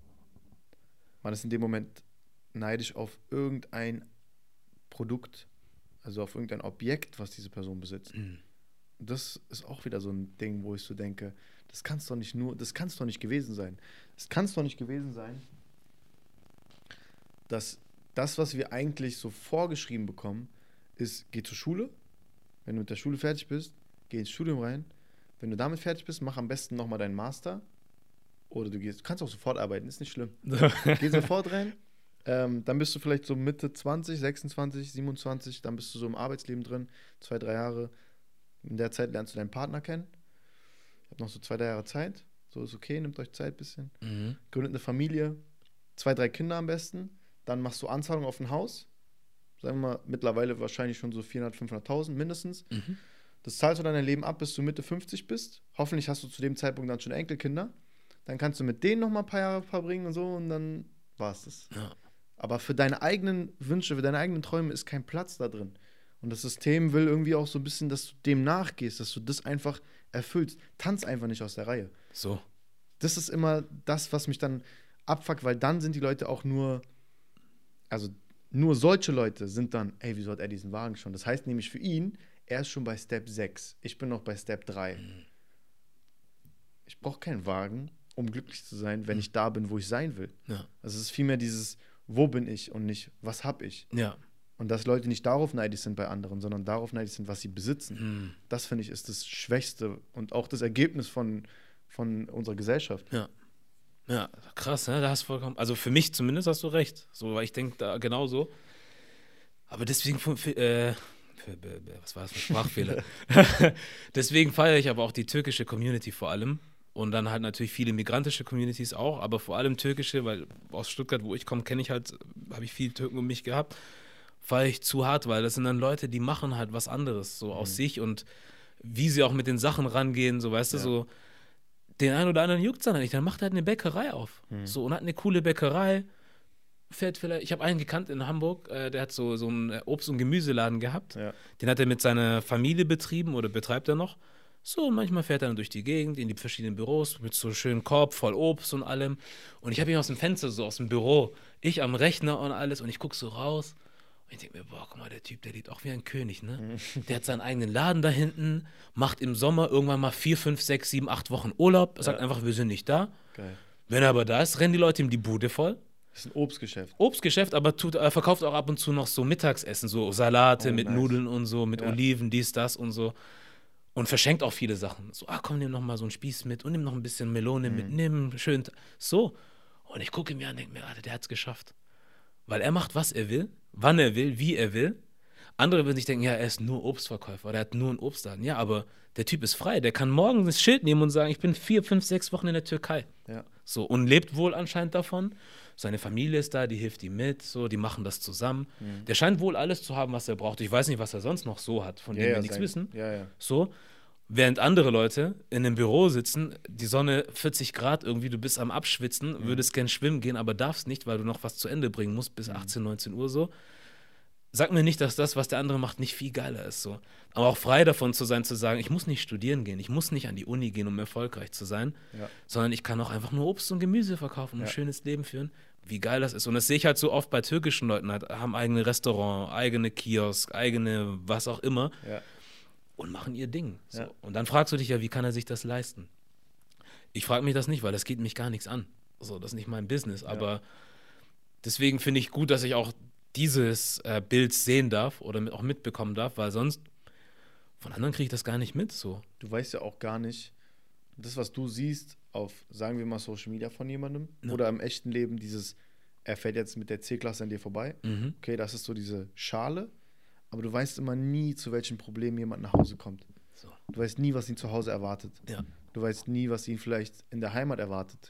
Man ist in dem Moment neidisch auf irgendein Produkt, also auf irgendein Objekt, was diese Person besitzt. Mhm. Das ist auch wieder so ein Ding, wo ich so denke, das kann es doch nicht nur, das kann es doch nicht gewesen sein. Es kann es doch nicht gewesen sein, dass das, was wir eigentlich so vorgeschrieben bekommen, ist, geh zur Schule, wenn du mit der Schule fertig bist, geh ins Studium rein, wenn du damit fertig bist, mach am besten nochmal deinen Master oder du gehst, du kannst auch sofort arbeiten, ist nicht schlimm. Geh sofort rein, ähm, dann bist du vielleicht so Mitte zwanzig, sechsundzwanzig, siebenundzwanzig, dann bist du so im Arbeitsleben drin, zwei, drei Jahre. In der Zeit lernst du deinen Partner kennen. Ich habe noch so zwei, drei Jahre Zeit. So ist okay, nehmt euch Zeit ein bisschen. Mhm. Gründet eine Familie, zwei, drei Kinder am besten. Dann machst du Anzahlung auf ein Haus. Sagen wir mal, mittlerweile wahrscheinlich schon so vierhundert, fünfhunderttausend mindestens. Mhm. Das zahlst du dann dein Leben ab, bis du Mitte fünfzig bist. Hoffentlich hast du zu dem Zeitpunkt dann schon Enkelkinder. Dann kannst du mit denen noch mal ein paar Jahre verbringen und so und dann war es das. Ja. Aber für deine eigenen Wünsche, für deine eigenen Träume ist kein Platz da drin. Und das System will irgendwie auch so ein bisschen, dass du dem nachgehst, dass du das einfach erfüllst. Tanz einfach nicht aus der Reihe. So. Das ist immer das, was mich dann abfuckt, weil dann sind die Leute auch nur, also nur solche Leute sind dann, ey, wieso hat er diesen Wagen schon? Das heißt nämlich für ihn, er ist schon bei Step sechs. Ich bin noch bei Step drei. Ich brauche keinen Wagen. um glücklich zu sein, wenn ich da bin, wo ich sein will. Ja. Also es ist vielmehr dieses, wo bin ich und nicht, was habe ich. Ja. Und dass Leute nicht darauf neidisch sind bei anderen, sondern darauf neidisch sind, was sie besitzen. Mhm. Das, finde ich, ist das Schwächste und auch das Ergebnis von, von unserer Gesellschaft. Ja. Ja, krass, ne? Da hast du vollkommen, also für mich zumindest hast du recht. So, weil ich denke da genauso. Aber deswegen, äh, was war das für ein Sprachfehler? Deswegen feiere ich aber auch die türkische Community vor allem. Und dann halt natürlich viele migrantische Communities auch, aber vor allem türkische, weil aus Stuttgart, wo ich komme, kenne ich halt, habe ich viele Türken um mich gehabt. Feiere ich zu hart, weil das sind dann Leute, die machen halt was anderes, so mhm. aus sich und wie sie auch mit den Sachen rangehen, so weißt ja. du, so den einen oder anderen juckt es dann nicht, dann macht er halt eine Bäckerei auf, mhm. so und hat eine coole Bäckerei, fährt vielleicht, ich habe einen gekannt in Hamburg, äh, der hat so, so einen Obst- und Gemüseladen gehabt, ja. den hat er mit seiner Familie betrieben oder betreibt er noch, so und manchmal fährt er dann durch die Gegend, in die verschiedenen Büros mit so einem schönen Korb voll Obst und allem und ich habe ihn aus dem Fenster, so aus dem Büro, ich am Rechner und alles und ich gucke so raus. Und ich denke mir, boah, guck mal, der Typ, der lebt auch wie ein König, ne? Der hat seinen eigenen Laden da hinten, macht im Sommer irgendwann mal vier, fünf, sechs, sieben, acht Wochen Urlaub, sagt ja. einfach, wir sind nicht da. Geil. Wenn er aber da ist, rennen die Leute ihm die Bude voll. Das ist ein Obstgeschäft. Obstgeschäft, aber tut, er verkauft auch ab und zu noch so Mittagsessen, so Salate oh, mit nice. Nudeln und so, mit ja. Oliven, dies, das und so. Und verschenkt auch viele Sachen. So, ah, komm, nimm noch mal so einen Spieß mit und nimm noch ein bisschen Melone mhm. mit, nimm, schön, so. Und ich gucke mir an und denke mir, Alter, der hat's geschafft. Weil er macht, was er will, wann er will, wie er will. Andere würden sich denken, ja, er ist nur Obstverkäufer, der hat nur einen Obstladen. Ja, aber der Typ ist frei, der kann morgen das Schild nehmen und sagen, ich bin vier, fünf, sechs Wochen in der Türkei. Ja. So, und lebt wohl anscheinend davon. Seine Familie ist da, die hilft ihm mit, so, die machen das zusammen. Mhm. Der scheint wohl alles zu haben, was er braucht. Ich weiß nicht, was er sonst noch so hat, von ja, dem ja, wir nichts sein. wissen. Ja, ja. So. Während andere Leute in einem Büro sitzen, die Sonne vierzig Grad irgendwie, du bist am Abschwitzen, mhm. würdest gern schwimmen gehen, aber darfst nicht, weil du noch was zu Ende bringen musst bis mhm. achtzehn, neunzehn Uhr so. Sag mir nicht, dass das, was der andere macht, nicht viel geiler ist so. Aber auch frei davon zu sein, zu sagen, ich muss nicht studieren gehen, ich muss nicht an die Uni gehen, um erfolgreich zu sein, ja. sondern ich kann auch einfach nur Obst und Gemüse verkaufen und ja. ein schönes Leben führen. Wie geil das ist. Und das sehe ich halt so oft bei türkischen Leuten, halt, haben eigene Restaurant, eigene Kiosk, eigene was auch immer. Ja. Und machen ihr Ding. So. Ja. Und dann fragst du dich ja, wie kann er sich das leisten? Ich frage mich das nicht, weil das geht mich gar nichts an. So, das ist nicht mein Business. Ja. Aber deswegen finde ich gut, dass ich auch dieses äh, Bild sehen darf oder mit, auch mitbekommen darf, weil sonst von anderen kriege ich das gar nicht mit. So. Du weißt ja auch gar nicht, das, was du siehst auf, sagen wir mal, Social Media von jemandem ja. oder im echten Leben, dieses, er fährt jetzt mit der C-Klasse an dir vorbei. Mhm. Okay, das ist so diese Schale. Aber du weißt immer nie, zu welchen Problemen jemand nach Hause kommt. So. Du weißt nie, was ihn zu Hause erwartet. Ja. Du weißt nie, was ihn vielleicht in der Heimat erwartet.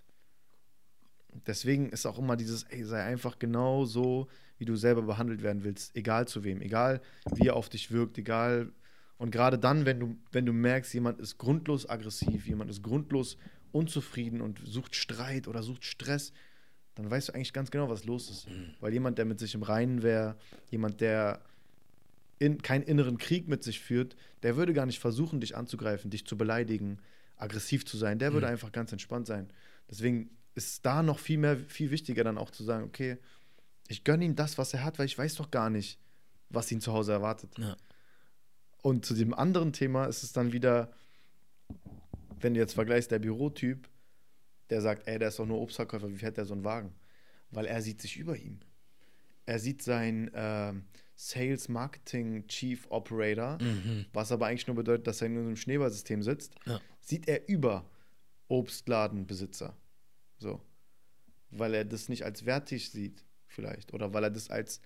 Deswegen ist auch immer dieses, ey, sei einfach genau so, wie du selber behandelt werden willst. Egal zu wem. Egal, wie er auf dich wirkt. Egal. Und gerade dann, wenn du, wenn du merkst, jemand ist grundlos aggressiv, jemand ist grundlos unzufrieden und sucht Streit oder sucht Stress, dann weißt du eigentlich ganz genau, was los ist. Mhm. Weil jemand, der mit sich im Reinen wäre, jemand, der In, keinen inneren Krieg mit sich führt, der würde gar nicht versuchen, dich anzugreifen, dich zu beleidigen, aggressiv zu sein. Der würde mhm. einfach ganz entspannt sein. Deswegen ist es da noch viel mehr, viel wichtiger dann auch zu sagen, okay, ich gönne ihm das, was er hat, weil ich weiß doch gar nicht, was ihn zu Hause erwartet. Ja. Und zu dem anderen Thema ist es dann wieder, wenn du jetzt vergleichst, der Bürotyp, der sagt, ey, der ist doch nur Obstverkäufer, wie fährt der so einen Wagen? Weil er sieht sich über ihm. Er sieht sein äh, Sales Marketing Chief Operator, mhm. was aber eigentlich nur bedeutet, dass er in einem Schneeballsystem sitzt, ja. sieht er über Obstladenbesitzer. So. Weil er das nicht als wertig sieht, vielleicht. Oder weil er das als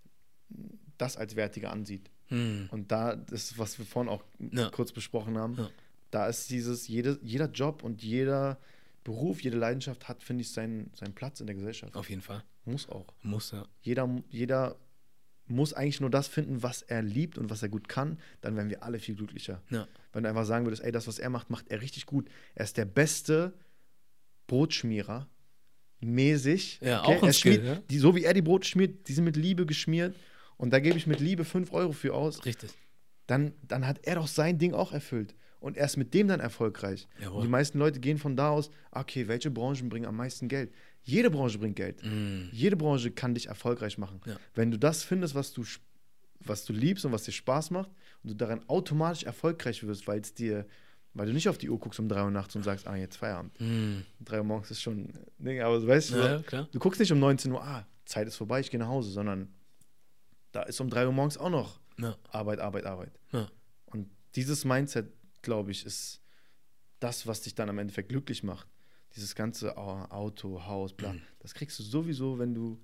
das als wertiger ansieht. Mhm. Und da, das ist, was wir vorhin auch ja. kurz besprochen haben, ja. da ist dieses, jede, jeder Job und jeder Beruf, jede Leidenschaft hat, finde ich, seinen, seinen Platz in der Gesellschaft. Auf jeden Fall. Muss auch. Muss, ja. Jeder, jeder muss eigentlich nur das finden, was er liebt und was er gut kann, dann wären wir alle viel glücklicher. Ja. Wenn du einfach sagen würdest, ey, das, was er macht, macht er richtig gut. Er ist der beste Brotschmierer, mäßig. Ja, okay? auch ein er Skill, schmiert, ja? die, so wie er die Brote schmiert, die sind mit Liebe geschmiert und da gebe ich mit Liebe fünf Euro für aus. Richtig. Dann, dann hat er doch sein Ding auch erfüllt. Und er ist mit dem dann erfolgreich. Jawohl. Und die meisten Leute gehen von da aus, okay, welche Branchen bringen am meisten Geld? Jede Branche bringt Geld. Mm. Jede Branche kann dich erfolgreich machen. Ja. Wenn du das findest, was du, was du liebst und was dir Spaß macht und du daran automatisch erfolgreich wirst, weil es dir Weil du nicht auf die Uhr guckst um drei Uhr nachts und sagst, ah, jetzt Feierabend. Mhm. drei Uhr morgens ist schon, nee, aber du weißt, Ja, so, klar. du guckst nicht um neunzehn Uhr, ah, Zeit ist vorbei, ich gehe nach Hause, sondern da ist um drei Uhr morgens auch noch Ja. Arbeit, Arbeit, Arbeit. Ja. Und dieses Mindset, glaube ich, ist das, was dich dann am Endeffekt glücklich macht. Dieses ganze oh, Auto, Haus, bla, Mhm. das kriegst du sowieso, wenn du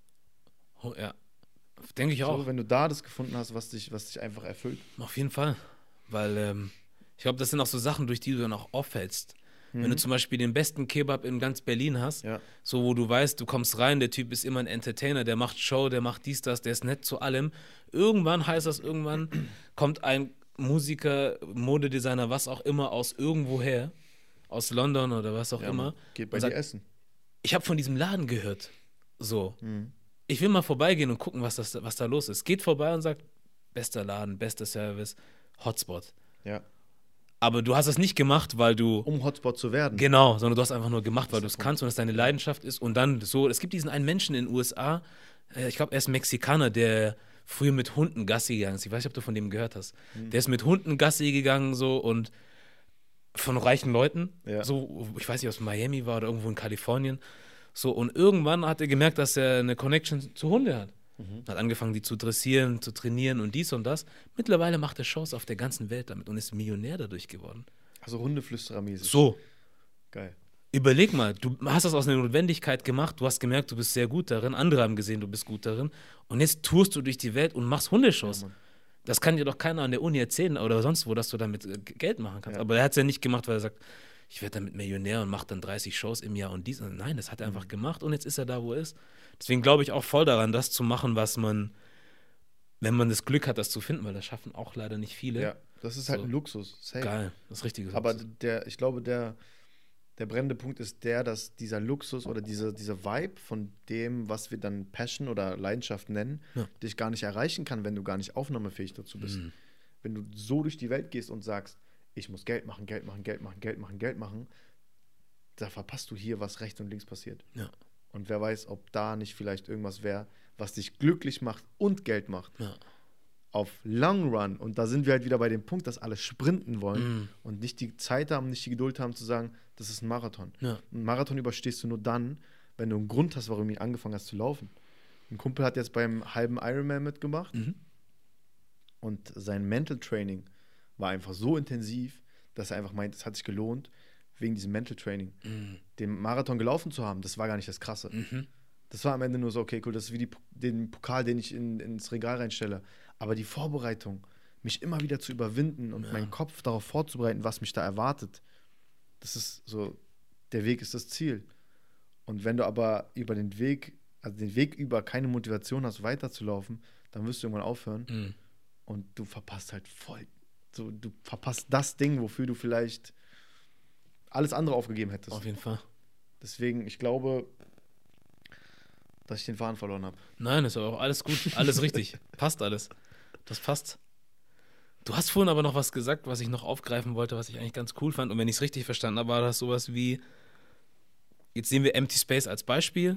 Oh, ja. Denke ich auch. so, wenn du da das gefunden hast, was dich, was dich einfach erfüllt. Auf jeden Fall. Weil ähm, ich glaube, das sind auch so Sachen, durch die du dann auch auffällst. Wenn du Mhm. zum Beispiel den besten Kebab in ganz Berlin hast, Ja. so wo du weißt, du kommst rein, der Typ ist immer ein Entertainer, der macht Show, der macht dies, das, der ist nett zu allem. Irgendwann heißt das, irgendwann kommt ein Musiker, Modedesigner, was auch immer, aus irgendwoher, aus London oder was auch Ja, immer. Mann. Geht bei und dir sagt, essen. ich habe von diesem Laden gehört. So. Mhm. Ich will mal vorbeigehen und gucken, was, das, was da los ist. Geht vorbei und sagt, bester Laden, bester Service, Hotspot. Ja. Aber du hast es nicht gemacht, weil du, Um Hotspot zu werden. genau, sondern du hast einfach nur gemacht, weil Das du ist es der kannst und es deine Leidenschaft ist. Und dann so, es gibt diesen einen Menschen in den U S A, äh, ich glaube, er ist Mexikaner, der früher mit Hunden Gassi gegangen ist. Ich weiß nicht, ob du von dem gehört hast. Mhm. Der ist mit Hunden Gassi gegangen so und von reichen Leuten, Ja. so, ich weiß nicht, aus Miami war oder irgendwo in Kalifornien. So, und irgendwann hat er gemerkt, dass er eine Connection zu Hunde hat. Mhm. Hat angefangen, die zu dressieren, zu trainieren und dies und das. Mittlerweile macht er Shows auf der ganzen Welt damit und ist Millionär dadurch geworden. Also Hundeflüsterermäßig. So, Geil. überleg mal, du hast das aus einer Notwendigkeit gemacht, du hast gemerkt, du bist sehr gut darin, andere haben gesehen, du bist gut darin und jetzt tourst du durch die Welt und machst Hundeshows. Ja, Mann. Das kann dir doch keiner an der Uni erzählen oder sonst wo, dass du damit äh, Geld machen kannst. Ja. Aber er hat es ja nicht gemacht, weil er sagt, ich werde damit Millionär und mache dann dreißig Shows im Jahr und dies. Und nein, das hat er einfach Mhm. gemacht und jetzt ist er da, wo er ist. Deswegen glaube ich auch voll daran, das zu machen, was man, wenn man das Glück hat, das zu finden, weil das schaffen auch leider nicht viele. Ja, das ist halt So. ein Luxus. Safe. Geil, das Richtige. Aber der, ich glaube, der, der brennende Punkt ist der, dass dieser Luxus oder diese, dieser Vibe von dem, was wir dann Passion oder Leidenschaft nennen, Ja. dich gar nicht erreichen kann, wenn du gar nicht aufnahmefähig dazu bist. Mhm. Wenn du so durch die Welt gehst und sagst, ich muss Geld machen, Geld machen, Geld machen, Geld machen, Geld machen, da verpasst du hier, was rechts und links passiert. Ja. Und wer weiß, ob da nicht vielleicht irgendwas wäre, was dich glücklich macht und Geld macht. Ja. Auf Long Run, und da sind wir halt wieder bei dem Punkt, dass alle sprinten wollen Mhm. und nicht die Zeit haben, nicht die Geduld haben zu sagen, das ist ein Marathon. Ja. Ein Marathon überstehst du nur dann, wenn du einen Grund hast, warum du angefangen hast zu laufen. Ein Kumpel hat jetzt beim halben Ironman mitgemacht Mhm. und sein Mental Training war einfach so intensiv, dass er einfach meint, es hat sich gelohnt, wegen diesem Mental Training. Mhm. Den Marathon gelaufen zu haben, das war gar nicht das Krasse. Mhm. Das war am Ende nur so, okay, cool, das ist wie die, den Pokal, den ich in, ins Regal reinstelle. Aber die Vorbereitung, mich immer wieder zu überwinden und Ja. meinen Kopf darauf vorzubereiten, was mich da erwartet, das ist so, der Weg ist das Ziel. Und wenn du aber über den Weg, also den Weg über keine Motivation hast, weiterzulaufen, dann wirst du irgendwann aufhören Mhm. und du verpasst halt voll. So, du verpasst das Ding, wofür du vielleicht alles andere aufgegeben hättest. Auf jeden Fall. Deswegen, ich glaube, dass ich den Faden verloren habe. Nein, ist aber auch alles gut, alles richtig. Passt alles. Das passt. Du hast vorhin aber noch was gesagt, was ich noch aufgreifen wollte, was ich eigentlich ganz cool fand. Und wenn ich es richtig verstanden habe, war das sowas wie, jetzt sehen wir Empty Space als Beispiel.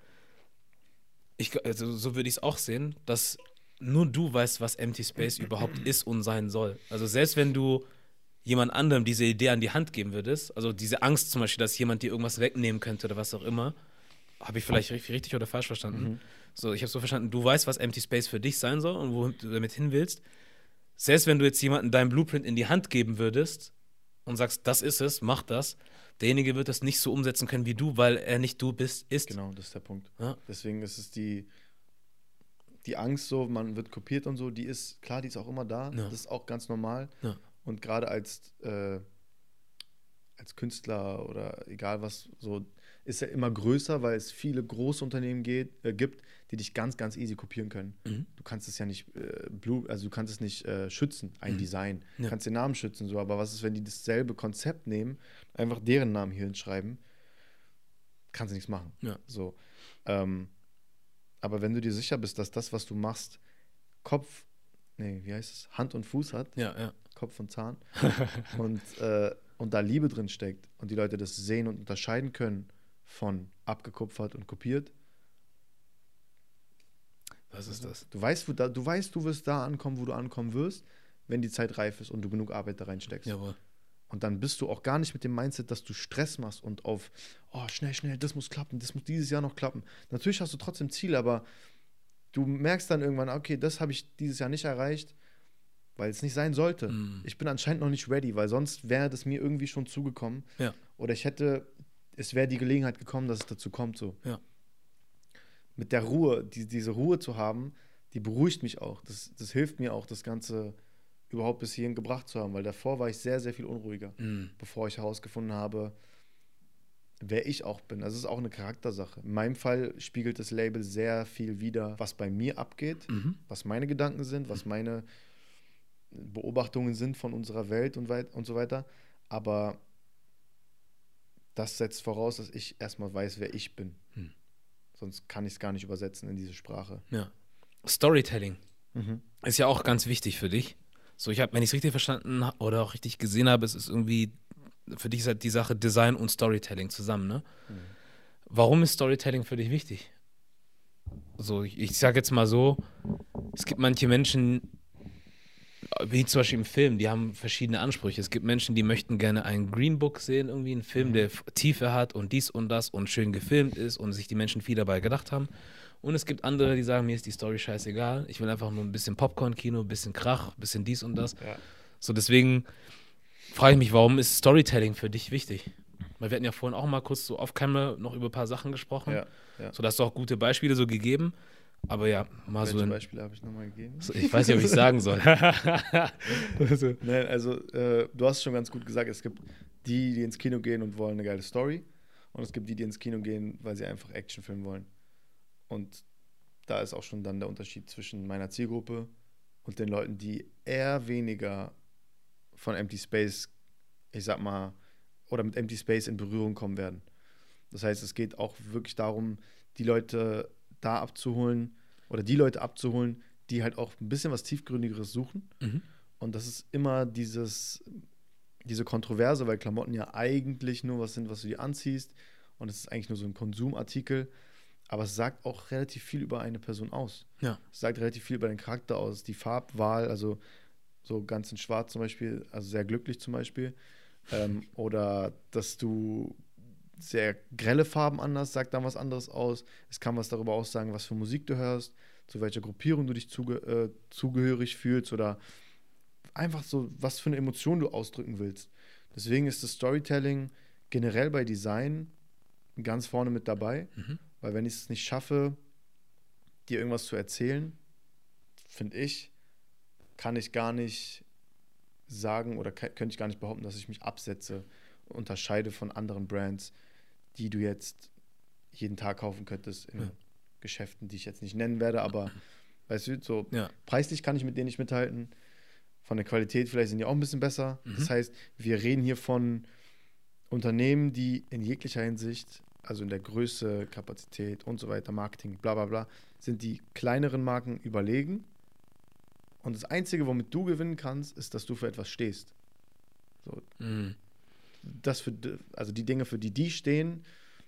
Ich, also so würde ich es auch sehen, dass nur du weißt, was Empty Space überhaupt ist und sein soll. Also selbst wenn du jemand anderem diese Idee an die Hand geben würdest, also diese Angst zum Beispiel, dass jemand dir irgendwas wegnehmen könnte oder was auch immer, habe ich vielleicht richtig, richtig oder falsch verstanden. Mhm. So, ich habe so verstanden, du weißt, was Empty Space für dich sein soll und wo du damit hin willst. Selbst wenn du jetzt jemandem deinen Blueprint in die Hand geben würdest und sagst, das ist es, mach das, derjenige wird das nicht so umsetzen können wie du, weil er nicht du bist, ist. Genau, das ist der Punkt. Ja. Deswegen ist es die, die Angst so, man wird kopiert und so, die ist, klar, die ist auch immer da. Ja. Das ist auch ganz normal. Ja. Und gerade als, äh, als Künstler oder egal was, so ist er immer größer, weil es viele große Unternehmen geht, äh, gibt, die dich ganz, ganz easy kopieren können. Mhm. Du kannst es ja nicht, äh, blue, also du kannst es nicht äh, schützen, ein Mhm. Design. Du Ja. kannst den Namen schützen, so, aber was ist, wenn die dasselbe Konzept nehmen, einfach deren Namen hier hinschreiben, kannst du nichts machen. Ja. So. Ähm, aber wenn du dir sicher bist, dass das, was du machst, Kopf, nee, wie heißt es, Hand und Fuß hat, Ja, ja. Kopf und Zahn, und, äh, und da Liebe drin steckt und die Leute das sehen und unterscheiden können von abgekupfert und kopiert, Was ist das? du weißt, wo da, du weißt, du wirst da ankommen, wo du ankommen wirst, wenn die Zeit reif ist und du genug Arbeit da reinsteckst. Jawohl. Und dann bist du auch gar nicht mit dem Mindset, dass du Stress machst und auf, oh, schnell, schnell, das muss klappen, das muss dieses Jahr noch klappen. Natürlich hast du trotzdem Ziele, aber du merkst dann irgendwann, okay, das habe ich dieses Jahr nicht erreicht, weil es nicht sein sollte. Mm. Ich bin anscheinend noch nicht ready, weil sonst wäre das mir irgendwie schon zugekommen. Ja. Oder ich hätte, es wäre die Gelegenheit gekommen, dass es dazu kommt. So. Ja. Mit der Ruhe, die, diese Ruhe zu haben, die beruhigt mich auch. Das, das hilft mir auch, das Ganze überhaupt bis hierhin gebracht zu haben, weil davor war ich sehr, sehr viel unruhiger, Mm. bevor ich herausgefunden habe, wer ich auch bin. Das ist auch eine Charaktersache. In meinem Fall spiegelt das Label sehr viel wider, was bei mir abgeht, Mhm. was meine Gedanken sind, was meine Beobachtungen sind von unserer Welt und, weit und so weiter. Aber das setzt voraus, dass ich erstmal weiß, wer ich bin. Hm. Sonst kann ich es gar nicht übersetzen in diese Sprache. Ja. Storytelling Mhm. ist ja auch ganz wichtig für dich. So, ich habe, wenn ich es richtig verstanden ha- oder auch richtig gesehen habe, es ist irgendwie, für dich ist halt die Sache Design und Storytelling zusammen, ne? Mhm. Warum ist Storytelling für dich wichtig? So, ich, ich sage jetzt mal so, es gibt manche Menschen, wie zum Beispiel im Film, die haben verschiedene Ansprüche. Es gibt Menschen, die möchten gerne einen Green Book sehen, irgendwie einen Film, der F- Tiefe hat und dies und das und schön gefilmt ist und sich die Menschen viel dabei gedacht haben. Und es gibt andere, die sagen, mir ist die Story scheißegal. Ich will einfach nur ein bisschen Popcorn-Kino, ein bisschen Krach, ein bisschen dies und das. Ja. So, deswegen frage ich mich, warum ist Storytelling für dich wichtig? Weil wir hatten ja vorhin auch mal kurz so off-camera noch über ein paar Sachen gesprochen. Ja, ja. So, da hast du auch gute Beispiele so gegeben. Aber ja, mal so Welche in, Beispiele habe ich nochmal gegeben? so, ich weiß nicht, ob ich sagen soll. Also, Nein, also äh, du hast schon ganz gut gesagt, es gibt die, die ins Kino gehen und wollen eine geile Story. Und es gibt die, die ins Kino gehen, weil sie einfach Actionfilm wollen. Und da ist auch schon dann der Unterschied zwischen meiner Zielgruppe und den Leuten, die eher weniger von Empty Space, ich sag mal, oder mit Empty Space in Berührung kommen werden. Das heißt, es geht auch wirklich darum, die Leute da abzuholen oder die Leute abzuholen, die halt auch ein bisschen was Tiefgründigeres suchen. mhm. Und das ist immer dieses, diese Kontroverse, weil Klamotten ja eigentlich nur was sind, was du dir anziehst. Und es ist eigentlich nur so ein Konsumartikel. Aber es sagt auch relativ viel über eine Person aus. Ja. Es sagt relativ viel über den Charakter aus. Die Farbwahl, also so ganz in Schwarz zum Beispiel, also sehr glücklich zum Beispiel. Ähm, oder dass du sehr grelle Farben anhast, sagt dann was anderes aus. Es kann was darüber aussagen, was für Musik du hörst, zu welcher Gruppierung du dich zuge äh, zugehörig fühlst oder einfach so, was für eine Emotion du ausdrücken willst. Deswegen ist das Storytelling generell bei Design ganz vorne mit dabei, Mhm. weil wenn ich es nicht schaffe, dir irgendwas zu erzählen, finde ich, kann ich gar nicht sagen oder ka- könnte ich gar nicht behaupten, dass ich mich absetze, unterscheide von anderen Brands, die du jetzt jeden Tag kaufen könntest in Ja. Geschäften, die ich jetzt nicht nennen werde, aber weißt du, so Ja. preislich kann ich mit denen nicht mithalten. Von der Qualität vielleicht sind die auch ein bisschen besser. Mhm. Das heißt, wir reden hier von Unternehmen, die in jeglicher Hinsicht, also in der Größe, Kapazität und so weiter, Marketing, bla bla bla, sind die kleineren Marken überlegen. Und das Einzige, womit du gewinnen kannst, ist, dass du für etwas stehst. So, Mhm. das für, d- also die Dinge, für die die stehen,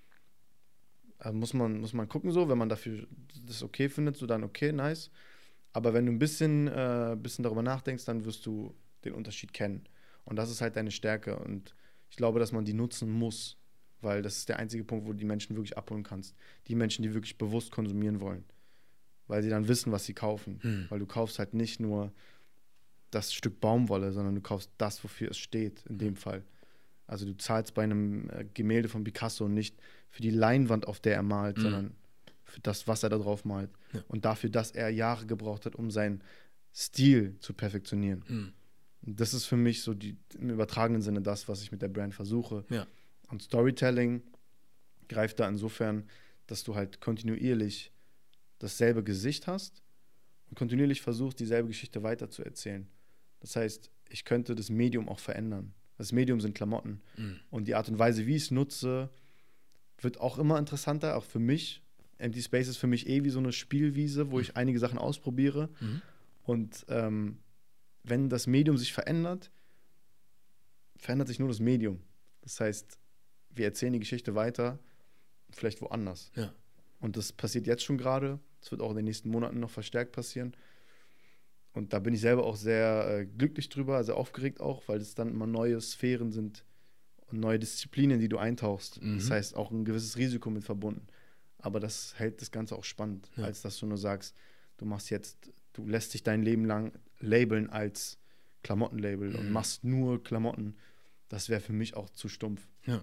äh, muss man, muss man gucken so. Wenn man dafür das okay findet, so dann okay, nice. Aber wenn du ein bisschen, äh, bisschen darüber nachdenkst, dann wirst du den Unterschied kennen. Und das ist halt deine Stärke. Und ich glaube, dass man die nutzen muss, weil das ist der einzige Punkt, wo du die Menschen wirklich abholen kannst. Die Menschen, die wirklich bewusst konsumieren wollen. Weil sie dann wissen, was sie kaufen. Hm. Weil du kaufst halt nicht nur das Stück Baumwolle, sondern du kaufst das, wofür es steht, in dem Fall. Also du zahlst bei einem äh, Gemälde von Picasso nicht für die Leinwand, auf der er malt, Mhm. sondern für das, was er da drauf malt. Ja. Und dafür, dass er Jahre gebraucht hat, um seinen Stil zu perfektionieren. Mhm. Und das ist für mich so die, im übertragenen Sinne das, was ich mit der Brand versuche. Ja. Und Storytelling greift da insofern, dass du halt kontinuierlich dasselbe Gesicht hast und kontinuierlich versuchst, dieselbe Geschichte weiterzuerzählen. Das heißt, ich könnte das Medium auch verändern. Das Medium sind Klamotten. Mhm. Und die Art und Weise, wie ich es nutze, wird auch immer interessanter, auch für mich. Empty Space ist für mich eh wie so eine Spielwiese, wo ich einige Sachen ausprobiere. Mhm. Und ähm, wenn das Medium sich verändert, verändert sich nur das Medium. Das heißt, wir erzählen die Geschichte weiter, vielleicht woanders. Ja. Und das passiert jetzt schon gerade. Das wird auch in den nächsten Monaten noch verstärkt passieren. Und da bin ich selber auch sehr äh, glücklich drüber, sehr aufgeregt auch, weil es dann immer neue Sphären sind und neue Disziplinen, die du eintauchst. Mhm. Das heißt, auch ein gewisses Risiko mit verbunden. Aber das hält das Ganze auch spannend, Ja. als dass du nur sagst, du machst jetzt, du lässt dich dein Leben lang labeln als Klamottenlabel Mhm. und machst nur Klamotten. Das wäre für mich auch zu stumpf. Ja.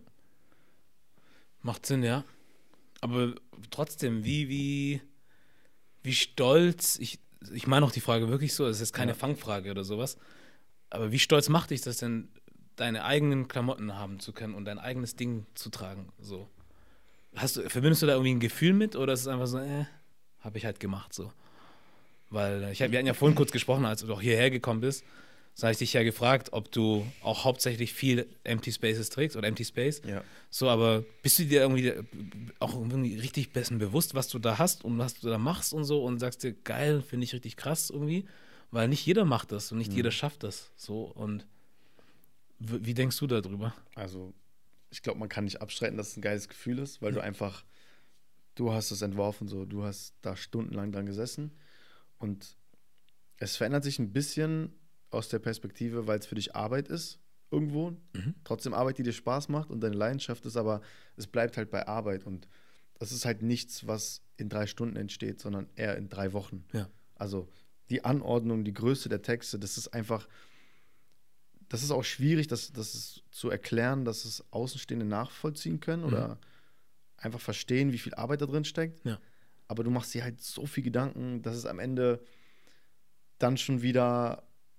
Macht Sinn, ja. Aber trotzdem, wie, wie, wie stolz, ich, ich meine auch die Frage wirklich so, es ist keine Ja. Fangfrage oder sowas, aber wie stolz macht dich das denn, deine eigenen Klamotten haben zu können und dein eigenes Ding zu tragen, so? Hast du, verbindest du da irgendwie ein Gefühl mit oder ist es einfach so, äh, habe ich halt gemacht, so? Weil ich, hab- wir hatten ja vorhin kurz gesprochen, als du doch hierher gekommen bist, so habe ich dich ja gefragt, ob du auch hauptsächlich viel Empty Spaces trägst oder Empty Space. Ja. So, aber bist du dir irgendwie äh, auch irgendwie richtig besten bewusst, was du da hast und was du da machst und so und sagst dir, geil, finde ich richtig krass irgendwie? Weil nicht jeder macht das und nicht Mhm. jeder schafft das. So, und w- wie denkst du darüber? Also, ich glaube, man kann nicht abstreiten, dass es ein geiles Gefühl ist, weil Ja. du einfach, du hast es entworfen, so, du hast da stundenlang dran gesessen und es verändert sich ein bisschen aus der Perspektive, weil es für dich Arbeit ist, irgendwo. Mhm. Trotzdem Arbeit, die dir Spaß macht und deine Leidenschaft ist, aber es bleibt halt bei Arbeit und das ist halt nichts, was in drei Stunden entsteht, sondern eher in drei Wochen. Ja. Also die Anordnung, die Größe der Texte, das ist einfach, das ist auch schwierig, das, das ist zu erklären, dass es Außenstehende nachvollziehen können oder einfach verstehen, wie viel Arbeit da drin steckt. Ja. Aber du machst dir halt so viel Gedanken, dass es am Ende dann schon wieder,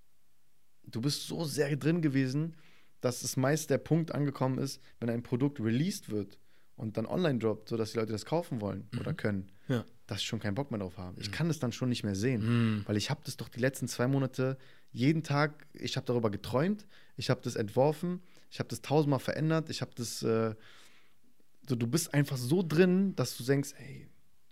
du bist so sehr drin gewesen, dass es meist der Punkt angekommen ist, wenn ein Produkt released wird und dann online droppt, sodass die Leute das kaufen wollen Mhm. oder können, Ja. dass ich schon keinen Bock mehr drauf habe. Ich Mhm. kann das dann schon nicht mehr sehen, Mhm. weil ich habe das doch die letzten zwei Monate jeden Tag, ich habe darüber geträumt, ich habe das entworfen, ich habe das tausendmal verändert, ich habe das, äh, so, du bist einfach so drin, dass du denkst, ey,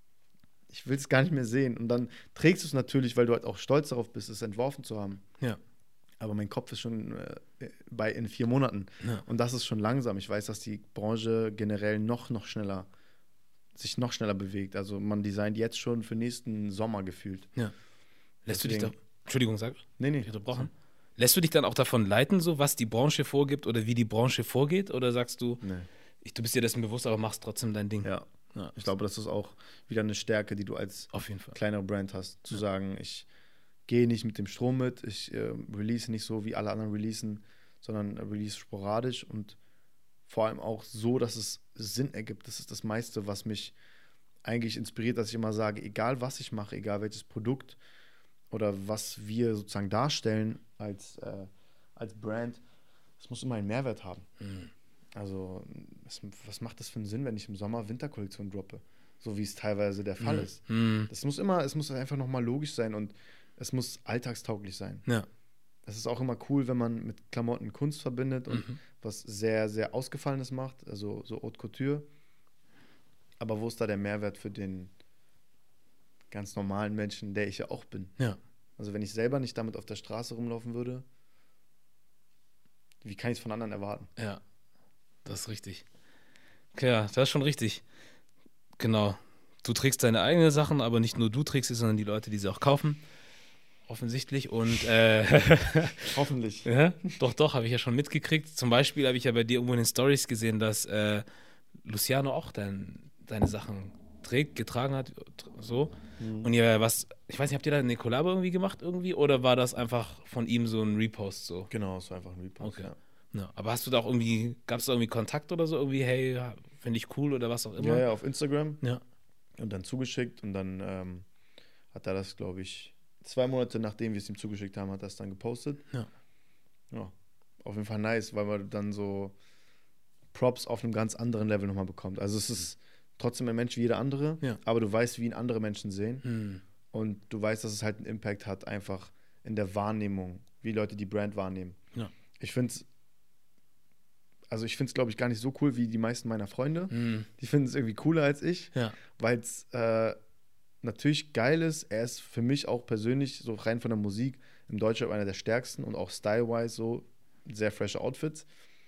ich will es gar nicht mehr sehen. Und dann trägst du es natürlich, weil du halt auch stolz darauf bist, es entworfen zu haben. Ja. Aber mein Kopf ist schon äh, bei in vier Monaten. Ja. Und das ist schon langsam. Ich weiß, dass die Branche generell noch, noch schneller, sich noch schneller bewegt. Also man designt jetzt schon für nächsten Sommer gefühlt. Lässt du dich da, Deswegen- Entschuldigung, sag, Nee, nee. ich unterbrochen. Lässt du dich dann auch davon leiten, so was die Branche vorgibt oder wie die Branche vorgeht? Oder sagst du, Nee. ich, du bist dir dessen bewusst, aber machst trotzdem dein Ding? Ja. Ja, Ich glaube, das ist auch wieder eine Stärke, die du als auf jeden Fall. kleinere Brand hast. Zu Ja. sagen, ich gehe nicht mit dem Strom mit, ich äh, release nicht so, wie alle anderen releasen, sondern release sporadisch und vor allem auch so, dass es Sinn ergibt. Das ist das meiste, was mich eigentlich inspiriert, dass ich immer sage, egal was ich mache, egal welches Produkt oder was wir sozusagen darstellen als, äh, als Brand, es muss immer einen Mehrwert haben. Mhm. Also, was, was macht das für einen Sinn, wenn ich im Sommer Winterkollektion droppe? So wie es teilweise der Fall Mhm. ist. Mhm. Das muss immer, es muss einfach nochmal logisch sein und es muss alltagstauglich sein. Ja. Es ist auch immer cool, wenn man mit Klamotten Kunst verbindet und Mhm. was sehr, sehr Ausgefallenes macht, also so Haute Couture. Aber wo ist da der Mehrwert für den ganz normalen Menschen, der ich ja auch bin? Ja. Also wenn ich selber nicht damit auf der Straße rumlaufen würde, wie kann ich es von anderen erwarten? Ja, das ist richtig. Okay, ja, das ist schon richtig. Genau. Du trägst deine eigenen Sachen, aber nicht nur du trägst sie, sondern die Leute, die sie auch kaufen. Offensichtlich. Und äh, Hoffentlich. ja, doch, doch, habe ich ja schon mitgekriegt. Zum Beispiel habe ich ja bei dir irgendwo in den Stories gesehen, dass äh, Luciano auch dein, deine Sachen trägt, getragen hat, so. Mhm. Und ihr was, ich weiß nicht, habt ihr da eine Collab irgendwie gemacht irgendwie oder war das einfach von ihm so ein Repost so? Genau, es war einfach ein Repost. Okay. Ja. Ja, aber hast du da auch irgendwie, gab es da irgendwie Kontakt oder so? Irgendwie, hey, finde ich cool oder was auch immer? Ja, ja, auf Instagram. Ja. Und dann zugeschickt und dann ähm, hat er das, glaube ich, zwei Monate nachdem wir es ihm zugeschickt haben, hat er es dann gepostet. Ja. Ja, auf jeden Fall nice, weil man dann so Props auf einem ganz anderen Level nochmal bekommt. Also es ist trotzdem ein Mensch wie jeder andere, Ja. aber du weißt, wie ihn andere Menschen sehen Hm. und du weißt, dass es halt einen Impact hat, einfach in der Wahrnehmung, wie Leute die Brand wahrnehmen. Ja. Ich finde es, also ich finde es, glaube ich, gar nicht so cool wie die meisten meiner Freunde. Hm. Die finden es irgendwie cooler als ich, Ja. weil es äh, natürlich geil ist. Er ist für mich auch persönlich, so rein von der Musik, im Deutschrap einer der stärksten und auch style-wise so sehr frische Outfits.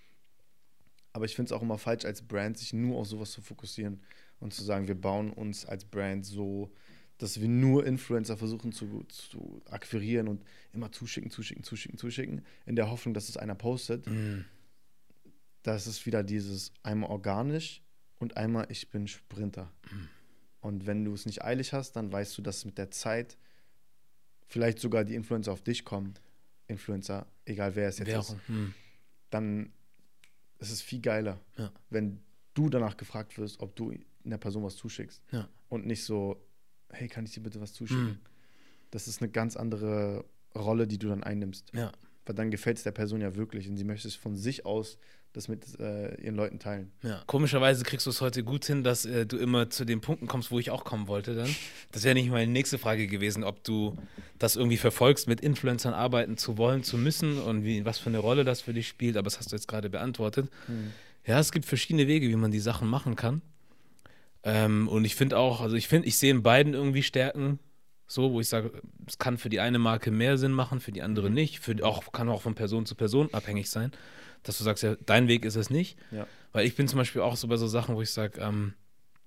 Aber ich finde es auch immer falsch, als Brand sich nur auf sowas zu fokussieren und zu sagen, wir bauen uns als Brand so dass wir nur Influencer versuchen zu, zu akquirieren und immer zuschicken, zuschicken, zuschicken, zuschicken, in der Hoffnung, dass es einer postet. Mhm. Das ist wieder dieses einmal organisch und einmal ich bin Sprinter. Mhm. Und wenn du es nicht eilig hast, dann weißt du, dass mit der Zeit vielleicht sogar die Influencer auf dich kommen. Influencer, egal wer es jetzt Wer ist. auch, mhm. Dann ist es viel geiler, Ja. wenn du danach gefragt wirst, ob du einer Person was zuschickst. Ja. Und nicht so, hey, kann ich dir bitte was zuschicken? Mhm. Das ist eine ganz andere Rolle, die du dann einnimmst. Ja. Weil dann gefällt es der Person ja wirklich und sie möchte es von sich aus das mit äh, ihren Leuten teilen. Ja. Komischerweise kriegst du es heute gut hin, dass äh, du immer zu den Punkten kommst, wo ich auch kommen wollte dann. Das wäre nicht meine nächste Frage gewesen, ob du das irgendwie verfolgst, mit Influencern arbeiten zu wollen, zu müssen und wie, was für eine Rolle das für dich spielt, aber das hast du jetzt gerade beantwortet. Mhm. Ja, es gibt verschiedene Wege, wie man die Sachen machen kann. Ähm, und ich finde auch, also ich finde, ich sehe in beiden irgendwie Stärken, so, wo ich sage, es kann für die eine Marke mehr Sinn machen, für die andere nicht. Für, auch, kann auch von Person zu Person abhängig sein. Dass du sagst, ja, dein Weg ist es nicht. Ja. Weil ich bin zum Beispiel auch so bei so Sachen, wo ich sage, ähm,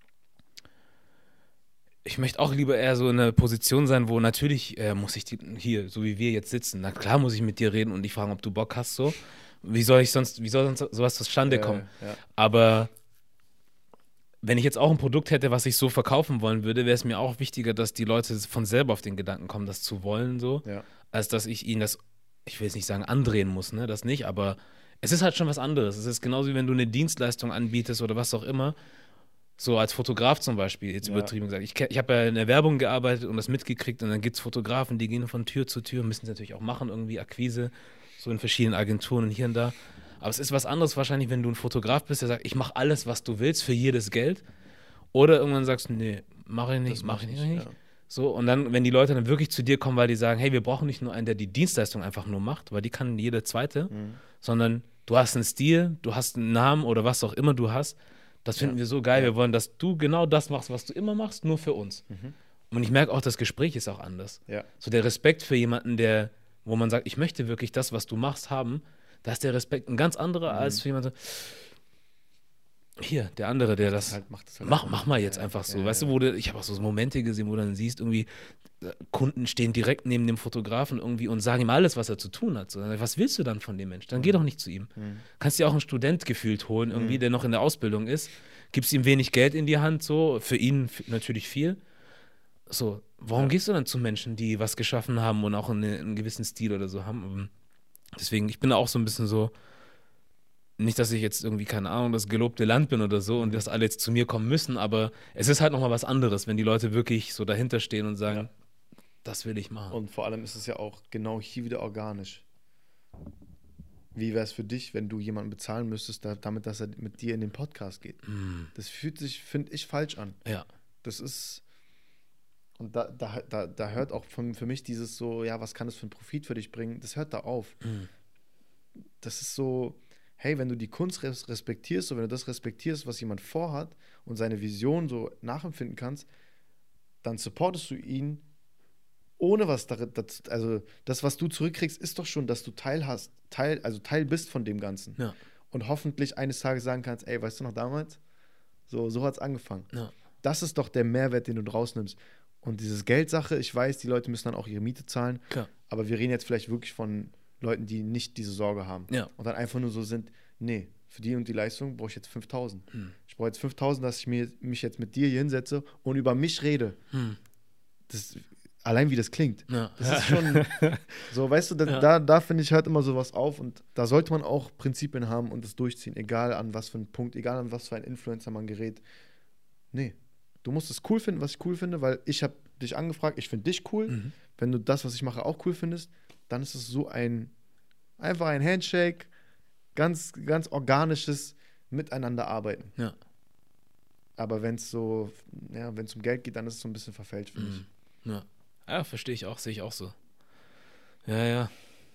ich möchte auch lieber eher so in einer Position sein, wo natürlich äh, muss ich die, hier, so wie wir jetzt sitzen, na klar muss ich mit dir reden und dich fragen, ob du Bock hast, so. Wie soll ich sonst, wie soll sonst sowas zustande Äh, kommen? ja. Aber wenn ich jetzt auch ein Produkt hätte, was ich so verkaufen wollen würde, wäre es mir auch wichtiger, dass die Leute von selber auf den Gedanken kommen, das zu wollen, so, Ja. als dass ich ihnen das, ich will jetzt nicht sagen, andrehen muss, ne, das nicht, aber es ist halt schon was anderes. Es ist genauso wie wenn du eine Dienstleistung anbietest oder was auch immer, so als Fotograf zum Beispiel, jetzt Ja. übertrieben gesagt. Ich, ke- ich habe ja in der Werbung gearbeitet und das mitgekriegt und dann gibt es Fotografen, die gehen von Tür zu Tür, müssen sie natürlich auch machen, irgendwie Akquise, so in verschiedenen Agenturen und hier und da. Aber es ist was anderes wahrscheinlich, wenn du ein Fotograf bist, der sagt, ich mache alles, was du willst, für jedes Geld. Oder irgendwann sagst du, nee, mache ich nicht, Das mache mach ich ich nicht. nicht, ja. So, und dann, wenn die Leute dann wirklich zu dir kommen, weil die sagen, hey, wir brauchen nicht nur einen, der die Dienstleistung einfach nur macht, weil die kann jeder Zweite, Mhm. sondern du hast einen Stil, du hast einen Namen oder was auch immer du hast. Das finden Ja. wir so geil. Ja. Wir wollen, dass du genau das machst, was du immer machst, nur für uns. Mhm. Und ich merke auch, das Gespräch ist auch anders. Ja. So der Respekt für jemanden, der, wo man sagt, ich möchte wirklich das, was du machst, haben, da ist der Respekt ein ganz anderer Mhm. als für jemanden, hier, der andere, der das, Halt, mach das halt mach, einfach. mach mal jetzt Ja, einfach so. ja, Weißt ja. du, wo du, ich habe auch so Momente gesehen, wo du dann siehst, irgendwie, äh, Kunden stehen direkt neben dem Fotografen irgendwie und sagen ihm alles, was er zu tun hat. So, dann, was willst du dann von dem Menschen? Dann geh doch nicht zu ihm. Mhm. Kannst dir auch einen Student gefühlt holen, irgendwie, Mhm. der noch in der Ausbildung ist, gibst ihm wenig Geld in die Hand, so, für ihn f- natürlich viel. So, warum Ja. gehst du dann zu Menschen, die was geschaffen haben und auch eine, einen gewissen Stil oder so haben? Und deswegen, ich bin da auch so ein bisschen so, nicht, dass ich jetzt irgendwie, keine Ahnung, das gelobte Land bin oder so und dass alle jetzt zu mir kommen müssen, aber es ist halt nochmal was anderes, wenn die Leute wirklich so dahinter stehen und sagen, Ja. das will ich machen. Und vor allem ist es ja auch genau hier wieder organisch. Wie wäre es für dich, wenn du jemanden bezahlen müsstest, da, damit, dass er mit dir in den Podcast geht? Mm, Das fühlt sich, finde ich, falsch an. ja, Das ist. Und da, da, da, da hört auch für, für mich dieses so, ja, was kann das für einen Profit für dich bringen? Das hört da auf. mm, Das ist so, hey, wenn du die Kunst res respektierst, so wenn du das respektierst, was jemand vorhat und seine Vision so nachempfinden kannst, dann supportest du ihn ohne was darin, das, also das, was du zurückkriegst, ist doch schon, dass du Teil hast, Teil, also Teil bist von dem Ganzen. ja, Und hoffentlich eines Tages sagen kannst, ey, weißt du noch damals? So, so hat es angefangen. ja, Das ist doch der Mehrwert, den du draus nimmst. Und dieses Geldsache, ich weiß, die Leute müssen dann auch ihre Miete zahlen, klar, aber wir reden jetzt vielleicht wirklich von Leuten, die nicht diese Sorge haben. ja, Und dann einfach nur so sind, nee, für die und die Leistung brauche ich jetzt fünftausend. hm, Ich brauche jetzt fünftausend, dass ich mir, mich jetzt mit dir hier hinsetze und über mich rede. hm, Das, allein wie das klingt. ja, Das ist schon so, weißt du, da, Ja. da, da finde ich, hört immer sowas auf und da sollte man auch Prinzipien haben und das durchziehen, egal an was für einen Punkt, egal an was für ein Influencer man gerät. Nee, du musst es cool finden, was ich cool finde, weil ich habe dich angefragt, ich finde dich cool. mhm, Wenn du das, was ich mache, auch cool findest, dann ist es so ein, einfach ein Handshake, ganz, ganz organisches Miteinander arbeiten. ja, Aber wenn es so, ja, wenn es um Geld geht, dann ist es so ein bisschen verfälscht, finde ich. mhm, ja, ja, verstehe ich auch, sehe ich auch so. Ja, ja,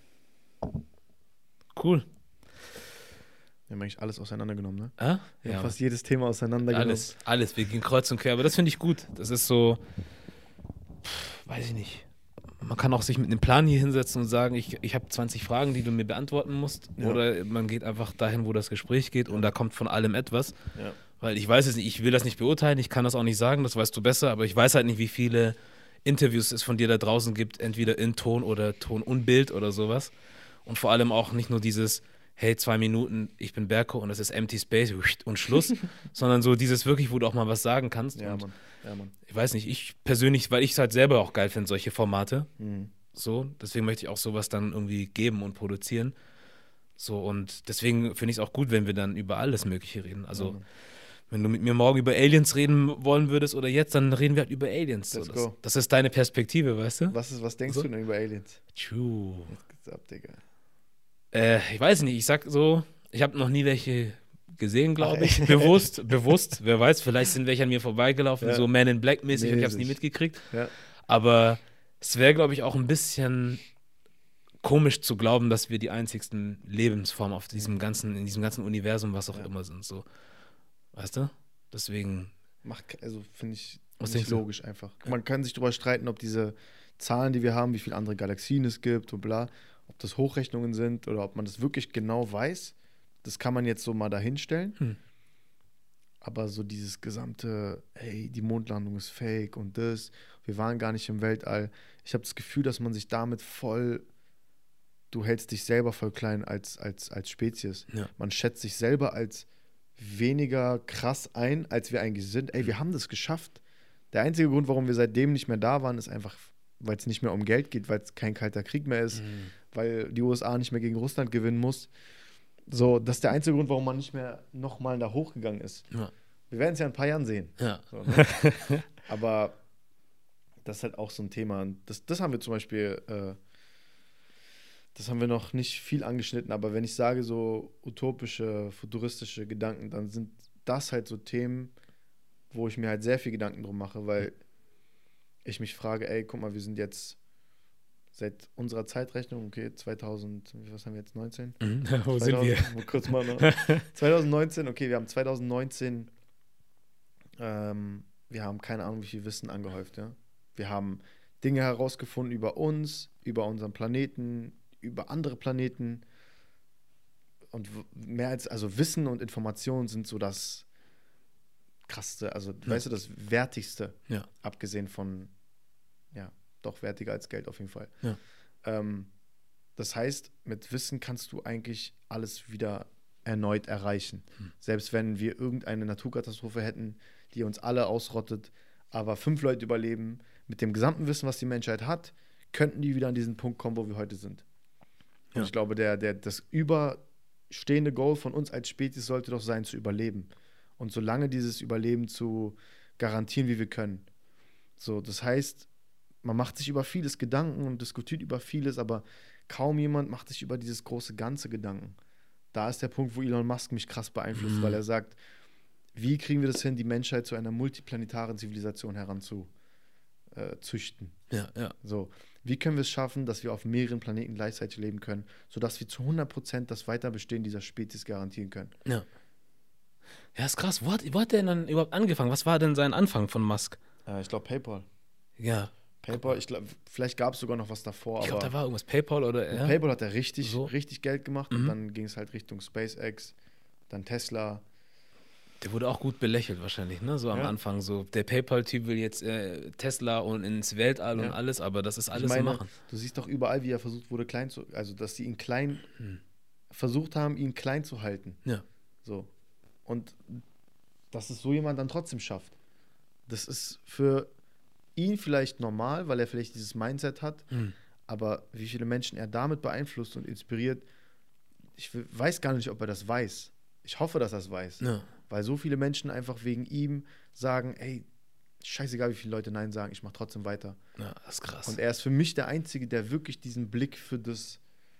cool. Wir haben eigentlich alles auseinandergenommen, ne? Ah? Wir Ja, haben fast jedes Thema auseinandergenommen. alles, alles, wir gehen kreuz und quer, aber das finde ich gut. Das ist so, pff, weiß ich nicht. Man kann auch sich mit einem Plan hier hinsetzen und sagen, ich, ich habe zwanzig Fragen, die du mir beantworten musst. Ja. Oder man geht einfach dahin, wo das Gespräch geht und da kommt von allem etwas. Ja. Weil ich weiß es nicht, ich will das nicht beurteilen, ich kann das auch nicht sagen, das weißt du besser, aber ich weiß halt nicht, wie viele Interviews es von dir da draußen gibt, entweder in Ton oder Ton und Bild oder sowas. Und vor allem auch nicht nur dieses, hey, zwei Minuten, ich bin Berko und das ist Empty Space und Schluss, sondern so dieses wirklich, wo du auch mal was sagen kannst. Ja, und Mann. Ja, Mann. Ich weiß nicht, ich persönlich, weil ich es halt selber auch geil finde, solche Formate. Mhm. So, deswegen möchte ich auch sowas dann irgendwie geben und produzieren. So, und deswegen finde ich es auch gut, wenn wir dann über alles Mögliche reden. Also, Ja, wenn du mit mir morgen über Aliens reden wollen würdest oder jetzt, dann reden wir halt über Aliens. So, Let's das, go. das ist deine Perspektive, weißt du? Was, ist, was denkst So? du denn über Aliens? True. Jetzt geht's ab, Digga. Äh, ich weiß nicht, ich sag so, ich habe noch nie welche gesehen, glaube ich. Bewusst, bewusst, wer weiß, vielleicht sind welche an mir vorbeigelaufen, Ja. so Man in Black-mäßig und ich habe es nie Mäßig. mitgekriegt. Ja. Aber es wäre, glaube ich, auch ein bisschen komisch zu glauben, dass wir die einzigsten Lebensformen auf diesem ganzen, in diesem ganzen Universum, was auch Ja. immer sind. So. Weißt du? Deswegen. Macht, also finde ich Was nicht denkst du? logisch einfach. Man kann sich darüber streiten, ob diese Zahlen, die wir haben, wie viele andere Galaxien es gibt und bla, ob das Hochrechnungen sind oder ob man das wirklich genau weiß. Das kann man jetzt so mal dahinstellen. Hm. Aber so dieses gesamte, hey, die Mondlandung ist fake und das, wir waren gar nicht im Weltall. Ich habe das Gefühl, dass man sich damit voll, du hältst dich selber voll klein als, als, als Spezies. Ja. Man schätzt sich selber als weniger krass ein, als wir eigentlich sind. Ey, wir haben das geschafft. Der einzige Grund, warum wir seitdem nicht mehr da waren, ist einfach, weil es nicht mehr um Geld geht, weil es kein kalter Krieg mehr ist, Mhm. weil die U S A nicht mehr gegen Russland gewinnen muss. So, das ist der einzige Grund, warum man nicht mehr nochmal da hochgegangen ist. Ja. Wir werden es ja in ein paar Jahren sehen. Ja. So, ne? Aber das ist halt auch so ein Thema. Und Das, das haben wir zum Beispiel, äh, das haben wir noch nicht viel angeschnitten, aber wenn ich sage so utopische, futuristische Gedanken, dann sind das halt so Themen, wo ich mir halt sehr viel Gedanken drum mache, weil ich mich frage, ey, guck mal, wir sind jetzt seit unserer Zeitrechnung, okay, zweitausend, was haben wir jetzt, neunzehn? Mhm. Wo sind wir? Mal kurz mal noch. zwanzig neunzehn, okay, wir haben zwanzig neunzehn, ähm, wir haben keine Ahnung, wie viel Wissen angehäuft, ja. Wir haben Dinge herausgefunden über uns, über unseren Planeten, über andere Planeten. Und w- mehr als, also Wissen und Informationen sind so das Krasseste, also Ja. weißt du, das Wertigste, Ja. abgesehen von, ja, doch wertiger als Geld auf jeden Fall. Ja. Ähm, das heißt, mit Wissen kannst du eigentlich alles wieder erneut erreichen. Hm. Selbst wenn wir irgendeine Naturkatastrophe hätten, die uns alle ausrottet, aber fünf Leute überleben, mit dem gesamten Wissen, was die Menschheit hat, könnten die wieder an diesen Punkt kommen, wo wir heute sind. Und Ja. ich glaube, der, der, das überstehende Goal von uns als Spezies sollte doch sein, zu überleben. Und solange dieses Überleben zu garantieren, wie wir können. So, das heißt, man macht sich über vieles Gedanken und diskutiert über vieles, aber kaum jemand macht sich über dieses große Ganze Gedanken. Da ist der Punkt, wo Elon Musk mich krass beeinflusst, Mhm. weil er sagt, wie kriegen wir das hin, die Menschheit zu einer multiplanetaren Zivilisation heranzuzüchten? Äh, züchten? Ja, ja. So, wie können wir es schaffen, dass wir auf mehreren Planeten gleichzeitig leben können, sodass wir zu hundert Prozent das Weiterbestehen dieser Spezies garantieren können? Ja. Ja, ist krass. Wo hat, wo hat der denn dann überhaupt angefangen? Was war denn sein Anfang von Musk? Äh, ich glaube PayPal. Ja. PayPal, ich glaube, vielleicht gab es sogar noch was davor, Ich glaube, aber da war irgendwas PayPal oder. mit Ja. PayPal hat er richtig, So. richtig Geld gemacht Mhm. und dann ging es halt Richtung SpaceX, dann Tesla. Der wurde auch gut belächelt wahrscheinlich, ne? So am Ja. Anfang. So, der PayPal-Typ will jetzt äh, Tesla und ins Weltall und Ja. alles, aber das ist alles ich meine, im Machen. du siehst doch überall, wie er versucht wurde, klein zu, also dass sie ihn klein, Hm. versucht haben, ihn klein zu halten. Ja. So. Und dass es so jemand dann trotzdem schafft. Das ist für ihn vielleicht normal, weil er vielleicht dieses Mindset hat, Hm. aber wie viele Menschen er damit beeinflusst und inspiriert, ich we- weiß gar nicht, ob er das weiß. Ich hoffe, dass er es weiß. Ja. Weil so viele Menschen einfach wegen ihm sagen, ey, scheißegal, wie viele Leute Nein sagen, ich mache trotzdem weiter. Ja, das ist krass. Und er ist für mich der Einzige, der wirklich diesen Blick für das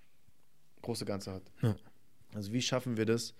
große Ganze hat. Ja. Also wie schaffen wir das,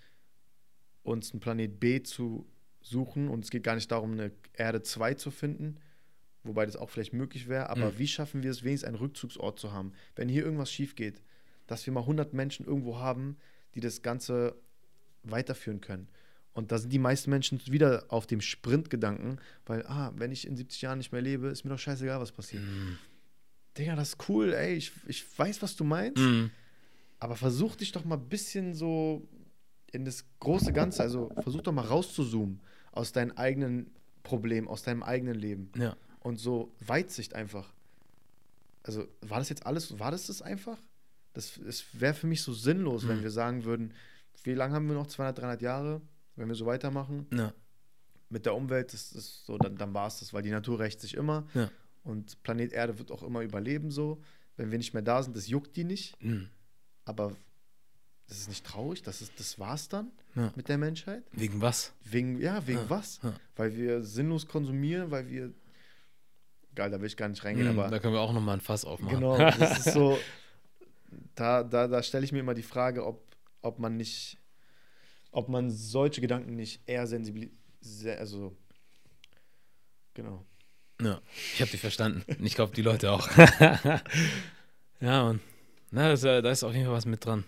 uns einen Planet B zu suchen? Und es geht gar nicht darum, eine Erde zwei zu finden, wobei das auch vielleicht möglich wäre, aber Mhm. wie schaffen wir es, wenigstens einen Rückzugsort zu haben? Wenn hier irgendwas schief geht, dass wir mal hundert Menschen irgendwo haben, die das Ganze weiterführen können. Und da sind die meisten Menschen wieder auf dem Sprintgedanken, weil, ah, wenn ich in siebzig Jahren nicht mehr lebe, ist mir doch scheißegal, was passiert. Mhm. Digga, das ist cool, ey, ich, ich weiß, was du meinst, Mhm. aber versuch dich doch mal ein bisschen so in das große Ganze, also versuch doch mal rauszuzoomen aus deinen eigenen Problemen, aus deinem eigenen Leben. Ja. Und so Weitsicht einfach. Also war das jetzt alles, war das das einfach? Das, es wäre für mich so sinnlos, Mhm. wenn wir sagen würden, wie lange haben wir noch? zweihundert, dreihundert Jahre? Wenn wir so weitermachen Ja. mit der Umwelt, das ist so, dann, dann war es das, weil die Natur rächt sich immer Ja. und Planet Erde wird auch immer überleben so. Wenn wir nicht mehr da sind, das juckt die nicht. Mhm. Aber das ist nicht traurig, das, ist, das war's dann Ja. mit der Menschheit. Wegen was? Wegen, ja, wegen Ja, was? ja. Weil wir sinnlos konsumieren, weil wir. Geil, da will ich gar nicht reingehen, Mhm, aber. da können wir auch nochmal ein Fass aufmachen. Genau, das ist so. Da, da, da stelle ich mir immer die Frage, ob, ob man nicht. Ob man solche Gedanken nicht eher sensibilisiert. Also. Genau. Ja, ich habe dich verstanden. Und ich glaube, die Leute auch. Ja, und na, das, äh, da ist auf jeden Fall was mit dran.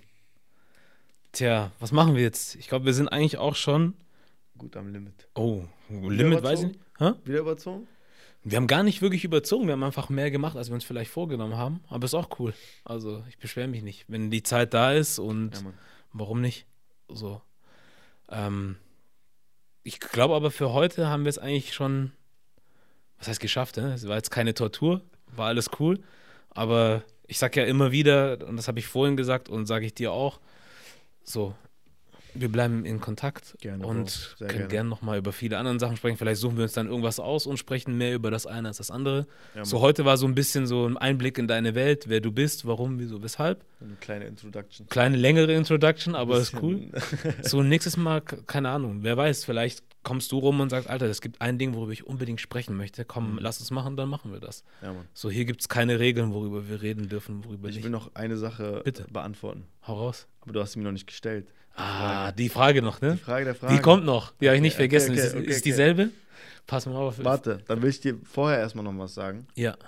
Tja, was machen wir jetzt? Ich glaube, wir sind eigentlich auch schon. Gut am Limit. Oh, Limit weiß ich nicht. Hä? Wieder überzogen? Wir haben gar nicht wirklich überzogen. Wir haben einfach mehr gemacht, als wir uns vielleicht vorgenommen haben. Aber ist auch cool. Also, ich beschwere mich nicht. Wenn die Zeit da ist und Ja, Mann. warum nicht? So. Ähm, ich glaube aber für heute haben wir es eigentlich schon, was heißt geschafft, ne? Es war jetzt keine Tortur, war alles cool. Aber ich sage ja immer wieder, und das habe ich vorhin gesagt und sage ich dir auch, so, wir bleiben in Kontakt Gerne, Bro. und Sehr können gerne. gerne nochmal über viele andere Sachen sprechen. Vielleicht suchen wir uns dann irgendwas aus und sprechen mehr über das eine als das andere. Ja, So, Mann. heute war so ein bisschen so ein Einblick in deine Welt, wer du bist, warum, wieso, weshalb. Eine kleine Introduction. Kleine, längere Introduction, aber ist Bisschen- cool. So, nächstes Mal, k- keine Ahnung, wer weiß, vielleicht kommst du rum und sagst, Alter, es gibt ein Ding, worüber ich unbedingt sprechen möchte. Komm, Mhm. lass uns machen, dann machen wir das. Ja, Mann. So, hier gibt es keine Regeln, worüber wir reden dürfen, worüber Ich nicht. will noch eine Sache Bitte. beantworten. Hau raus. Aber du hast sie mir noch nicht gestellt. Ah, die Frage noch, ne? Die Frage der Frage. Die kommt noch. Die habe ich Okay, nicht okay, vergessen. okay, ist okay, ist okay. dieselbe? Pass mal auf. Warte, dann will ich dir vorher erstmal noch was sagen. Ja.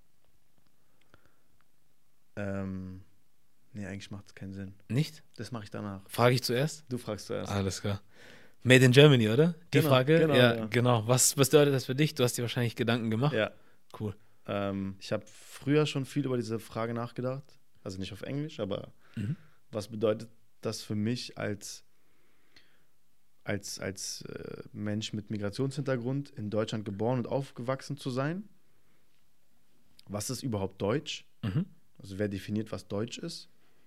Ähm, nee, eigentlich macht es keinen Sinn. Nicht? Das mache ich danach. Frage ich zuerst? Du fragst zuerst. Alles klar. Made in Germany, oder? Die Genau, Frage? genau, ja, ja. genau. Was, was bedeutet das für dich? Du hast dir wahrscheinlich Gedanken gemacht. Ja. Cool. Ähm, ich habe früher schon viel über diese Frage nachgedacht. Also nicht auf Englisch, aber Mhm. was bedeutet das für mich als, als, als äh, Mensch mit Migrationshintergrund in Deutschland geboren und aufgewachsen zu sein? Was ist überhaupt Deutsch? Mhm. Also wer definiert, was Deutsch ist?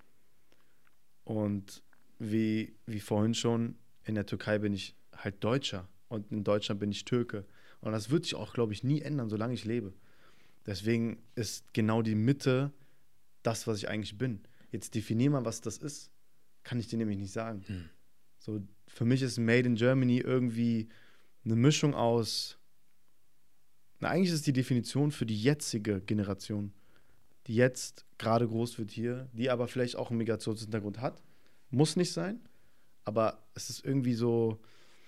Und wie, wie vorhin schon, in der Türkei bin ich halt Deutscher und in Deutschland bin ich Türke. Und das wird sich auch, glaube ich, nie ändern, solange ich lebe. Deswegen ist genau die Mitte das, was ich eigentlich bin. Jetzt definier mal, was das ist. Kann ich dir nämlich nicht sagen. Hm. So, für mich ist Made in Germany irgendwie eine Mischung aus. Na, eigentlich ist es die Definition für die jetzige Generation, die jetzt gerade groß wird hier, die aber vielleicht auch einen Migrationshintergrund hat. Muss nicht sein, aber es ist irgendwie so,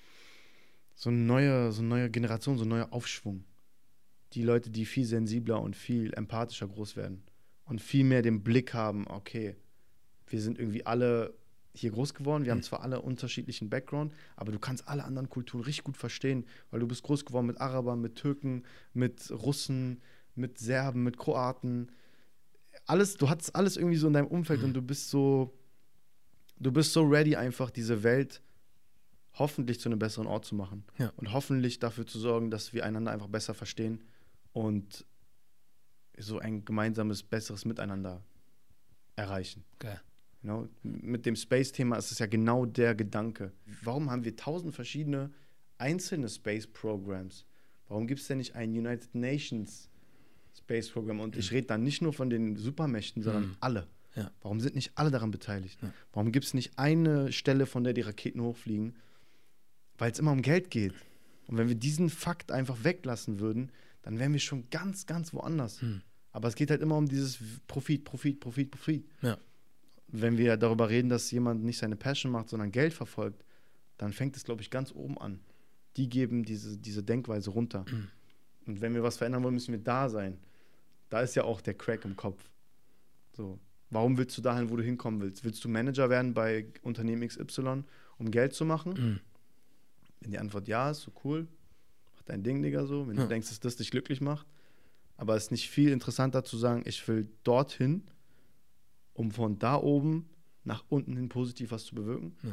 so eine neue, so eine neue Generation, so ein neuer Aufschwung. Die Leute, die viel sensibler und viel empathischer groß werden und viel mehr den Blick haben, okay, wir sind irgendwie alle hier groß geworden, wir haben zwar alle unterschiedlichen Background, aber du kannst alle anderen Kulturen richtig gut verstehen, weil du bist groß geworden mit Arabern, mit Türken, mit Russen, mit Serben, mit Kroaten. Alles, du hattest alles irgendwie so in deinem Umfeld und du bist so, du bist so ready, einfach diese Welt hoffentlich zu einem besseren Ort zu machen. Ja. Und hoffentlich dafür zu sorgen, dass wir einander einfach besser verstehen und so ein gemeinsames, besseres Miteinander erreichen. Geil. You know? Mit dem Space-Thema ist es ja genau der Gedanke. Warum haben wir tausend verschiedene einzelne Space-Programs? Warum gibt es denn nicht ein United Nations Space-Programm? Und ich rede dann nicht nur von den Supermächten, sondern Mhm. alle. Ja. Warum sind nicht alle daran beteiligt? Ja. Warum gibt es nicht eine Stelle, von der die Raketen hochfliegen? Weil es immer um Geld geht. Und wenn wir diesen Fakt einfach weglassen würden, dann wären wir schon ganz, ganz woanders. Hm. Aber es geht halt immer um dieses Profit, Profit, Profit, Profit. Ja. Wenn wir darüber reden, dass jemand nicht seine Passion macht, sondern Geld verfolgt, dann fängt es, glaube ich, ganz oben an. Die geben diese, diese Denkweise runter. Mhm. Und wenn wir was verändern wollen, müssen wir da sein. Da ist ja auch der Crack im Kopf. So. Warum willst du dahin, wo du hinkommen willst? Willst du Manager werden bei Unternehmen X Y, um Geld zu machen? Mhm. Wenn die Antwort ja ist, so cool, mach dein Ding, Digga, so. Wenn Ja. du denkst, dass das dich glücklich macht. Aber es ist nicht viel interessanter zu sagen, ich will dorthin, um von da oben nach unten hin positiv was zu bewirken. Ja.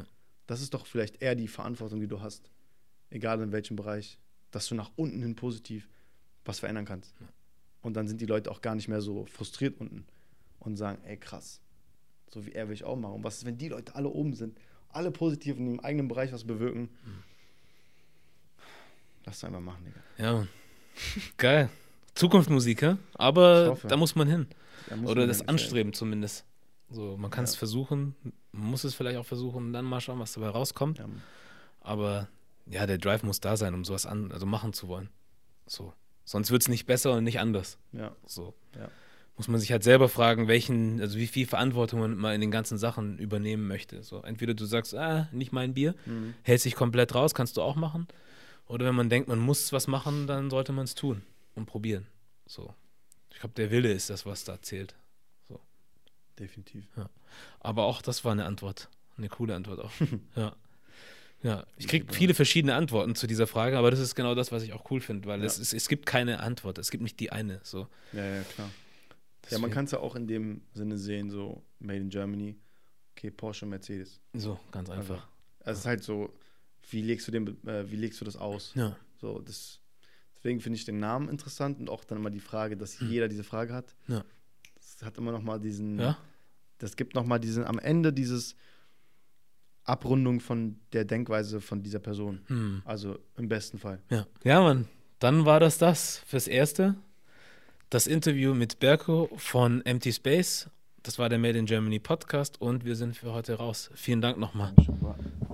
Das ist doch vielleicht eher die Verantwortung, die du hast. Egal in welchem Bereich. Dass du nach unten hin positiv was verändern kannst. Ja. Und dann sind die Leute auch gar nicht mehr so frustriert unten und sagen, ey krass, so wie er will ich auch machen. Und was ist, wenn die Leute alle oben sind, alle positiv in ihrem eigenen Bereich was bewirken? Mhm. Lass es einfach machen, Digga. Ja, Mann. Geil. Zukunftsmusik, ja? Aber da muss man hin. Da muss Oder man das anstreben ja. zumindest. So, man kann es ja. versuchen, man muss es vielleicht auch versuchen und dann mal schauen, was dabei rauskommt. Ja. Aber ja, der Drive muss da sein, um sowas an, also machen zu wollen. So. Sonst wird es nicht besser und nicht anders. Ja. So. Ja. Muss man sich halt selber fragen, welchen, also wie viel Verantwortung man mal in den ganzen Sachen übernehmen möchte. So, entweder du sagst, ah, nicht mein Bier, mhm. hältst dich komplett raus, kannst du auch machen. Oder wenn man denkt, man muss was machen, dann sollte man es tun und probieren. So. Ich glaube, der Wille ist das, was da zählt. So. Definitiv. Ja. Aber auch das war eine Antwort. Eine coole Antwort auch. ja. Ja, ich kriege viele verschiedene Antworten zu dieser Frage, aber das ist genau das, was ich auch cool finde, weil ja. es, es, es gibt keine Antwort, es gibt nicht die eine. So. Ja, ja, klar. Deswegen. Ja, man kann es ja auch in dem Sinne sehen, so Made in Germany, okay, Porsche, Mercedes. So, ganz einfach. Also, also es ist halt so, wie legst du, den, äh, wie legst du das aus? Ja. So, das, deswegen finde ich den Namen interessant und auch dann immer die Frage, dass hm. jeder diese Frage hat. Ja. Das hat immer noch mal diesen, ja? das gibt noch mal diesen, am Ende dieses Abrundung von der Denkweise von dieser Person. Hm. Also im besten Fall. Ja, ja, Mann. Dann war das das fürs Erste. Das Interview mit Berko von Empty Space. Das war der Made in Germany Podcast und wir sind für heute raus. Vielen Dank nochmal.